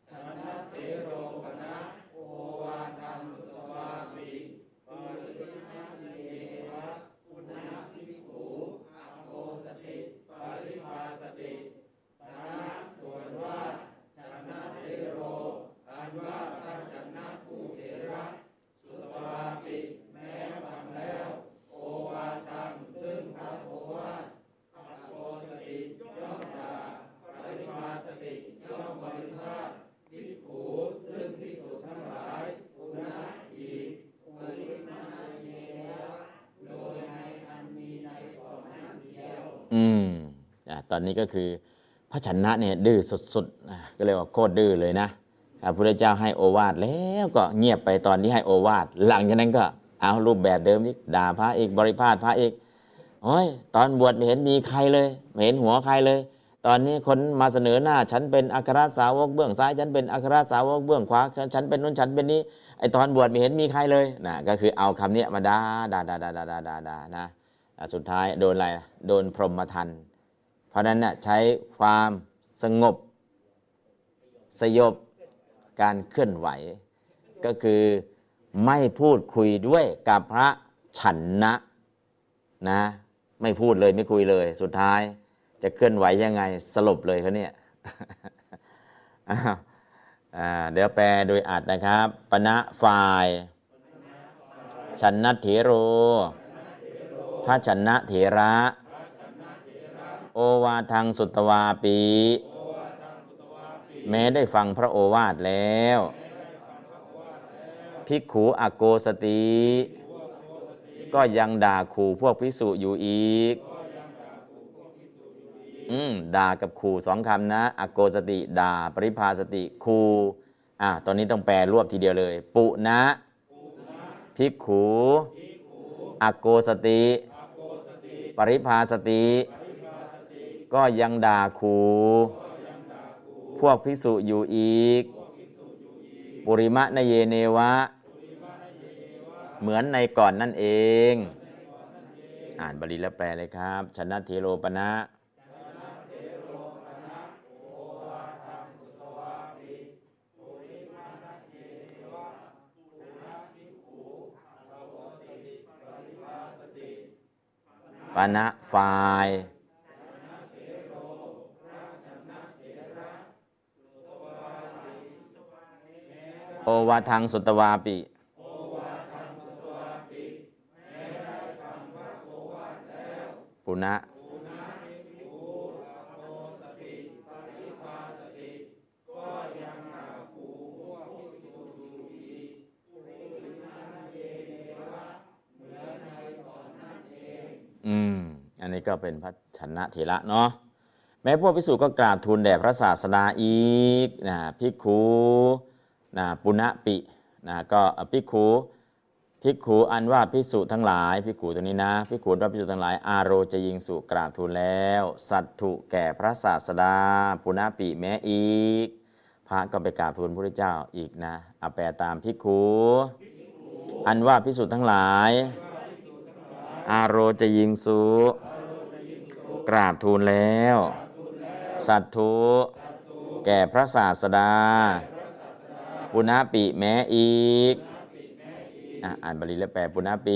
ตอนนี้ก็คือพระชนะเนี่ยดื้อสุดๆก็เรียกว่าโคตรดื้อเลยนะพระพุทธเจ้าให้โอวาทแล้วก็เงียบไปตอนที่ให้โอวาทหลังจากนั้นก็เอารูปแบบเดิมอีกด่าพระอีกบริพาทพระอีกโอ้ยตอนบวชไม่เห็นมีใครเลยไม่เห็นหัวใครเลยตอนนี้คนมาเสนอหน้าฉันเป็นอัครสาวกเบื้องซ้ายฉันเป็นอัครสาวกเบื้องขวาฉันเป็นนู้นฉันเป็นนี้ไอตอนบวชไม่เห็นมีใครเลยนะก็คือเอาคำนี้มาด่านะสุดท้ายโดนอะไรโดนพรหมทัณฑ์เพราะนั้นน่ะใช้ความสงบสยบการเคลื่อนไหวก็คือไม่พูดคุยด้วยกับพระฉันนะไม่พูดเลยไม่คุยเลยสุดท้ายจะเคลื่อนไหวยังไงสลบเลยเขาเนี่ย เดี๋ยวแปลโดยอัดนะครับปณะฝ่ายฉันนัตเถโรพระฉันนะเถระโอวาทังสุตวาปิแม้ได้ฟังพระโอวาทแล้วภิกขุอโกสติก็ยังด่าขู่พวกภิกษุอยู่อีกด่ากับขู่สองคำนะอโกสติด่าปริภาสติขู่ตอนนี้ต้องแปลรวบทีเดียวเลยปุณะภิกขุอโกสติปริภาสติก็ยังด่าขู่พวกภิกษุอยู่อีกปุริมะนเยเนวะเหมือนในก่อนนั่นเองอ่านบาลีแล้วแปลเลยครับชนัตเถโรปณะปณะฝ่ายโอวาทังสุตวาปิปุณะอันนี้ก็เป็นพระชนะเถระเนาะแม้พวกภิกษุก็กราบทูลแด่พระศาสดาอีกภิกขุปุณะปิก็ภิกขุอันว่าภิกษุทั้งหลายภิกขุตัวนี้นะภิกขุว่าภิกษุทั้งหลายอาโรจะยิงสุกราบทูลแล้วสัตถุแก่พระศาสดาปุณะปิแม้อีกพระก็ไปกราบทูลพระพุทธเจ้าอีกนะแปลตามภิกขุอันว่าภิกษุทั้งหลายอาโรจะยิงสุกราบทูลแล้วสัตถุแก่พระศาสดาปุณปิแม้อีกอ่านบาลีแล้วแปลปุณปิ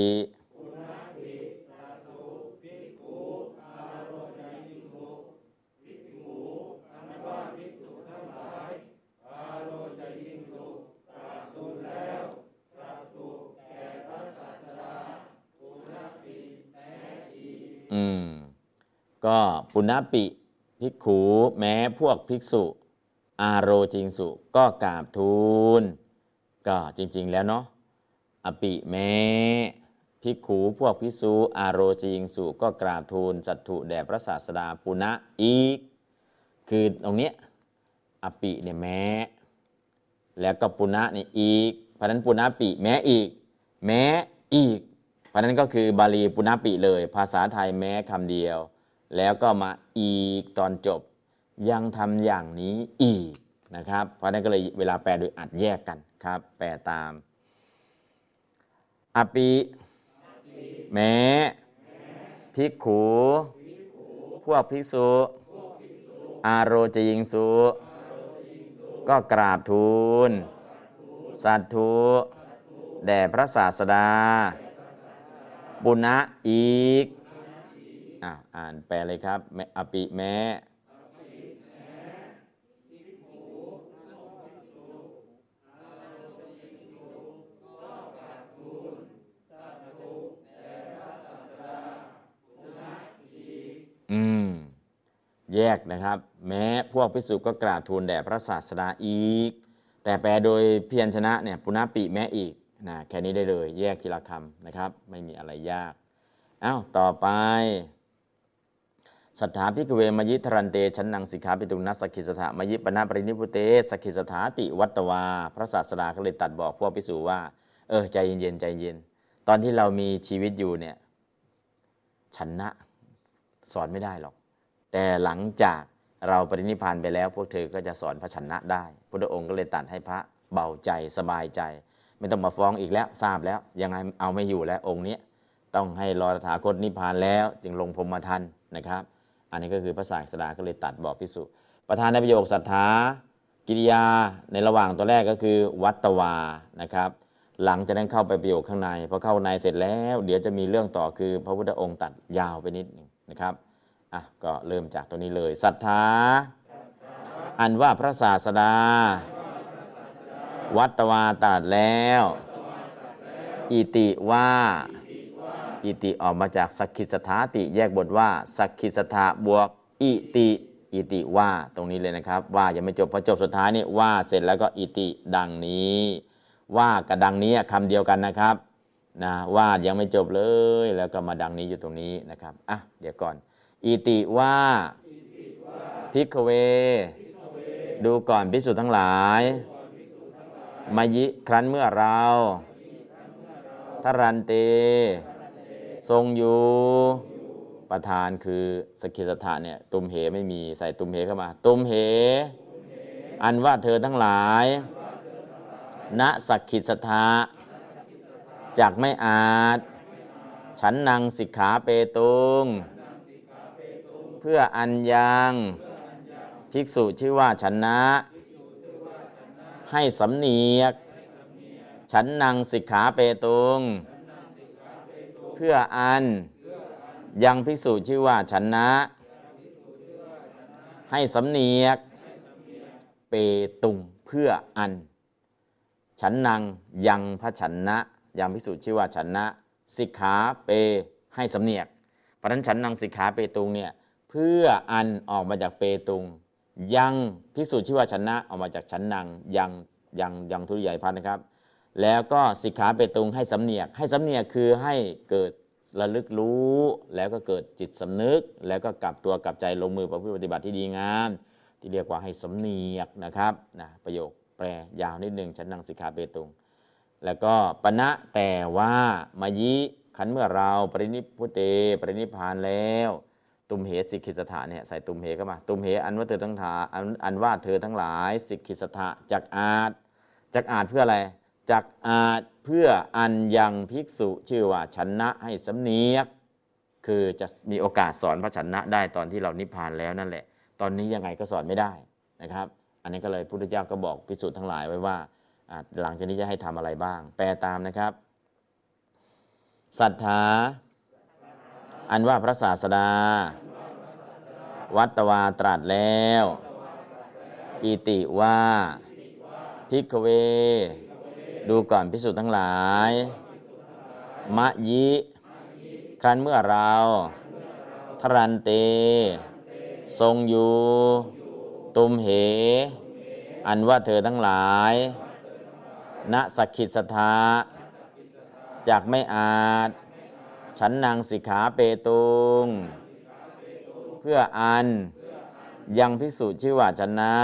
ก็ปุณปิภิกขุแม้พวกภิกษุอาโรจิงสุก็กราบทูลก็จริงๆแล้วเนาะอปิแม้ภิกขุพวกภิกษุอาโรจิงสุก็กราบทูลสัตถุแด่พระศาสดาปุณะอีกคือตรงเนี้ยอปิเนี่ยแม้แล้วก็ปุณะนี่อีกเพราะนั้นปุณปิแม้อีกแม้อีกเพราะนั้นก็คือบาลีปุณปิเลยภาษาไทยแม้คำเดียวแล้วก็มาอีกตอนจบยังทำอย่างนี้อีกนะครับเพราะนั้นก็เลยเวลาแปลโดยอัดแยกกันครับแปลตามอปิแม้ภิกขุพวกภิกษุอาโรจยิงสุก็กราบทูลสัตถุแด่พระศาสดาปุณะอีกอ่านแปลเลยครับอปิแม้แยกนะครับแม้พวกภิกษุก็กราบทูลแด่พระศาสดาอีกแต่แปลโดยเพียรชนะเนี่ยปุณปิแม้อีกนะแค่นี้ได้เลยแยกทีละคำนะครับไม่มีอะไรยากต่อไปสัทธาภิกขเวมยิทรันเตชันนังสิกขาปิตุนัสสกิสถามยิปนะปรินิพุเตสกิสถาติวัตวาพระศาสดาก็เลยตัดบอกพวกภิกษุว่าใจเย็นๆใจเย็นตอนที่เรามีชีวิตอยู่เนี่ยฉันนะสอนไม่ได้หรอกแต่หลังจากเราปรินิพพานไปแล้วพวกเธอก็จะสอนพระฉันนะได้พระองค์ก็เลยตัดให้พระเบาใจสบายใจไม่ต้องมาฟ้องอีกแล้วทราบแล้วยังไงเอาไม่อยู่แล้วองค์นี้ต้องให้รอตถาคตนิพพานแล้วจึงลงพรหมทันนะครับอันนี้ก็คือพระศาสดาก็เลยตัดบอกภิกษุประธานในประโยคสัทธากิริยาในระหว่างตัวแรกก็คือวัตวานะครับหลังจากนั้นเข้าไปประโยคข้างในพอเข้าในเสร็จแล้วเดี๋ยวจะมีเรื่องต่อคือพระพุทธองค์ตัดยาวไปนิดนึงนะครับก็เริ่มจากตัวนี้เลยศรัทธาอันว่าพระศาสดาวัตวาตรัสแล้วอิติว่าอิติออกมาจากสักขิสถาติแยกบทว่าสักขิสถาบวกอิติว่าตรงนี้เลยนะครับว่ายังไม่จบพอจบสุดท้ายนี่ว่าเสร็จแล้วก็อิติดังนี้ว่ากับดังนี้คำเดียวกันนะครับนะว่ายังไม่จบเลยแล้วก็มาดังนี้อยู่ตรงนี้นะครับเดี๋ยวก่อนอิติว่าภิกขเวดูก่อนภิกษุทั้งหลายมายิครั้นเมื่อเราทรันเตทรงอยู่ประธานคือสกิสถะเนี่ยตุมเหไม่มีใส่ตุมเหเข้ามาตุมเหอันว่าเธอทั้งหลายณสักขิสถะจักไม่อาจฉันนังสิกขาเปตุงเพื่ออันยังภิกษุชื่อว่าฉันนะให้สำเนียกฉันนังสิกขาเปตุงเพื่ออันยังภิกษุชื่อว่าฉันนะให้สำเนียกเปตุงเพื่ออันฉันนังยังพระฉันนะยังภิกษุชื่อว่าฉันนะสิกขาเปให้สำเนียกเพราะฉะนั้นฉันนังสิกขาเปตุงเนี่ยเพื่ออันออกมาจากเปตุงยังภิกษุชื่อว่าฉันนะออกมาจากฉันนังยังทุติยพันธ์นะครับแล้วก็สิกขาเปตุงให้สำเนียกคือให้เกิดระลึกรู้แล้วก็เกิดจิตสำนึกแล้วก็กลับตัวกลับใจลงมือประพฤติปฏิบัติที่ดีงามที่เรียกว่าให้สำเนียกนะครับประโยคแปลยาวนิดนึงฉันนังสิกขาเปตุงแล้วก็ปณะแต่ว่ามายิขันเมื่อเราปรินิพพุเตปรินิพพานแล้วตุมเหสิกขิสถะเนี่ยใส่ตุมเหเข้ามาตุมเหอันว่าเธอทั้งหลายอันว่าเธอทั้งหลายสิกขิสถะจักอาจเพื่ออะไรจักอาจเพื่ออันยังภิกษุชื่อว่าฉันนะให้สำเนียกคือจะมีโอกาสสอนพระชนะได้ตอนที่เรานิพพานแล้วนั่นแหละตอนนี้ยังไงก็สอนไม่ได้นะครับอันนี้ก็เลยพุทธเจ้าก็บอกภิกษุทั้งหลายไว้ว่าหลังจากนี้จะให้ทำอะไรบ้างแปลตามนะครับศรัทธาอันว่าพระศาสดาวัตตวาตรัสแล้วอิติว่าภิกขเวดูก่อนภิกษุทั้งหลายมะยิครั้นเมื่อเราทรันเตทรงอยู่ตุมเหอันว่าเธอทั้งหลายณสักขิสทาจากไม่อาจฉันนางสิกขาเปตุงเพื่ออันยังภิกษุชื่อว่าชนะ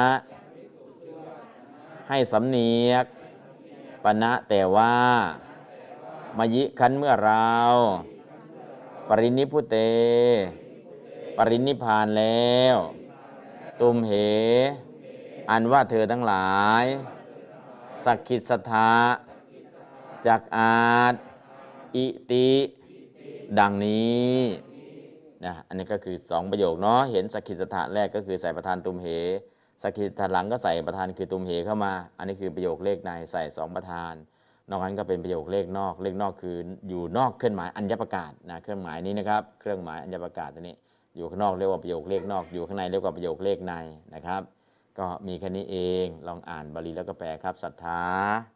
ให้สำเนียกปณะแต่ว่ามยิคันเมื่อเราปรินิพุเตปรินิพพานแล้วตุมเหอันว่าเธอทั้งหลายสักขิสทาจักอาจอิติดังนี้นะอันนี้ก็คือ2ประโยคเนาะเห็นสักขิสทาแรกก็คือใส่ประธานตุมเหสักขิสทาหลังก็ใส่ประธานคือตุมเหเข้ามาอันนี้คือประโยคเลขในใส่2ประธานนอกนั้นก็เป็นประโยคเลขนอกเลขนอกคืออยู่นอกเครื่องหมายอัญญประกาศนะเครื่องหมายนี้นะครับเครื่องหมายอัญญประกาศตัวนี้อยู่ข้างนอกเรียกว่าประโยคเลขนอกอยู่ข้างในเรียกว่าประโยคเลขในนะครับก็มีแค่นี้เองลองอ่านบาลีแล้วก็แปลครับศรัทธา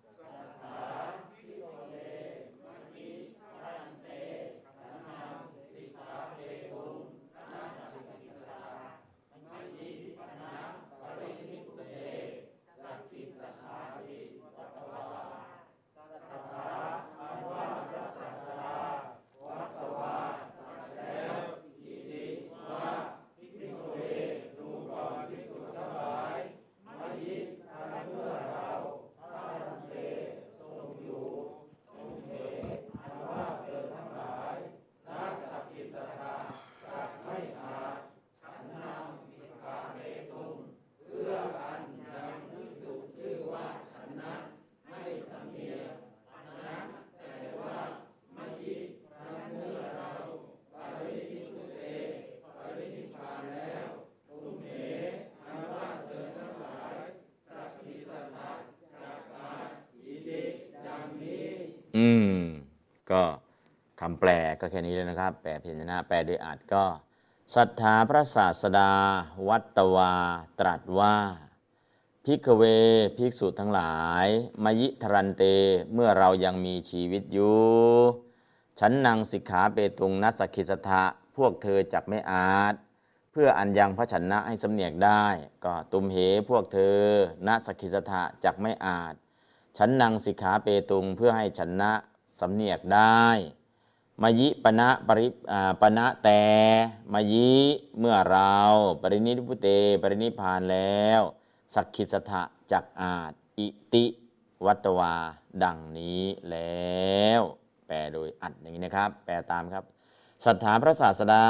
ก็คำแปลก็แค่นี้เลยนะครับแปลพยัญชนะแปลโดยอัดก็ศรัทธาพระศาสดาวัตตวาตรัสว่าภิกขเวภิกษุทั้งหลายมยิทรันเตเมื่อเรายังมีชีวิตอยู่ฉันนังสิกขาเปตุงนัสสคิสทะพวกเธอจักไม่อาจเพื่ออันยังพระชนะให้สำเนียกได้ก็ตุมเหพวกเธอนัสสคิสทะจักไม่อาจฉันนังสิกขาเปตุงเพื่อให้ชนะสำเนียกได้มยิปณะปณะแต่มยิเมื่อเราปรินิพุเตปรินิพพานแล้วสักขิสทะจักอาจอิติวัตวาดังนี้แล้วแปลโดยอัดอย่างนี้นะครับแปลตามครับศรัทธาพระศาสดา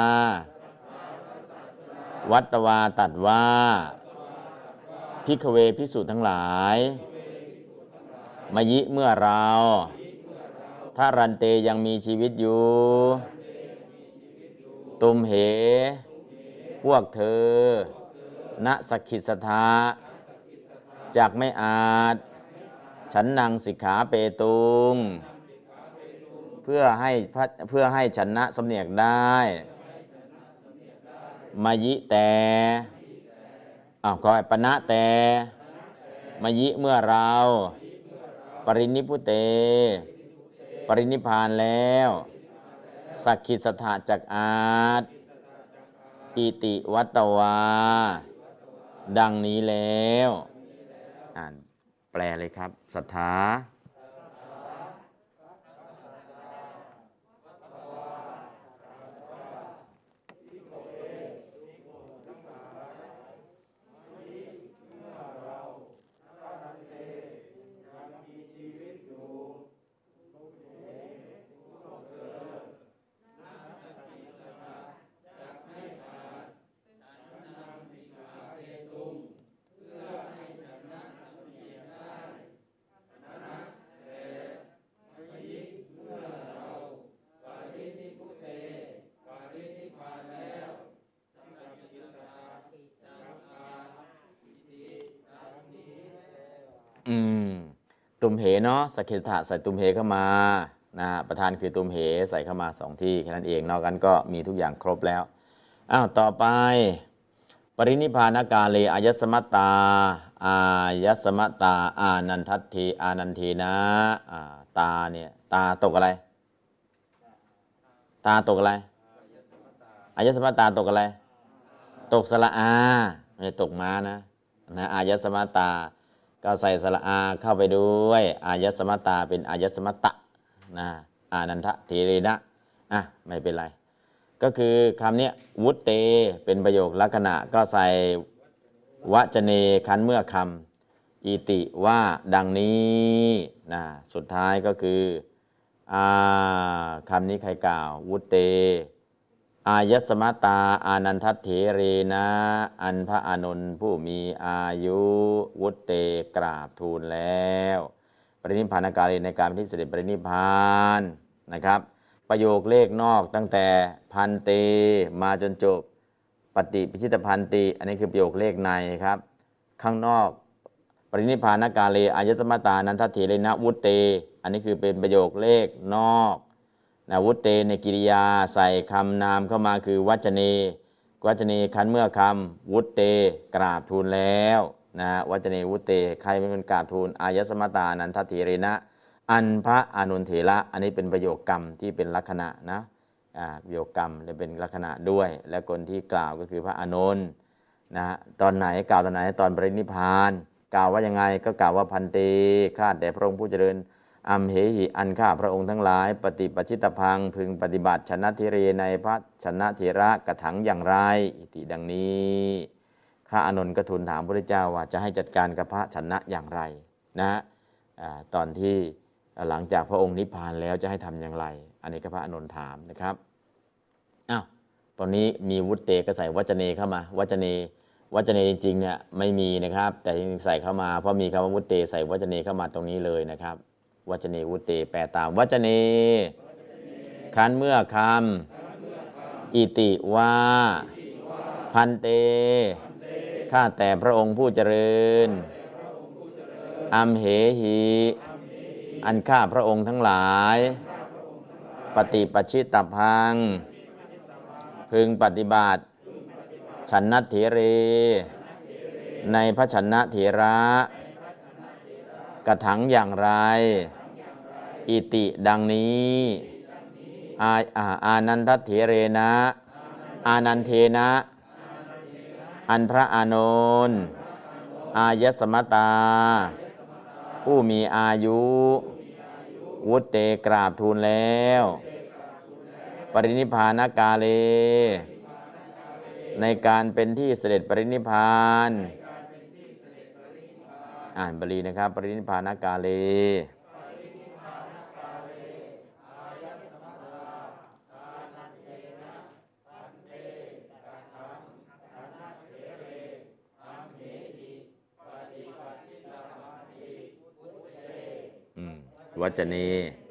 วัตวาตรัสว่าภิกขเวภิกษุทั้งหลายมยิเมื่อเราถ้ารันเตยังมีชีวิตอยู่ตุมเหพวกเธอณสักขิสทาจากไม่อาจฉันนังสิกขาเปตุงเพื่อให้ชนะสำเนียกได้มยิแต่ก็ปณะแต่มยิเมื่อเราปรินิพุเตปรินิพพานแล้วสักขิสทะจักอาจอิติวัตตวาดังนี้แล้วอ่านแปลเลยครับศรัทธาตุ่มเหเนาะสักเคถะใส่ตุ่มเหเข้ามานะประธานคือตุ่มเหใส่เข้ามา2ที่แค่นั้นเองนอกนั้นก็มีทุกอย่างครบแล้วต่อไปปรินิพพานกาเลอายสมัตตาอายสมัตตาอานันทัตถีอานันทีนะตาเนี่ยตาตกอะไรตาตกอะไรอายสมัตตาตกอะไรตกสระอาไม่ใช่ตกม้านะอายสมัตตาก็ใส่สระอาเข้าไปด้วยอายสมัตตาเป็นอายสมัตตะนะอานันทถีเรนะไม่เป็นไรก็คือคำนี้วุตเตเป็นประโยคลักษณะก็ใส่วจเนคันเมื่อคำอิติว่าดังนี้นะสุดท้ายก็คือคำนี้ใครกล่าววุตเตอายสมัตตาอานันทถีเรนะอันพระอานนท์ผู้มีอายุวุตเตกราบทูลแล้วปรินิพพานกาลในการที่เสด็จปรินิพพานนะครับประโยคเลขนอกตั้งแต่พันเตมาจนจบปฏิปิชิตพันติอันนี้คือประโยคเลขในครับข้างนอกปรินิพพานกาเลอายสมัตตานันทถีเรนะวุตเตอันนี้คือเป็นประโยคเลขนอกวุตเตในกิริยาใส่คำนามเข้ามาคือวัจเนคันเมื่อคำวุตเตกราบทูลแล้ววัจเนวุตเตใครเป็นคนกราบทูลอายสมัตตานันทถีเรนะอันพระอานนท์เถระอันนี้เป็นประโยคกรรมที่เป็นลักษณะนะประโยคกรรมและเป็นลักษณะด้วยและคนที่กล่าวก็คือพระอานนท์ตอนไหนกล่าวตอนไหนตอนปรินิพพานกล่าวว่ายังไงก็กล่าวว่าพันเตข้าแต่พระองค์ผู้เจริญอัมเหหิอันข้าพระองค์ทั้งหลายปฏิปัชิตพังพึงปฏิบัติชนะเทเรในพระชนะเถระกระถังอย่างไรอิติดังนี้ข้าอานนท์ก็ทูลถามพระพุทธเจ้าว่าจะให้จัดการกับพระชนะอย่างไรตอนที่หลังจากพระองค์นิพพานแล้วจะให้ทำอย่างไรอันนี้ก็พระอานนท์ถามนะครับตอนนี้มีวุตเตก็ใส่วัจเนเข้ามาวัจเนจริงๆเนี่ยไม่มีนะครับแต่ยังใส่เข้ามาเพราะมีคำว่าวุตเตใส่วัจเนเข้ามาตรงนี้เลยนะครับวัจเนวุตเตแปลตามวัจเนคันเมื่อคำอิติว่าพันเตข้าแต่พระองค์ผู้เจริญอัมเหหิอันข้าพระองค์ทั้งหลายปฏิปัชิตพังพึงปฏิบัติฉันนัตถิเรในพระฉันนะเถระกระถังอย่างไรอิติดังนี้อานันทถิเรนะอานันเทนะอันพระอานนท์อายสมัตตาผู้มีอายุวุตเตกราบทูลแล้วปรินิพพานกาเลในการเป็นที่เสด็จปรินิพพานอ่านบาลีนะครับปรินิพพานกาเลวัจเน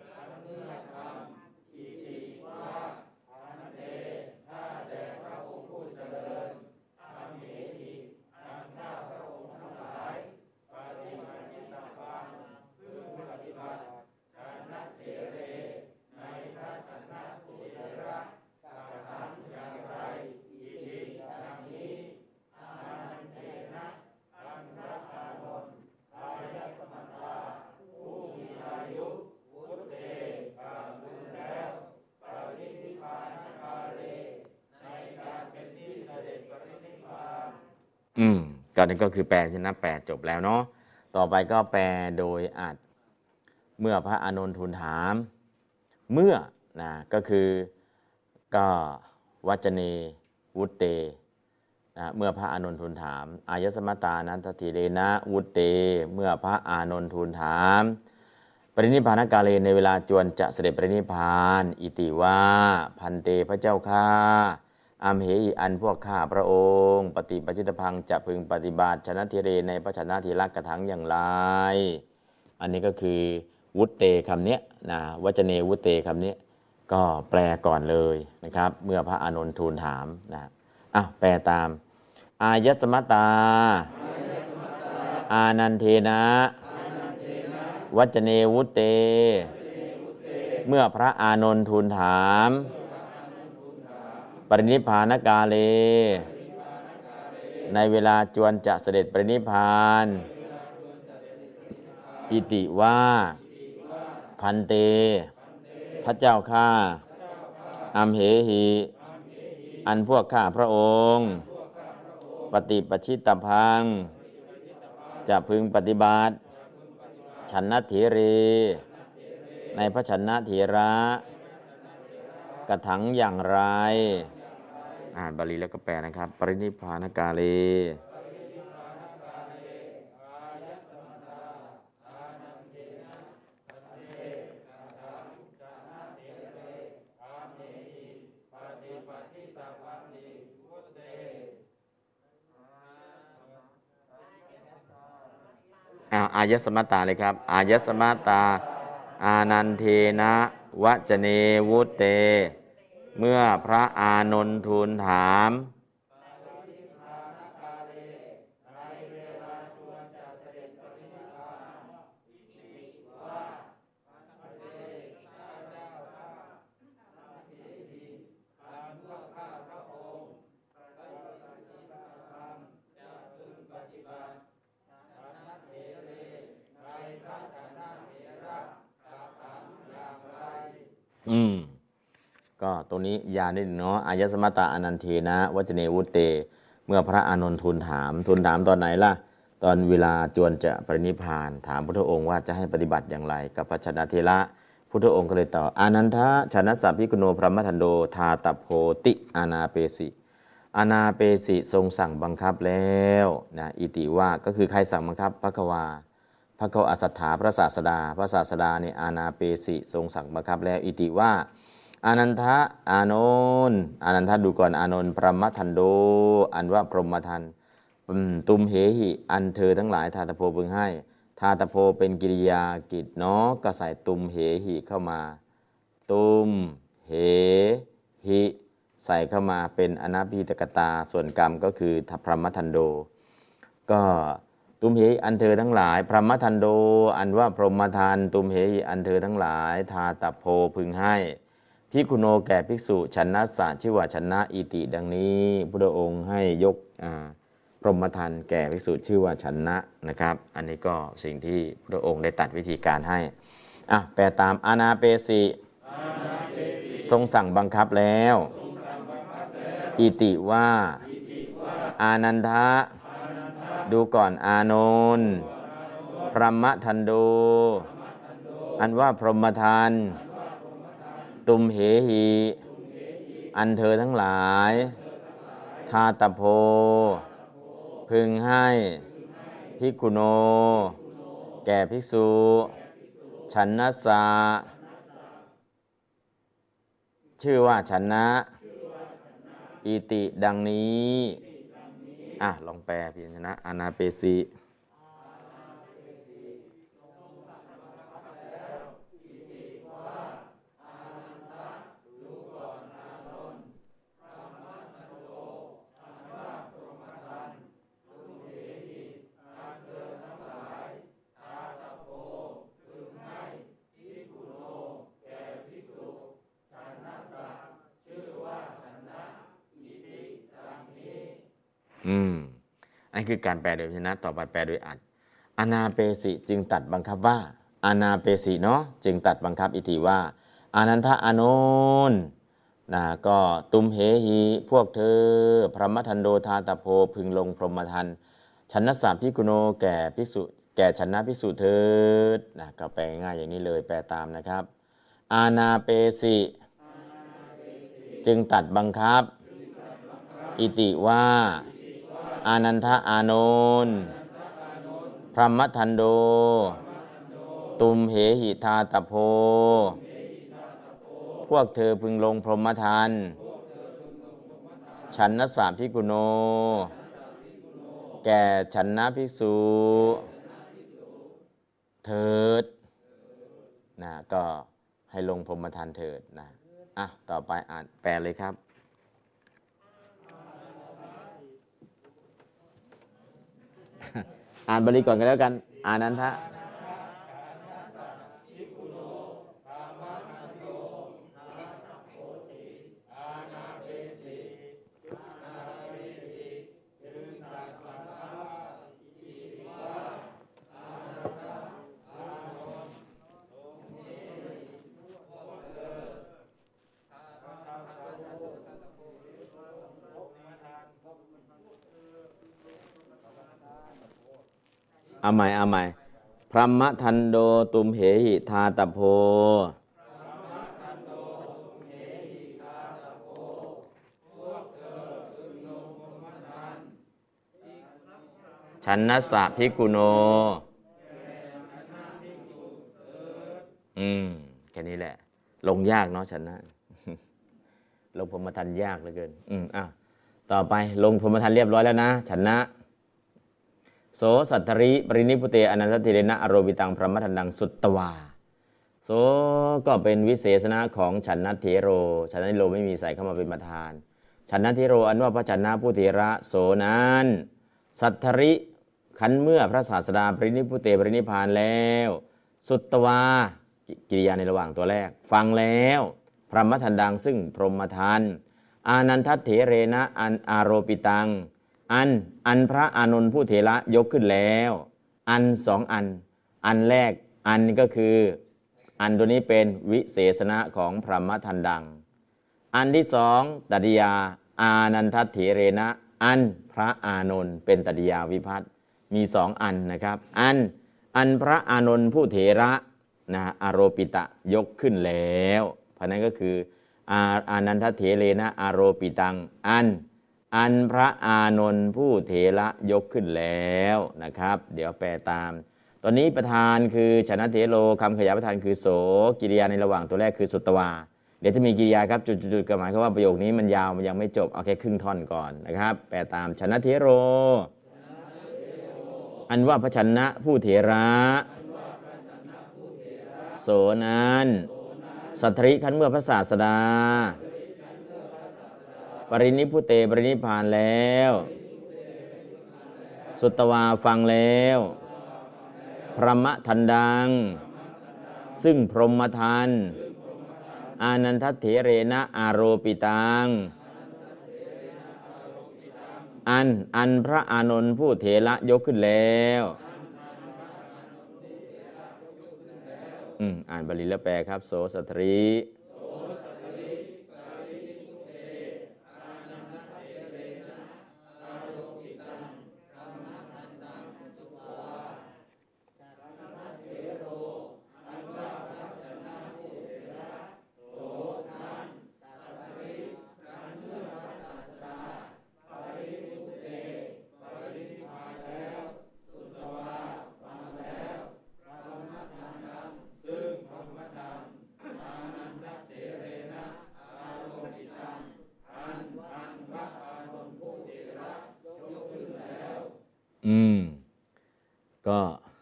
ก็นั่นก็คือแปลชนะแปลจบแล้วเนาะต่อไปก็แปลโดยอัดเมื่อพระอานนท์ทูลถามเมื่อก็คือก็วัจเนวุตเตเมื่อพระอานนท์ทูลถามอายสมัตตานันทถิเรนะวุตเตเมื่อพระอานนท์ทูลถามปรินิพพานกาเลในเวลาจวนจะเสด็จปรินิพพานอิติว่าพันเตพระเจ้าข้าอัมเหหิอันพวกข้าพระองค์ปฏิปัชิตพังจะพึงปฏิบัติชนะเทเรในพระชนะเถระกระถังอย่างไรอันนี้ก็คือวุตเตคำนี้วัจเนวุตเตคำนี้ก็แปลก่อนเลยนะครับเมื่อพระอานนท์ทูลถามแปลตามอายสมัตตาอานันเทนะวัจเนวุตเต เมื่อพระอานนท์ทูลถามปรินิพพานกาเล ในเวลาจวนจะเสด็จปรินิพพานอิติว่าพันเต พระเจ้าข้าอัมเหหิ อันพวกข้าพระองค์ปฏิปชิตพังจะพึงปฏิบัติฉันนเถเร ในพระฉันนเถระกระถังอย่างไรอ่านบาลีแล้วก็แปลนะครับปรินิพพานกาเลอายสมตาเลยครับอายสมตาอานันเทนะวจเนวุตเต เมื่อพระอานนท์ทูลถามก็ตรงนี้ยานิดเนาะอายสมตาอนันเทนะวจเนวุตเต เมื่อพระอานนท์ทูลถามตอนไหนล่ะตอนเวลาจวนจะปรินิพพานถามพุทธองค์ว่าจะให้ปฏิบัติอย่างไรกับพระชนเถระพุทธองค์ก็เลยตอบอานันทะชนะสัพพิกุโนพรหมทันโดทาตโพติอานาเปสิอานาเปสิทรงสั่งบังคับแล้วนะอิติว่าก็คือใครสั่งบังคับพระกวาพระเขาอสัทธาพระศาสดาเนี่ยอานาเปสิทรงสั่งบังคับแล้วอิติว่าอานันทะอานนทะดูก่อนอานนท์พรหมทันโดอันว่าพรหมทันตุมเหหิอันเธอทั้งหลายทาตโพพึงให้ทาตโพเป็นกิริยากิจเนาะก็ใส่ตุมเหหิเข้ามาตุมเหหิใส่เข้ามาเป็นอนัพพิตกตาส่วนกรรมก็คือพรหมทันโดก็ตุมเหหิอันเธอทั้งหลายพรหมทันโดอันว่าพรหมทันตุมเหหิอันเธอทั้งหลายทาตโพพึงให้ภิกขุโนแก่ภิกษุฉันนะสะชื่อว่าฉันนะอิติดังนี้พุทธองค์ให้ยกพรหมทันแก่ภิกษุชื่อว่าฉันนะนะครับอันนี้ก็สิ่งที่พุทธองค์ได้ตัดวิธีการให้แปลตามอานาเปสิทรงสั่งบังคับแล้วอิติว่าอานันทะดูก่อนอานนท์พรหมทันโดอันว่าพรหมทันตุมเหหิอันเธอทั้งหลายทาตโพพึงให้ภิกขุโนแก่ภิกษุฉันนะสะชื่อว่าฉันนะอิติดังนี้ลองแปลพยัญชนะอานาเปสิอันคือการแปลโดยพยัญชนะต่อไปแปลโดยอัดอานาเปสิจึงตัดบังคับว่าอานาเปสิเนาะจึงตัดบังคับอิติว่าอานันทะอานนท์ก็ตุมเหหิพวกเธอพรหมทันโดทาตโพพึงลงพรหมทันฉันนะสะภิกขุโนแก่ภิกษุแก่ฉันนะภิกษุเถิดก็แปลง่ายอย่างนี้เลยแปลตามนะครับอานาเปสิจึงตัดบังคับอิติว่าอานันทะอานนท์พรหมทันโดตุมเหหิทาตโพพวกเธอพึงลงพรหมทันฉันนะสะภิกขุโนแก่ฉันนะภิกษุเถิดก็ให้ลงพรหมทันเถิดต่อไปอ่านแปลเลยครับอ่านบาลีก่อนกันแล้วกันอานันทะเอาใหม่พรหมทันโดตุมเหหิทาตโพชันนัสสะภิกขุโนแค่นี้แหละลงยากเนาะชันนะลงพรหมทันยากเหลือเกินต่อไปลงพรหมทันเรียบร้อยแล้วนะชันนะโสสัทธริปรินิพุเตอนันทธิเรนะอโรบิตังพรหมทันดังสุตตวาโสก็เป็นวิเศษณะของฉันนะเถโรฉันนะเถโรไม่มีใส่เข้ามาเป็นประธานฉันนะเถโรอันว่าพระฉันนะผู้เถระโสนั้นสัทธริขันเมื่อพระศาสดาปรินิพุเตปรินิพพานแล้วสุตตวากิริยาในระหว่างตัวแรกฟังแล้วพรหมทันดังซึ่งพรหมทันอานันทเถเรนะอันอารปิตังอันพระอานนท์ผู้เถระยกขึ้นแล้วสองอันแรกอันก็คืออันตัวนี้เป็นวิเศษณะของพรหมทันดังอันที่สองตติยาอานันทเถเรนะอันพระอานนท์เป็นตติยาวิภัตติมีสองอันนะครับอันพระอานนท์ผู้เถระนะอโรปิตะยกขึ้นแล้วเพราะนั้นก็คืออานันทเถเรนะอโรปิตังอันพระอานนท์ผู้เถระยกขึ้นแล้วนะครับเดี๋ยวแปลตามตอนนี้ประธานคือชนะเถโรคำขยายประธานคือโสกิริยาในระหว่างตัวแรกคือสุตตวาเดี๋ยวจะมีกิริยาครับจุดๆๆหมายความว่าประโยคนี้มันยาวมันยังไม่จบเอาแค่ครึ่งท่อนก่อนนะครับแปลตามชนะเถโรอันว่าพระชนะผู้เถระโสนั้นสัทธริขันเมื่อพระศาสดาปรินิพุเตปรินิพพานแล้วสุตตวาฟังแล้วพรหมทันดังซึ่งพรหมทันอานันทเถเรนะอารปิตังอันพระอานนท์ผู้เถระยกขึ้นแล้วอ่านบาลีแล้วแปลครับโสสัทธริก็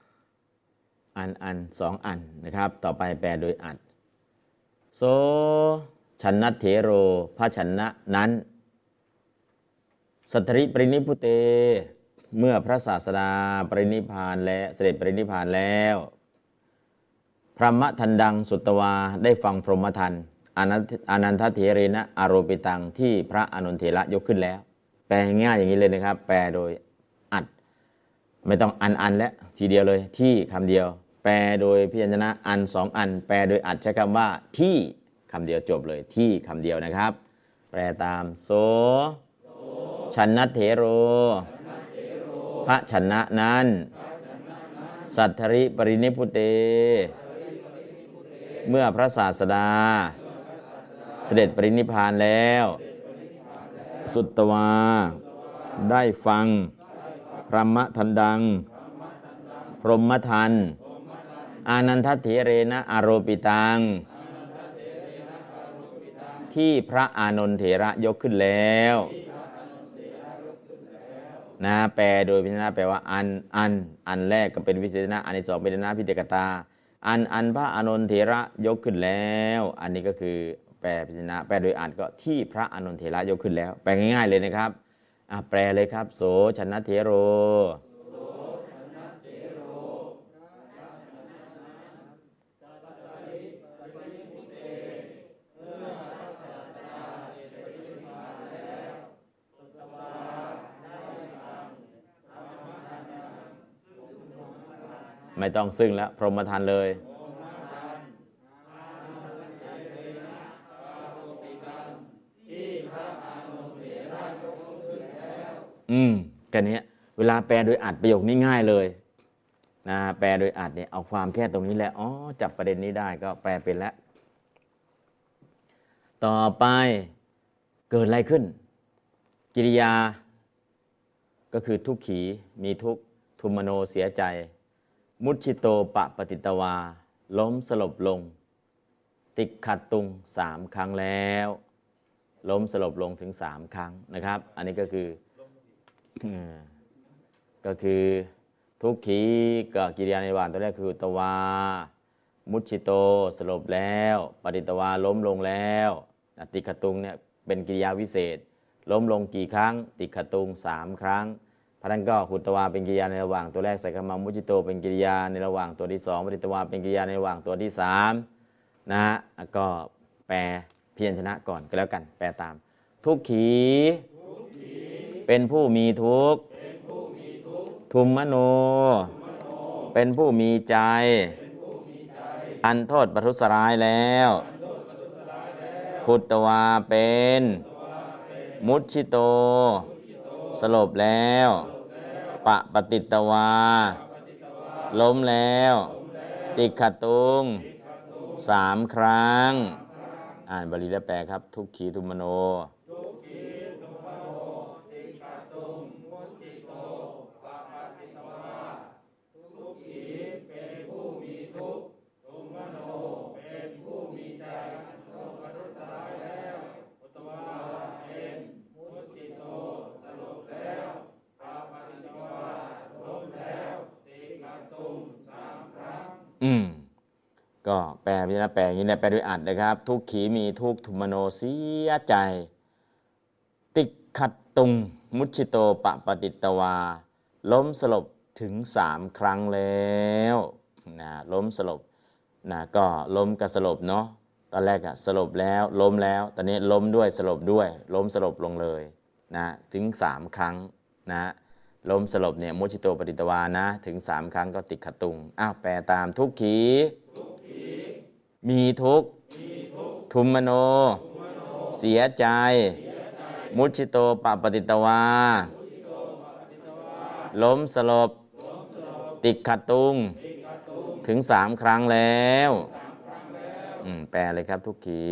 สองอันนะครับต่อไปแปลโดยอัดโสชันนัตเถโรพระชันนะนั้นสัทธริปรินิพุเตเมื่อพระศาสดาปรินิพพานและเสด็จปรินิพพานแล้วพรหมทันดังสุตตวาได้ฟังพรหมทันอานันทเถเรนะอโรปิตังที่พระอานนทเถระยกขึ้นแล้วแปลง่ายอย่างนี้เลยนะครับแปลโดยอัดไม่ต้องอันแล้วทีเดียวเลยที่คำเดียวแปลโดยพยัญชนะสองอันแปลโดยอัดใช้คำว่าที่คำเดียวจบเลยที่คำเดียวนะครับแปลตามโสชันนัตเถโรพระชันนะนั้นสัทธริปรินิพุเตเมื่อพระศาสดาเสด็จปรินิพพานแล้วสุตตวาได้ฟังพรหมทันดังพรหมทันอานันทเถเรนะอโรปิตังที่พระอานนทเถระยกขึ้นแล้วนะแปลโดยพิจารณาแปลว่าอันแรกก็เป็นวิเศษณะอันที่สองเป็นนาพิเตกตาอันพระอานนทเถระยกขึ้นแล้วอันนี้ก็คือแปลพิจารณาแปลโดยอัดก็ที่พระอานนทเถระยกขึ้นแล้วแปลง่ายๆเลยนะครับแปลเลยครับโสชันนัตเถโรไม่ต้องซึ่งแล้วพรหมทันเลยแค่นี้เวลาแปลโดยอัดประโยคนี้ง่ายเลยนะแปลโดยอัดเนี่ยเอาความแค่ตรงนี้แหละอ๋อจับประเด็นนี้ได้ก็แปลเป็นแล้วต่อไปเกิดอะไรขึ้นกิริยาก็คือทุกขีมีทุกทุมมโนเสียใจมุชิโตปะปฏิตวาล้มสลบลงติกขัดตุง3 ครั้งแล้วล้มสลบลงถึง3 ครั้งนะครับอันนี้ก็คือทุกขีกับกิริยาในระหว่างตัวแรกคือตวามุชิโตสลบแล้วปฏิตวาล้มลงแล้วติกขัดตุงเนี่ยเป็นกิริยาวิเศษล้มลงกี่ครั้งติกขัดตุง3 ครั้งเพราะนั้นก็ขุตวาเป็นกิริยาในระหว่างตัวแรกใส่คำว่ามุชิโตเป็นกิริยาในระหว่างตัวที่2ปฏิตวาเป็นกิริยาในระหว่างตัวที่3นะฮะก็แปลเพียรชนะก่อนก็แล้วกันแปลตามทุกขีเป็นผู้มีทุกข์ทุมมโนเป็นผู้มีใจอันโทษประทุษร้ายแล้วขุตวาเป็นมุชิโตสลบแล้วปะปฏิตวาล้มแล้วติกขตุง3 ครั้งอ่านบาลีและแปลครับทุกขีทุมมโนก็แปลพิจารณาแปลอย่างนี้นะแปลด้วยอัดนะครับทุกขีมีทุกทุมมโนเสียใจติกขัดตุงมุชิโตปะปฏิตวาล้มสลบถึง3 ครั้งแล้วนะล้มสลบนะก็ล้มกับสลบเนาะตอนแรกอะสลบแล้วล้มแล้วตอนนี้ล้มด้วยสลบด้วยล้มสลบลงเลยนะถึง3 ครั้งนะล้มสลบเนี่ยมุชิโตปฏิตวานะถึง3 ครั้งก็ติกขัดตุงแปลตามทุกขีมีทุกข์ทุมมโนเสียใจมุชิโตปะปฏิตวาล้มสลบติกขัดตุงถึง3 ครั้งแล้วแปลเลยครับทุกขี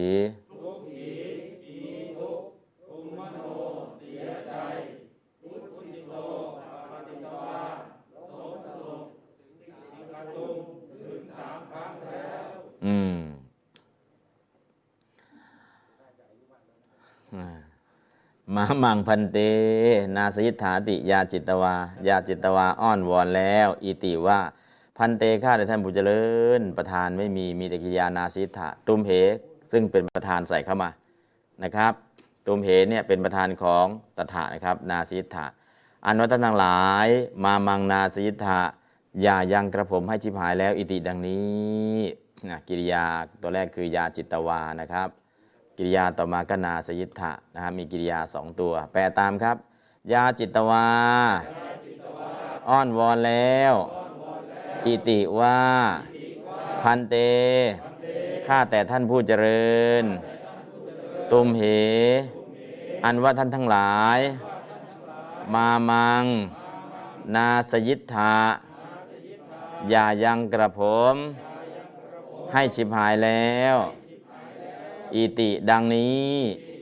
มามังพันเตนาสยิทธาติยาจิตวายาจิตวาอ้อนวอนแล้วอิติว่าพันเตข้าแต่ท่านผู้เจริญประธานไม่มีแต่กิริยานาสยิทธะตุมเหซึ่งเป็นประธานใส่เข้ามานะครับตุมเหเนี่ยเป็นประธานของตถานะครับนาสยิทธะอันว่าท่านทั้งหลายมามังนาสยิทธะอย่ายังกระผมให้ชิบหายแล้วอิติดังนี้กิริยาตัวแรกคือยาจิตวานะครับกิริยาต่อมาก็นาสยิทธะนะครับมีกิริยา2 ตัวแปลตามครับยาจิตวาอ้อนวอนแล้วอิติว่าพันเตข้าแต่ท่านผู้เจริญตุมเหอันว่าท่านทั้งหลายมามังนาสยิทธะอย่ายังกระผมให้ฉิบหายแล้วอิติดังนี้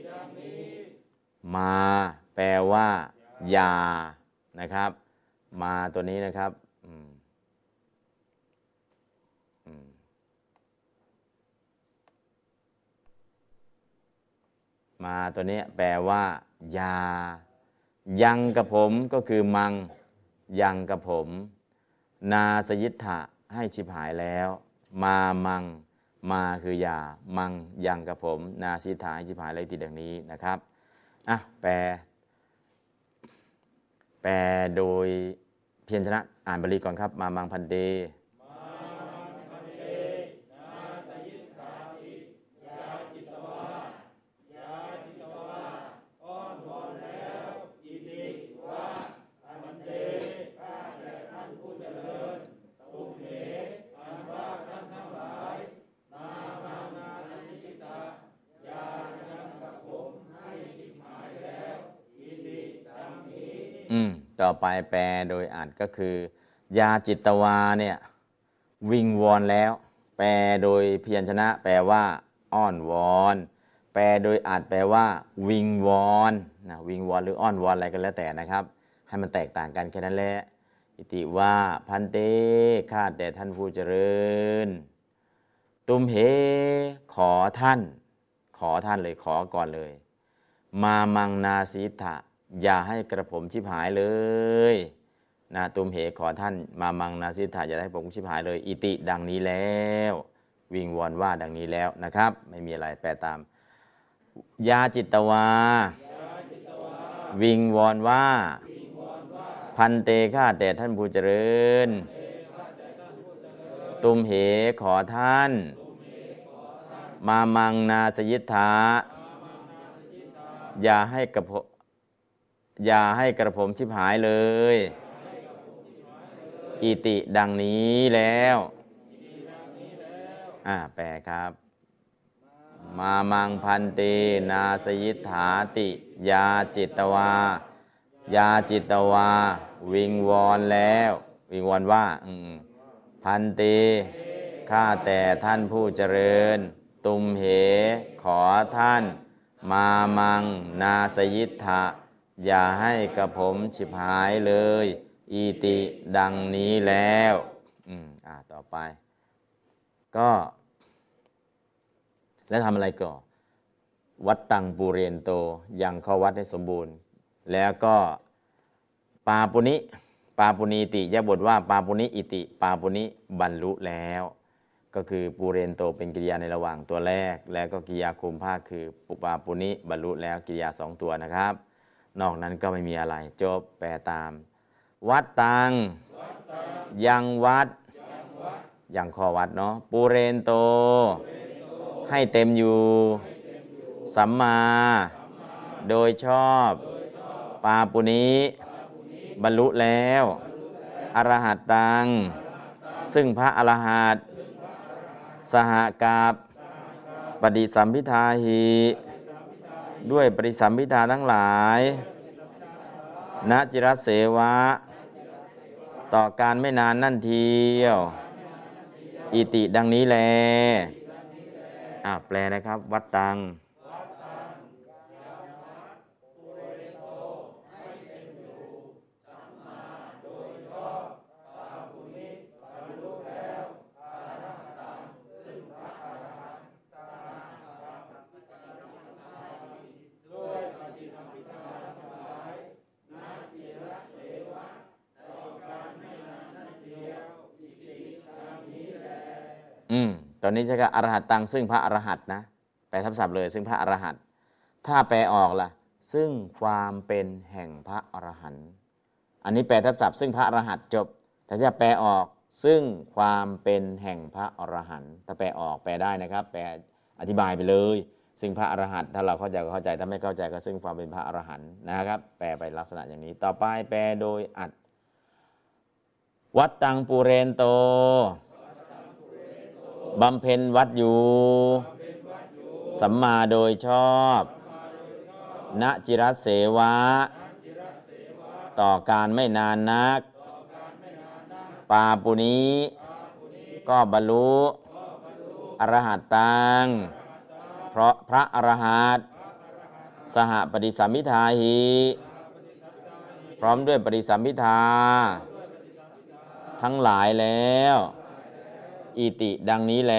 มาแปลว่าอย่านะครับมาตัวนี้นะครับมาตัวนี้แปลว่าอย่ายังกับผมก็คือมังยังกับผมนาสยิทธะให้ฉิบหายแล้วมามังมาคืออย่ามังยังกับผมนาสิทธาให้ฉิบหายแล้วติดดังนี้นะครับแปลโดยเพียรชนะอ่านบาลีก่อนครับมามังพันเตต่อไปแปลโดยอ่านก็คือยาจิตวาเนี่ยวิงวอนแล้วแปลโดยพยัญชนะแปลว่าอ้อนวอนแปลโดยอาจแปลว่าวิงวอนนะวิงวอนหรืออ้อนวอนอะไรกันแล้วแต่นะครับให้มันแตกต่างกันแค่นั้นแหละอิติว่าพันเตข้าแต่ท่านผู้เจริญตุมเหขอท่านเลยขอก่อนเลยมามังนาสีทะอย่าให้กระผมชิบหายเลยนะตุมเหขอท่านมามังนาสีทะอย่าให้ผมชิบหายเลยอิติดังนี้แล้ววิงวอนว่าดังนี้แล้วนะครับไม่มีอะไรแปลตามยาจิตวาวิงวอนว่าพันเตข้าแต่ท่านผู้เจริญตุมเหขอท่านมามังนาสยิทธาอย่าให้กระผมชิบหายเลยอิติดังนี้แล้วแปลครับมามังพันเตนาสยิทธาติยาจิตวายาจิตวาวิงวอนแล้ววิงวอนว่าพันเตข้าแต่ท่านผู้เจริญตุมเหขอท่านมามังนาสยิทธะอย่าให้กระผมฉิบหายเลยอิติดังนี้แล้วต่อไปก็แล้วทำอะไรก่อวัดตังปูเรนโตยังเข้าวัดให้สมบูรณ์แล้วก็ปาปุณิติยะบทว่าปาปุณิอิติปาปุณิบรรลุแล้วก็คือปูเรนโตเป็นกริยาในระหว่างตัวแรกแล้วก็กริยาคุมภาคคือปุปาปุณิบรรลุแล้วกริยา2ตัวนะครับนอกนั้นก็ไม่มีอะไรจบแปลตามวัดตังยังวัดยังข้อวัดเนาะปูเรนโตให้เต็มอยู่สัมมาโดยชอบปาปุณิบรรลุแล้วอรหัตตังซึ่งพระอรหัตสหกับปฏิสัมภิทาหิด้วยปฏิสัมภิทาทั้งหลายณจิรัสเสวะต่อการไม่นานนั่นเทียวอิติดังนี้แลแปลนะครับวัดตังตอนนี้ใช้กับอรหัตตังซึ่งพระอรหัตนะแปลทับศัพท์เลยซึ่งพระอรหัตถ้าแปลออกล่ะซึ่งความเป็นแห่งพระอรหันต์อันนี้แปลทับศัพท์ซึ่งพระอรหัตจบแต่ถ้าแปลออกซึ่งความเป็นแห่งพระอรหันต์ถ้าแปลออกแปลได้นะครับแปลอธิบายไปเลยซึ่งพระอรหันต์ถ้าเราเข้าใจก็เข้าใจถ้าไม่เข้าใจก็ซึ่งความเป็นพระอรหันต์นะครับแปลไปลักษณะอย่างนี้ต่อไปแปลโดยอัดวัดตังปูเรนโตบำเพ็ญวัดอยู่สัมมาโดยชอบณจิรัสเสวะต่อการไม่นานนักปาปุณิก็บรรลุอรหัตตังเพราะพระอรหัตสหปฏิสัมภิทาหิพร้อมด้วยปฏิสัมภิทาทั้งหลายแล้วอิติดังนี้แล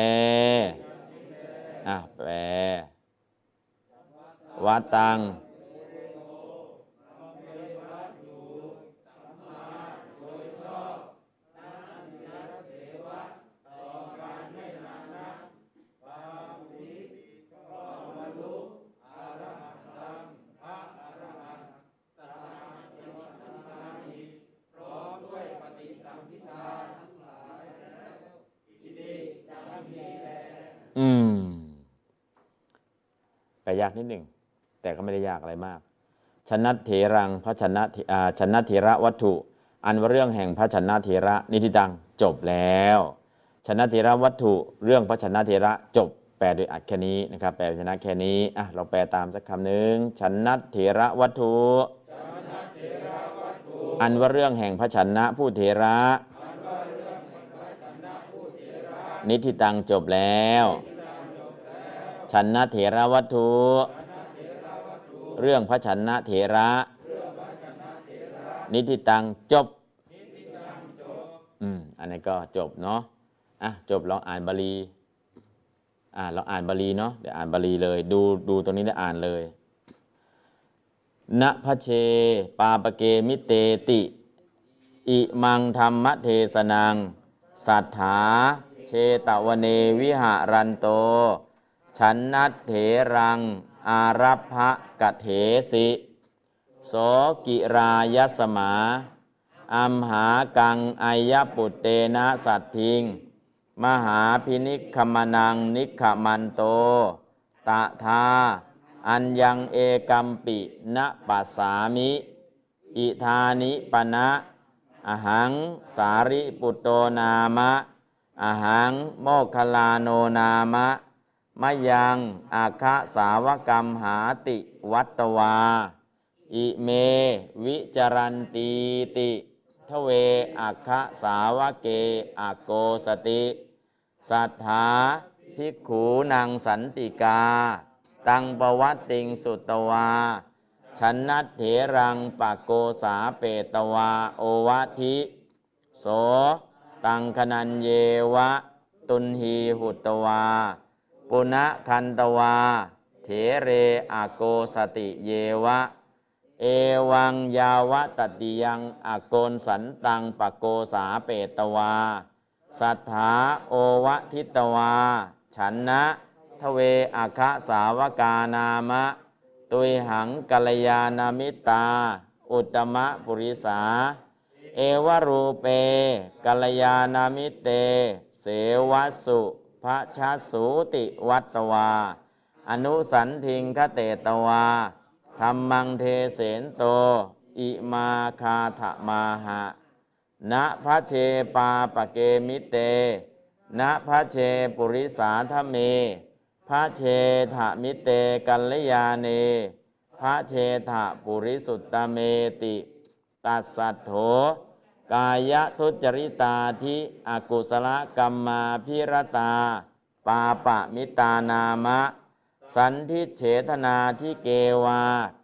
แปลวัดตังแต่ยากนิดหนึ่งแต่ก็ไม่ได้ยากอะไรมากชนะเถรังพระชนะเถระวัตถุอันว่าเรื่องแห่งพระชนะเถระนิทิตังจบแล้วชนะเถระวัตถุเรื่องพระชนะเถระจบแปลโดยอัดแค่นี้นะครับแปลชนะแค่นี้เราแปลตามสักคำหนึ่งชนะเถระวัตถุอันว่าเรื่องแห่งพระชนะผู้เถระนิทิตังจบแล้วฉันนะเถระวัตถุเรื่องพระฉันนะเถระนิทิตังจบอันนี้ก็จบเนาะจบลองอ่านบาลีลองอ่านบาลีเนาะเดี๋ยวอ่านบาลีเลยดูตรงนี้ได้อ่านเลยนะพะเชปาปเกมิเตติอิมังธรรมเทศนังสัทธาเชตวเนวิหารันโตฉันนัตเถรังอารัพภกเถสิโสกิรายัสมาอัมหากังอายปุตเตนะสัตถิงมหาพินิคขมนังนิคขมันโตตะทาอัญญังเอกัมปินะปัสสามิอิธานิปนะอหังสาริปุตโตนามะอหังโมคคัลลาโนนามะมะยังอาคะสาวกัมหาติวัตตวาอิเมวิจารันตีติทเวอาคะสาวเกอาโกสติสัทธาภิกขุนังสันติกาตังปวัตติงสุตวาฉันนัตเถรังปะโกสาเปตวาโอวัทิโสตังคนันเยวะตุนหีหุตวาปุณะคันตวาเถเรอาโกสติเยวะเอวังยาวะตติยังอโกนสันตังปะโกสาเปตวาสัทธาโอวะทิตวาฉันนะทเวอาคะสาวกานามะตุยหังกัลยาณมิตตาอุตตมะปุริสาเอวรูเปกัลยาณมิเตเสวัสสุภะชัสสูติวัตตวาอนุสันทิงคเตตวาธัมมังเทเสนโตอิมาคาถมาหะนะพะเชปาปเกมิเตนะพะเชปุริสาทเมพระเชถะมิเตกัลยาเนพระเชถะปุริสุตตเมติตัสสัทโธกายทุจริตาทิอกุศลกัมมาพิรตาปาปะมิตานามะสันทิเฉทนาทิเกวา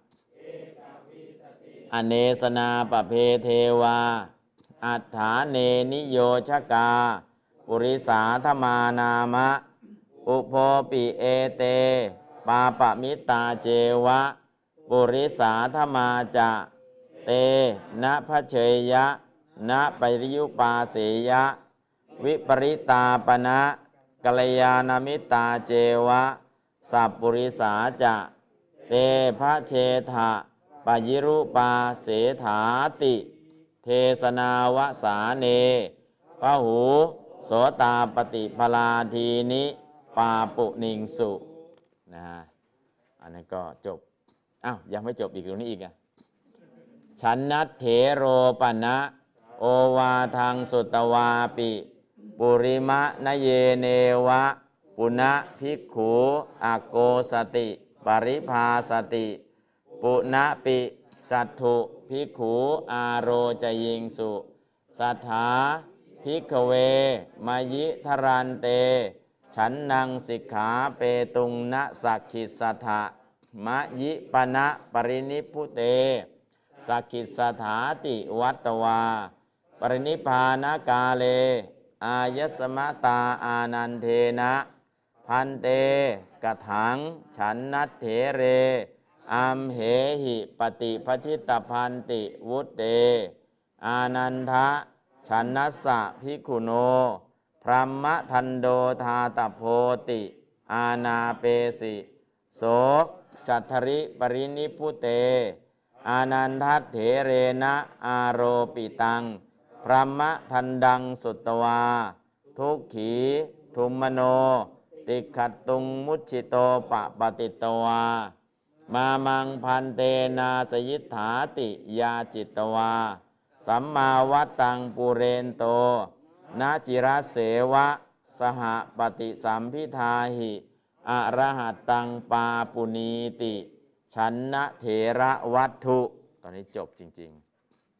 อเนสนาปเพเทวาอัฏฐาเนนิโยชกาปุริสาธมานามะอุโภปิเอเตปาปะมิตาเจวะปุริสาธมาจะเตนะพะเชยยะนะปริยุปาเสยะวิปริตาปณะกัลยาณมิตาเจวะสัพปุริสาจะเตพระเชถะปยิรุปาเสถาติเทศนาวสาเนพหูโสตาปฏิพลาทีนิปาปุนิงสุอันนี้ก็จบยังไม่จบอีกตรงนี้อีกฉันนัตเถโรปนะโอวาทังสุตวาปิปุริมะนเยเนวะปุณะภิกขุอโกสติปริภาสติปุณะปิสัตถุภิกขุอาโรจยิงสุสัทธาภิกขเวมยิทรันเตฉันนังสิกขาเปตุงนะสักขิสัทธะมะยิปนะปรินิพุเตสักขิสัทธาติวัตตวาปรินิพพานกาเลอายสมตาอานันเทนะพันเตกถังฉันนัตเถเรอัมเหหิปฏิภชิตพันติวุตเตอานันทะฉันนัสสะภิกขุโนพรหมทันโดธาตโพติอานาเปสิโสสัทธริปรินิพุเตอานันทัตเถเรนะอาโรปิตังพรหมทันดังสุตวาทุกขีทุมมโนติขัตตุงมุจฉิโตปะปฏิตวามามังพันเตนาสยิทธาติยาจิตวาสัมมาวัตตังปุเรนโตนาจิระเสวะสหปฏิสัมพิทาหิอรหัตตังปาปุนีติฉันนะเถระวัตถุตอนนี้จบจริง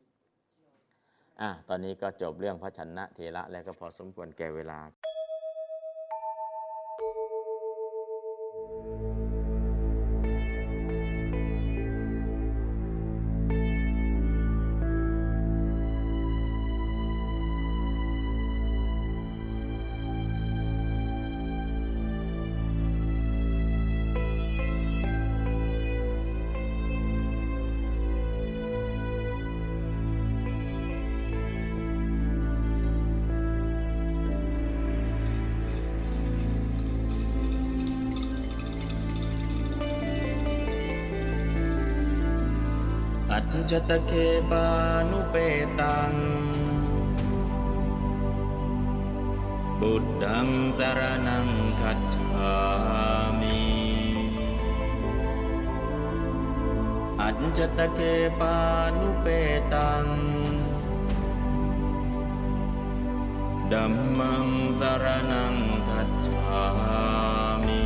ๆตอนนี้ก็จบเรื่องพระฉันนะเถระแล้วก็พอสมควรแก่เวลาจตเคปานุเปตังบุตตังสรณังคัจฉามิอัจจตเคปานุเปตังธัมมังสรณังคัจฉามิ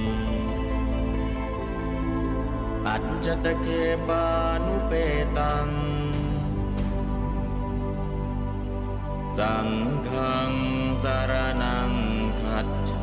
อัจจตเคปานุเปตังสังฆังสรณังคัจฉา